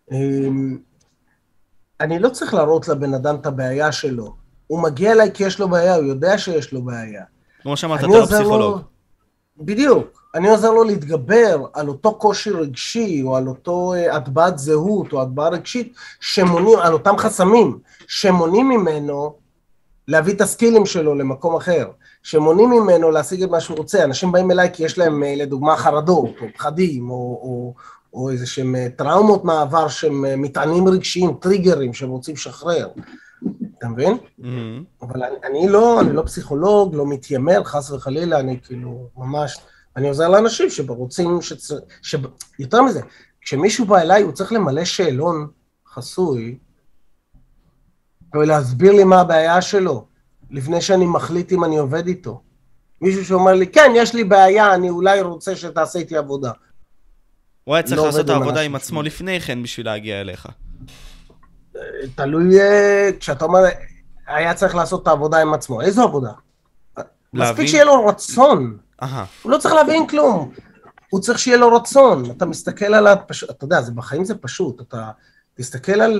אני לא צריך להראות לבן אדם את הבעיה שלו. הוא מגיע אליי כי יש לו בעיה, הוא יודע שיש לו בעיה. כמו שאמרת, אתה לא פסיכולוג. בדיוק. אני עוזר לו להתגבר על אותו קושי רגשי, או על אותו הטבעת זהות, או הטבעה רגשית, שמונים, על אותם חסמים, שמונים ממנו להביא את הסקילים שלו למקום אחר, שמונים ממנו להשיג את מה שהוא רוצה. אנשים באים אליי כי יש להם, לדוגמה, חרדות, או פחדים, או, או, או איזה שהם טראומות מעבר, שהם מטענים רגשיים, טריגרים, שהם רוצים לשחרר. אתה מבין? Mm-hmm. אבל אני, אני לא, אני לא פסיכולוג, לא מתיימר, חס וחלילה, אני כאילו ממש, אני עוזר לאנשים שרוצים, שצר, ש... יותר מזה, כשמישהו בא אליי, הוא צריך למלא שאלון חסוי, ולהסביר לי מה הבעיה שלו, לפני שאני מחליט אם אני עובד איתו. מישהו שאומר לי, כן, יש לי בעיה, אני אולי רוצה שתעשה איתי עבודה. הוא היה צריך לא לעשות את העבודה עם עצמו שלי. לפני כן בשביל להגיע אליך. תלוי, כשאתה אומר, היה צריך לעשות את העבודה עם עצמו. איזו עבודה? להבין? מספיק שיהיה לו רצון. Aha. הוא לא צריך להבין כלום. הוא צריך שיהיה לו רצון. אתה מסתכל על... הפש... אתה יודע, זה, בחיים זה פשוט. אתה תסתכל על...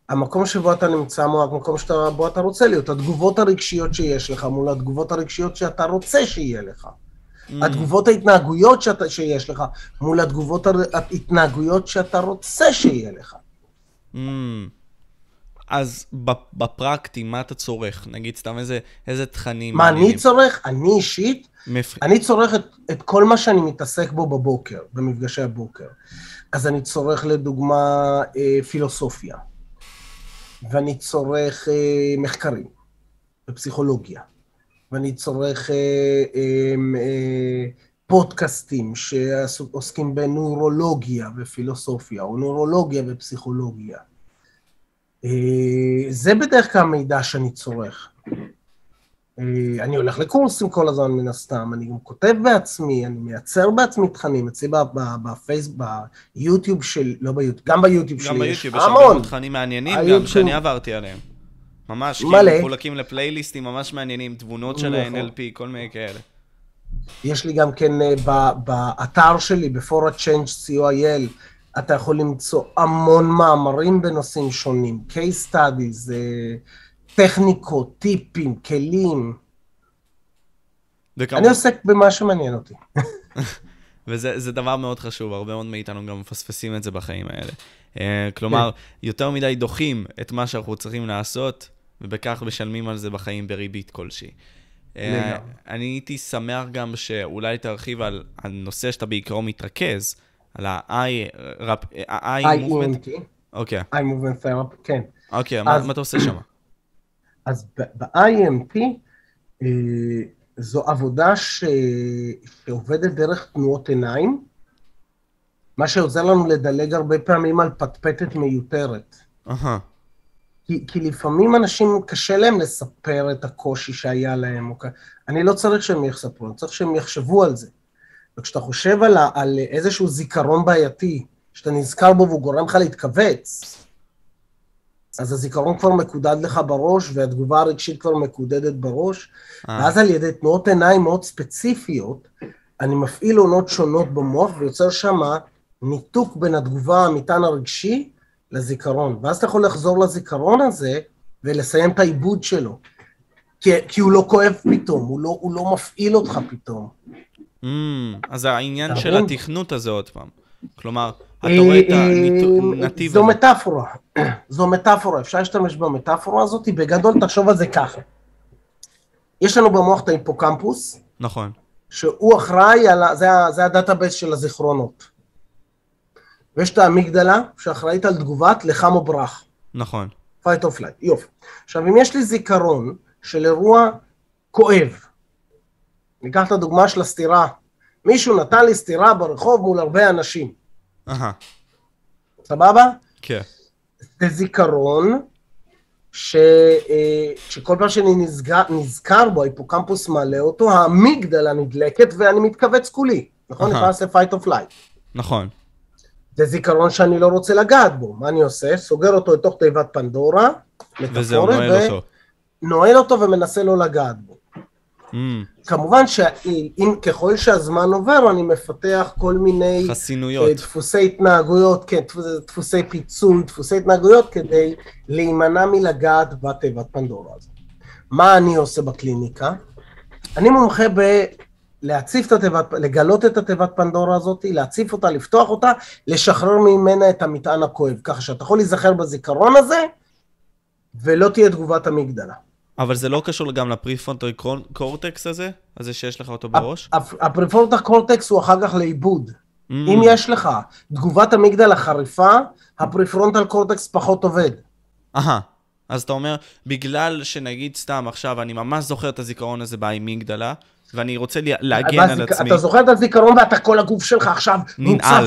המקום שבו אתה נמצא הוא המקום שבו אתה רוצה להיות, התגובות הרגשיות שיש לך מול התגובות הרגשיות שאתה רוצה שיהיה לך. Mm. התגובות ההתנהגויות שאתה, שיש לך מול התגובות ההתנהגויות שאתה רוצה שיהיה לך. Mm. אז בפרקטי, מה אתה צורך? נגיד סתם איזה, איזה תכנים? מה אני צורך? אני אישית, מפ... אני צורך את, את כל מה שאני מתעסק בו בבוקר, במפגשי הבוקר. אז אני צורך לדוגמה פילוסופיה. ואני צורך אה, מחקרים בפסיכולוגיה, ואני צורך אה, אה, אה, פודקאסטים שעוסקים בנוירולוגיה ופילוסופיה, או נוירולוגיה ופסיכולוגיה. אה, זה בדרך כלל מידע שאני צורך. אה, אני הולך לקורסים כל הזמן מן הסתם, אני גם כותב בעצמי, אני מייצר בעצמי תכנים, אצלי בפייסבוק, ביוטיוב של, לא ביוטיוב, גם ביוטיוב שלי, גם ביוטיוב יש הרבה תכנים מעניינים, גם שאני עברתי עליהם. ממש, כאילו, מחולקים לפלייליסטים ממש מעניינים, תבונות של ה-אן אל פי, כל מיני כאלה. יש לי גם כן באתר שלי, ב-פור א צ'יינג' סי או איי אל, אתה יכול למצוא המון מאמרים בנושאים שונים, case studies, טכניקות, טיפים, כלים. אני עוסק במה שמעניין אותי. וזה דבר מאוד חשוב, הרבה מאוד מאיתנו גם מפספסים את זה בחיים האלה. כלומר, יותר מדי דוחים את מה שאנחנו צריכים לעשות, ובכך משלמים על זה בחיים בריבית כלשהי. אני הייתי שמח גם שאולי תרחיב על הנושא שאתה בעיקרו מתרכז, על ה-eye movement. אוקיי. eye movement therapy, כן. אוקיי, מה אתה עושה שם? אז ב-איי אם טי זו עבודה שעובדת דרך תנועות עיניים, מה שעוזר לנו לדלג הרבה פעמים על פטפטת מיותרת. אהה. כי, כי לפעמים אנשים קשה להם לספר את הקושי שהיה להם. אני לא צריך שהם יחספרו, אני צריך שהם יחשבו על זה. וכשאתה חושב על, על איזשהו זיכרון בעייתי, שאתה נזכר בו והוא גורם לך להתכווץ, אז הזיכרון כבר מקודד לך בראש, והתגובה הרגשית כבר מקודדת בראש, ואז על ידי תנועות עיניים מאוד ספציפיות, אני מפעיל עונות שונות במוח, ויוצר שמה ניתוק בין התגובה המטען הרגשי לזיכרון. ואז אתה יכול לחזור לזיכרון הזה, ולסיים את העיבוד שלו. כי, כי הוא לא כואב פתאום, הוא לא, הוא לא מפעיל אותך פתאום. Mm, אז העניין של התכנות הזה עוד פעם. כלומר, אתה רואה את הנתיב הזה. זו מטאפורה, זו מטאפורה, אפשר להשתמש במטאפורה הזאת, בגדול תחשוב על זה ככה. יש לנו במוח את ההיפוקמפוס, נכון. שהוא אחראי, על, זה, זה הדאטאבייס של הזיכרונות. ויש את האמיגדלה, שאחראית על תגובת לחם או ברח. נכון. fight or flight, יופי. עכשיו, אם יש לי זיכרון של אירוע כואב, ניקח את הדוגמה של הסתירה, מישהו נתן לי סתירה ברחוב מול הרבה אנשים. אהה. סבבה? כן. זה זיכרון, ש... שכל פעם שאני נזכר, נזכר בו, ההיפוקמפוס מעלה אותו, האמיגדלה נדלקת ואני מתכווץ כולי. נכון? נכנס ל-fight or flight. נכון. זה זיכרון שאני לא רוצה לגעת בו. מה אני עושה? סוגר אותו לתוך תיבת פנדורה, וזהו, נועל ו... אותו. נועל אותו ומנסה לא לגעת בו. Mm. כמובן שאם ככל שהזמן עובר, אני מפתח כל מיני חסינויות. דפוסי התנהגויות, כן, דפוסי פיצול, דפוסי התנהגויות, כדי להימנע מלגעת בתיבת פנדורה הזאת. מה אני עושה בקליניקה? אני מומחה בלהציף את התיבת, לגלות את התיבת פנדורה הזאת, להציף אותה, לפתוח אותה, לשחרר ממנה את המטען הכואב, ככה שאתה יכול להיזכר בזיכרון הזה, ולא תהיה תגובת המגדלה. אבל זה לא קשור גם לפריפרונטל קורטקס הזה? הזה שיש לך אותו בראש? הפריפרונטל קורטקס הוא אחר כך לאיבוד. אם יש לך תגובת המגדלה חריפה, הפריפרונטל קורטקס פחות עובד. אהה, אז אתה אומר, בגלל שנגיד סתם עכשיו, אני ממש זוכר את הזיכרון הזה באמיגדלה, ואני רוצה להגן על עצמי. אתה זוכר את הזיכרון ואתה כל הגוף שלך עכשיו נוצף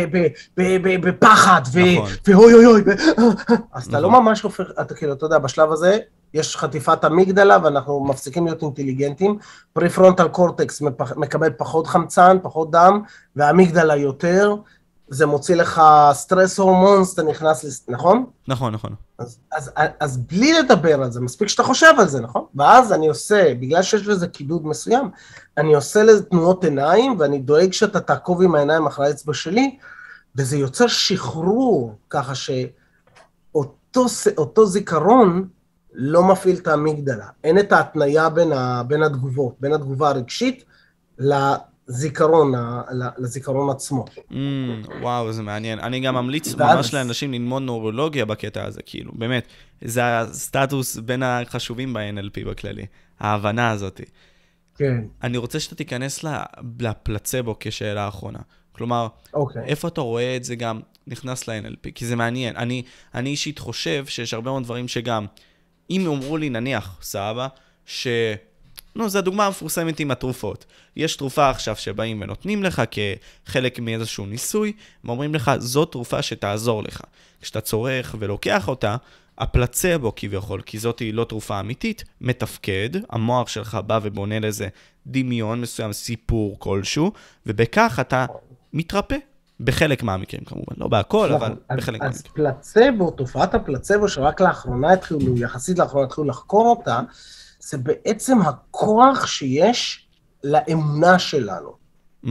בפחד, והוי אוי אוי. אז אתה לא ממש הופך, אתה כאילו, אתה יודע, בשלב הזה, יש חטיפת אמיגדלה, ואנחנו מפסיקים להיות אינטליגנטים, פריפרונטל קורטקס מקבל פחות חמצן, פחות דם, והאמיגדלה יותר, זה מוציא לך סטרס הורמונס, אתה נכנס, לס... נכון? נכון, נכון. אז, אז, אז בלי לדבר על זה, מספיק שאתה חושב על זה, נכון? ואז אני עושה, בגלל שיש לזה קידוד מסוים, אני עושה לזה תנועות עיניים, ואני דואג שאתה תעקוב עם העיניים אחרי האצבע שלי, וזה יוצר שחרור, ככה ש... אותו, אותו זיכרון לא מפעיל את האמיגדלה. אין את ההתניה בין, ה, בין התגובות, בין התגובה הרגשית לזיכרון, לזיכרון עצמו. Mm, וואו, זה מעניין. אני גם ממליץ ואז... ממש לאנשים ללמוד נורולוגיה בקטע הזה, כאילו, באמת. זה הסטטוס בין החשובים ב-אן אל פי בכללי, ההבנה הזאת. כן. אני רוצה שאתה תיכנס לפלצבו כשאלה האחרונה. כלומר, okay. איפה אתה רואה את זה גם נכנס ל-אן אל פי? כי זה מעניין. אני, אני אישית חושב שיש הרבה מאוד דברים שגם, אם אומרו לי נניח, סבא, ש... נו, זו הדוגמה המפורסמת עם התרופות. יש תרופה עכשיו שבאים ונותנים לך כחלק מאיזשהו ניסוי, ואומרים לך, זו תרופה שתעזור לך. כשאתה צורך ולוקח אותה, הפלצבו כביכול, כי זאת היא לא תרופה אמיתית, מתפקד, המוח שלך בא ובונה לזה דמיון מסוים, סיפור כלשהו, ובכך אתה מתרפא. בחלק מהמקרים כמובן, לא בהכל, אבל בחלק מהמקרים. אז פלצבו, תופעת הפלצבו שרק לאחרונה התחילו, יחסית לאחרונה התחילו לחקור אותה, זה בעצם הכוח שיש לאמונה שלנו. Mm.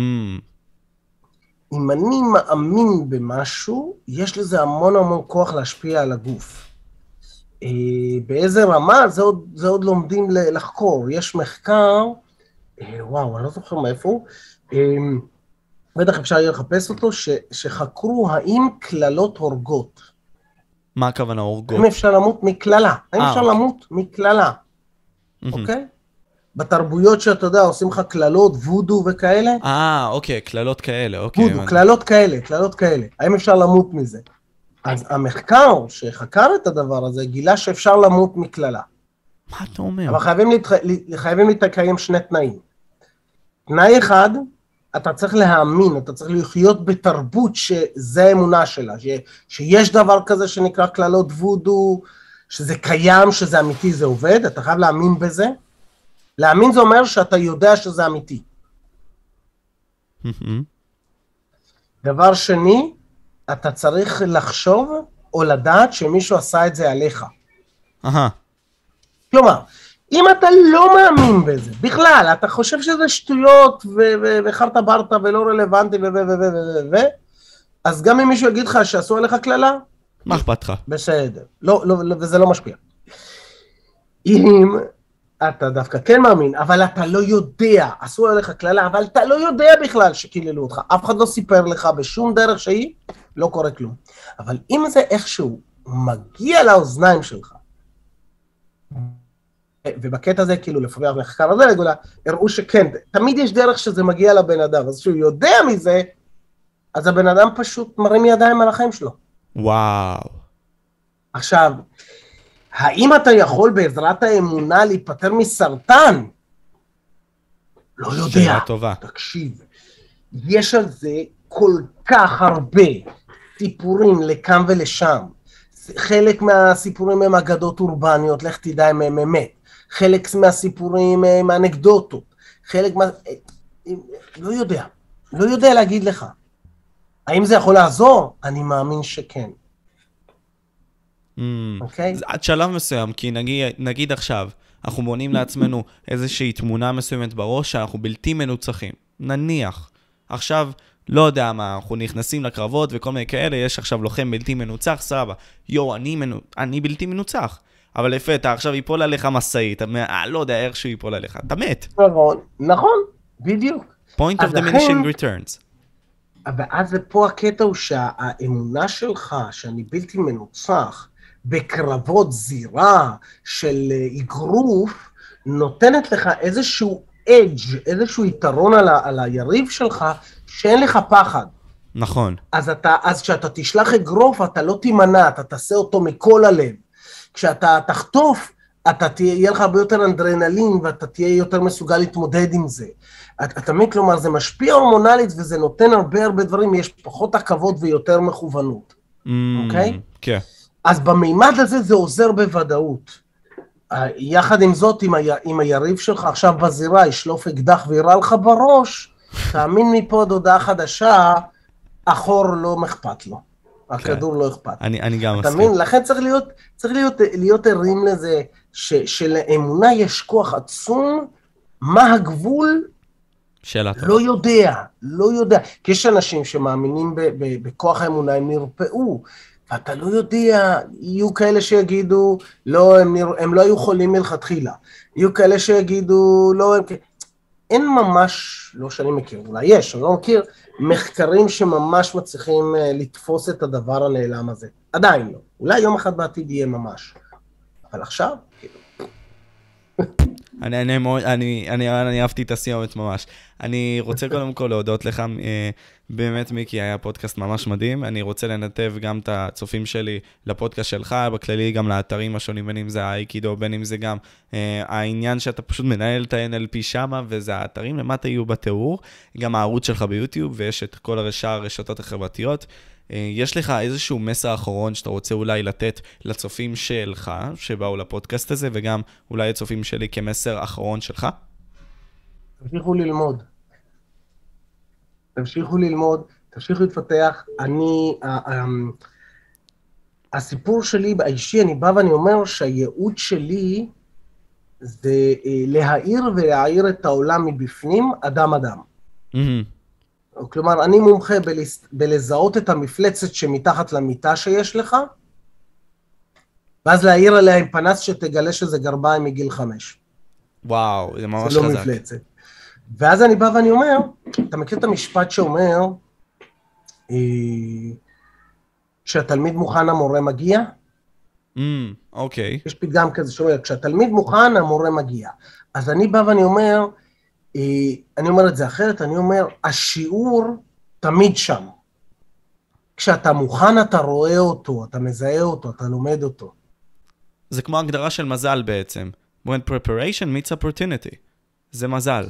אם אני מאמין במשהו, יש לזה המון המון כוח להשפיע על הגוף. באיזה רמה, זה עוד, זה עוד לומדים לחקור. יש מחקר, וואו, אני לא זוכר מאיפה הוא, בטח אפשר יהיה לחפש אותו, ש, שחקרו האם כללות הורגות. מה הכוונה הורגות? האם אפשר למות מכללה. האם אפשר למות מכללה. אוקיי? בתרבויות שאתה יודע, עושים לך כללות, וודו וכאלה. אה, אוקיי, כללות כאלה, אוקיי. וודו, כללות כאלה, כללות כאלה. האם אפשר למות מזה? אז המחקר שחקר את הדבר הזה, גילה שאפשר למות מכללה. מה אתה אומר? אבל חייבים, להתח... חייבים להתקיים שני תנאים. תנאי אחד, אתה צריך להאמין, אתה צריך לחיות בתרבות שזה האמונה שלה, ש... שיש דבר כזה שנקרא כללות וודו, שזה קיים, שזה אמיתי, זה עובד, אתה חייב להאמין בזה. להאמין זה אומר שאתה יודע שזה אמיתי. דבר שני, אתה צריך לחשוב או לדעת שמישהו עשה את זה עליך. אהה. כלומר, אם אתה לא מאמין בזה, בכלל, אתה חושב שזה שטויות וחרטה ברטה ולא רלוונטי ו... ו... ו... ו... ו... אז גם אם מישהו יגיד לך שעשו עליך כללה, מה אכפת לך? בסדר. לא, לא, וזה לא משפיע. אם אתה דווקא כן מאמין, אבל אתה לא יודע, עשו עליך כללה, אבל אתה לא יודע בכלל שקיללו אותך, אף אחד לא סיפר לך בשום דרך שהיא, לא קורה כלום. אבל אם זה איכשהו מגיע לאוזניים שלך, ובקטע הזה, כאילו, לפעמים המחקר הזה לגולה, הראו שכן, תמיד יש דרך שזה מגיע לבן אדם, אז שהוא יודע מזה, אז הבן אדם פשוט מרים ידיים על החיים שלו. וואו. עכשיו, האם אתה יכול בעזרת האמונה להיפטר מסרטן? לא יודע. שאלה טובה. תקשיב, יש על זה כל כך הרבה סיפורים לכאן ולשם. חלק מהסיפורים הם אגדות אורבניות, לך תדע אם הם אמת. חלק מהסיפורים הם אנקדוטות. חלק מה... לא יודע. לא יודע להגיד לך. האם זה יכול לעזור? אני מאמין שכן. אוקיי? זה עד שלב מסוים, כי נגיד, נגיד עכשיו, אנחנו בונים לעצמנו איזושהי תמונה מסוימת בראש שאנחנו בלתי מנוצחים. נניח. עכשיו, לא יודע מה, אנחנו נכנסים לקרבות וכל מיני כאלה, יש עכשיו לוחם בלתי מנוצח, סבבה. יו, אני, מנו... אני בלתי מנוצח. אבל לפתע, עכשיו ייפול עליך מסעית, אני לא יודע איך שהוא ייפול עליך, אתה מת. נכון, נכון, בדיוק. Point of diminishing returns. ואז זה פה הקטע הוא שהאמונה שלך, שאני בלתי מנוצח, בקרבות זירה של אגרוף, נותנת לך איזשהו אדג', איזשהו יתרון על, ה, על היריב שלך, שאין לך פחד. נכון. אז, אתה, אז כשאתה תשלח אגרוף, אתה לא תימנע, אתה תעשה אותו מכל הלב. כשאתה תחטוף, אתה תהיה, יהיה לך הרבה יותר אנדרנלין, ואתה תהיה יותר מסוגל להתמודד עם זה. אתה תמיד, כלומר, זה משפיע הורמונלית, וזה נותן הרבה הרבה דברים, יש פחות עכבות ויותר מכוונות. אוקיי? כן. אז במימד הזה זה עוזר בוודאות. יחד עם זאת, אם, ה, אם היריב שלך עכשיו בזירה, ישלוף אקדח וירה לך בראש, תאמין מפה עוד הודעה חדשה, אחור לא מחפת לו. הכדור לא אכפת. אני, אני גם מסכים. תאמין, לכן צריך להיות, צריך להיות, להיות ערים לזה, ש, שלאמונה יש כוח עצום, מה הגבול? שאלה טובה. לא יודע, לא יודע. כי יש אנשים שמאמינים ב, ב, בכוח האמונה, הם נרפאו. אתה לא יודע, יהיו כאלה שיגידו, לא, הם, נרא... הם לא היו חולים מלכתחילה. יהיו כאלה שיגידו, לא, הם... אין ממש, לא שאני מכיר, אולי יש, אני לא מכיר, מחקרים שממש מצליחים לתפוס את הדבר הנעלם הזה. עדיין לא. אולי יום אחד בעתיד יהיה ממש. אבל עכשיו, כאילו. אני, אני, אני, אני, אני אהבתי את הסיומת ממש. אני רוצה קודם כל להודות לך, באמת מיקי, היה פודקאסט ממש מדהים. אני רוצה לנתב גם את הצופים שלי לפודקאסט שלך, בכללי גם לאתרים השונים, בין אם זה האייקידו, בין אם זה גם העניין שאתה פשוט מנהל את ה-אן אל פי שמה, וזה האתרים למטה יהיו בתיאור, גם הערוץ שלך ביוטיוב, ויש את כל הרשע, הרשתות החברתיות. יש לך איזשהו מסר אחרון שאתה רוצה אולי לתת לצופים שלך, שבאו לפודקאסט הזה, וגם אולי הצופים שלי כמסר אחרון שלך? תמשיכו ללמוד. תמשיכו ללמוד, תמשיכו להתפתח. אני, הסיפור שלי האישי, אני בא ואני אומר שהייעוד שלי זה להאיר ולהאיר את העולם מבפנים, אדם אדם. כלומר, אני מומחה בלזהות את המפלצת שמתחת למיטה שיש לך, ואז להעיר עליה עם פנס שתגלה שזה גרביים מגיל חמש. וואו, זה ממש חזק. חזק. זה לא מפלצת. ואז אני בא ואני אומר, אתה מכיר את המשפט שאומר, כשהתלמיד מוכן המורה מגיע? אוקיי. יש פתגם כזה שאומר, כשהתלמיד מוכן המורה מגיע. אז אני בא ואני אומר, אני אומר את זה אחרת, אני אומר, השיעור תמיד שם. כשאתה מוכן, אתה רואה אותו, אתה מזהה אותו, אתה לומד אותו. זה כמו הגדרה של מזל בעצם. When preparation meets opportunity. זה מזל.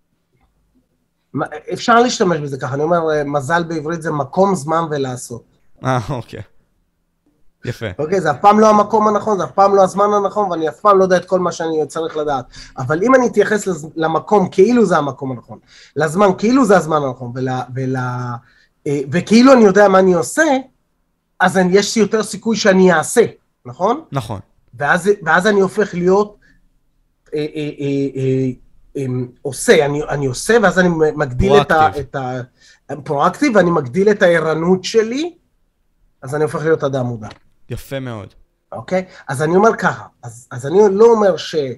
אפשר להשתמש בזה ככה, אני אומר, מזל בעברית זה מקום, זמן ולעשות. אה, אוקיי. יפה. אוקיי, זה אף פעם לא המקום הנכון, זה אף פעם לא הזמן הנכון, ואני אף פעם לא יודע את כל מה שאני צריך לדעת. אבל אם אני אתייחס למקום כאילו זה המקום הנכון, לזמן כאילו זה הזמן הנכון, ול, ול, וכאילו אני יודע מה אני עושה, אז יש לי יותר סיכוי שאני אעשה, נכון? נכון. ואז, ואז אני הופך להיות אה, אה, אה, אה, עושה, אני, אני עושה, ואז אני מגדיל את ה, את ה... פרואקטיב, ואני מגדיל את הערנות שלי, אז אני הופך להיות אדם מודע. יפה מאוד. אוקיי? אז אני אומר ככה, אז, אז אני לא אומר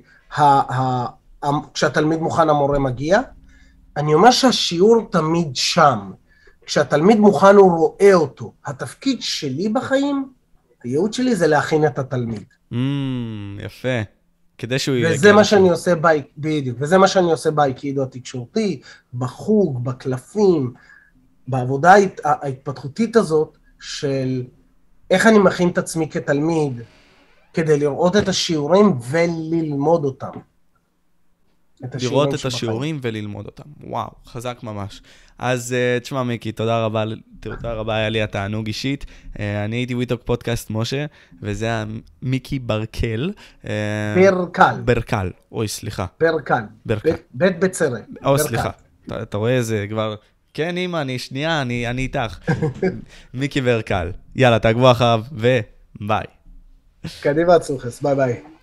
שכשהתלמיד מוכן המורה מגיע, אני אומר שהשיעור תמיד שם. כשהתלמיד מוכן הוא רואה אותו. התפקיד שלי בחיים, הייעוד שלי זה להכין את התלמיד. Mm, יפה. כדי שהוא יהיה... וזה מה שאני עושה בייק, בדיוק, וזה מה שאני עושה באייקידו התקשורתי, בחוג, בקלפים, בעבודה ההתפתחותית הזאת של איך אני מכין את עצמי כתלמיד, כדי לראות את השיעורים וללמוד אותם. לראות את השיעורים וללמוד אותם. וואו, חזק ממש. אז תשמע מיקי, תודה רבה, תודה רבה, היה לי התענוג אישית. אני הייתי וויטוק פודקאסט משה, וזה היה מיקי ברקל. ברקל. ברקל, אוי, סליחה. ברקל. ברקל. בית בצרה. אוי, סליחה. אתה רואה זה כבר... כן, אמא, אני שנייה, אני, אני איתך. מיקי ברקל. יאללה, תעקבו אחריו, וביי. קדימה צוחס, ביי ביי.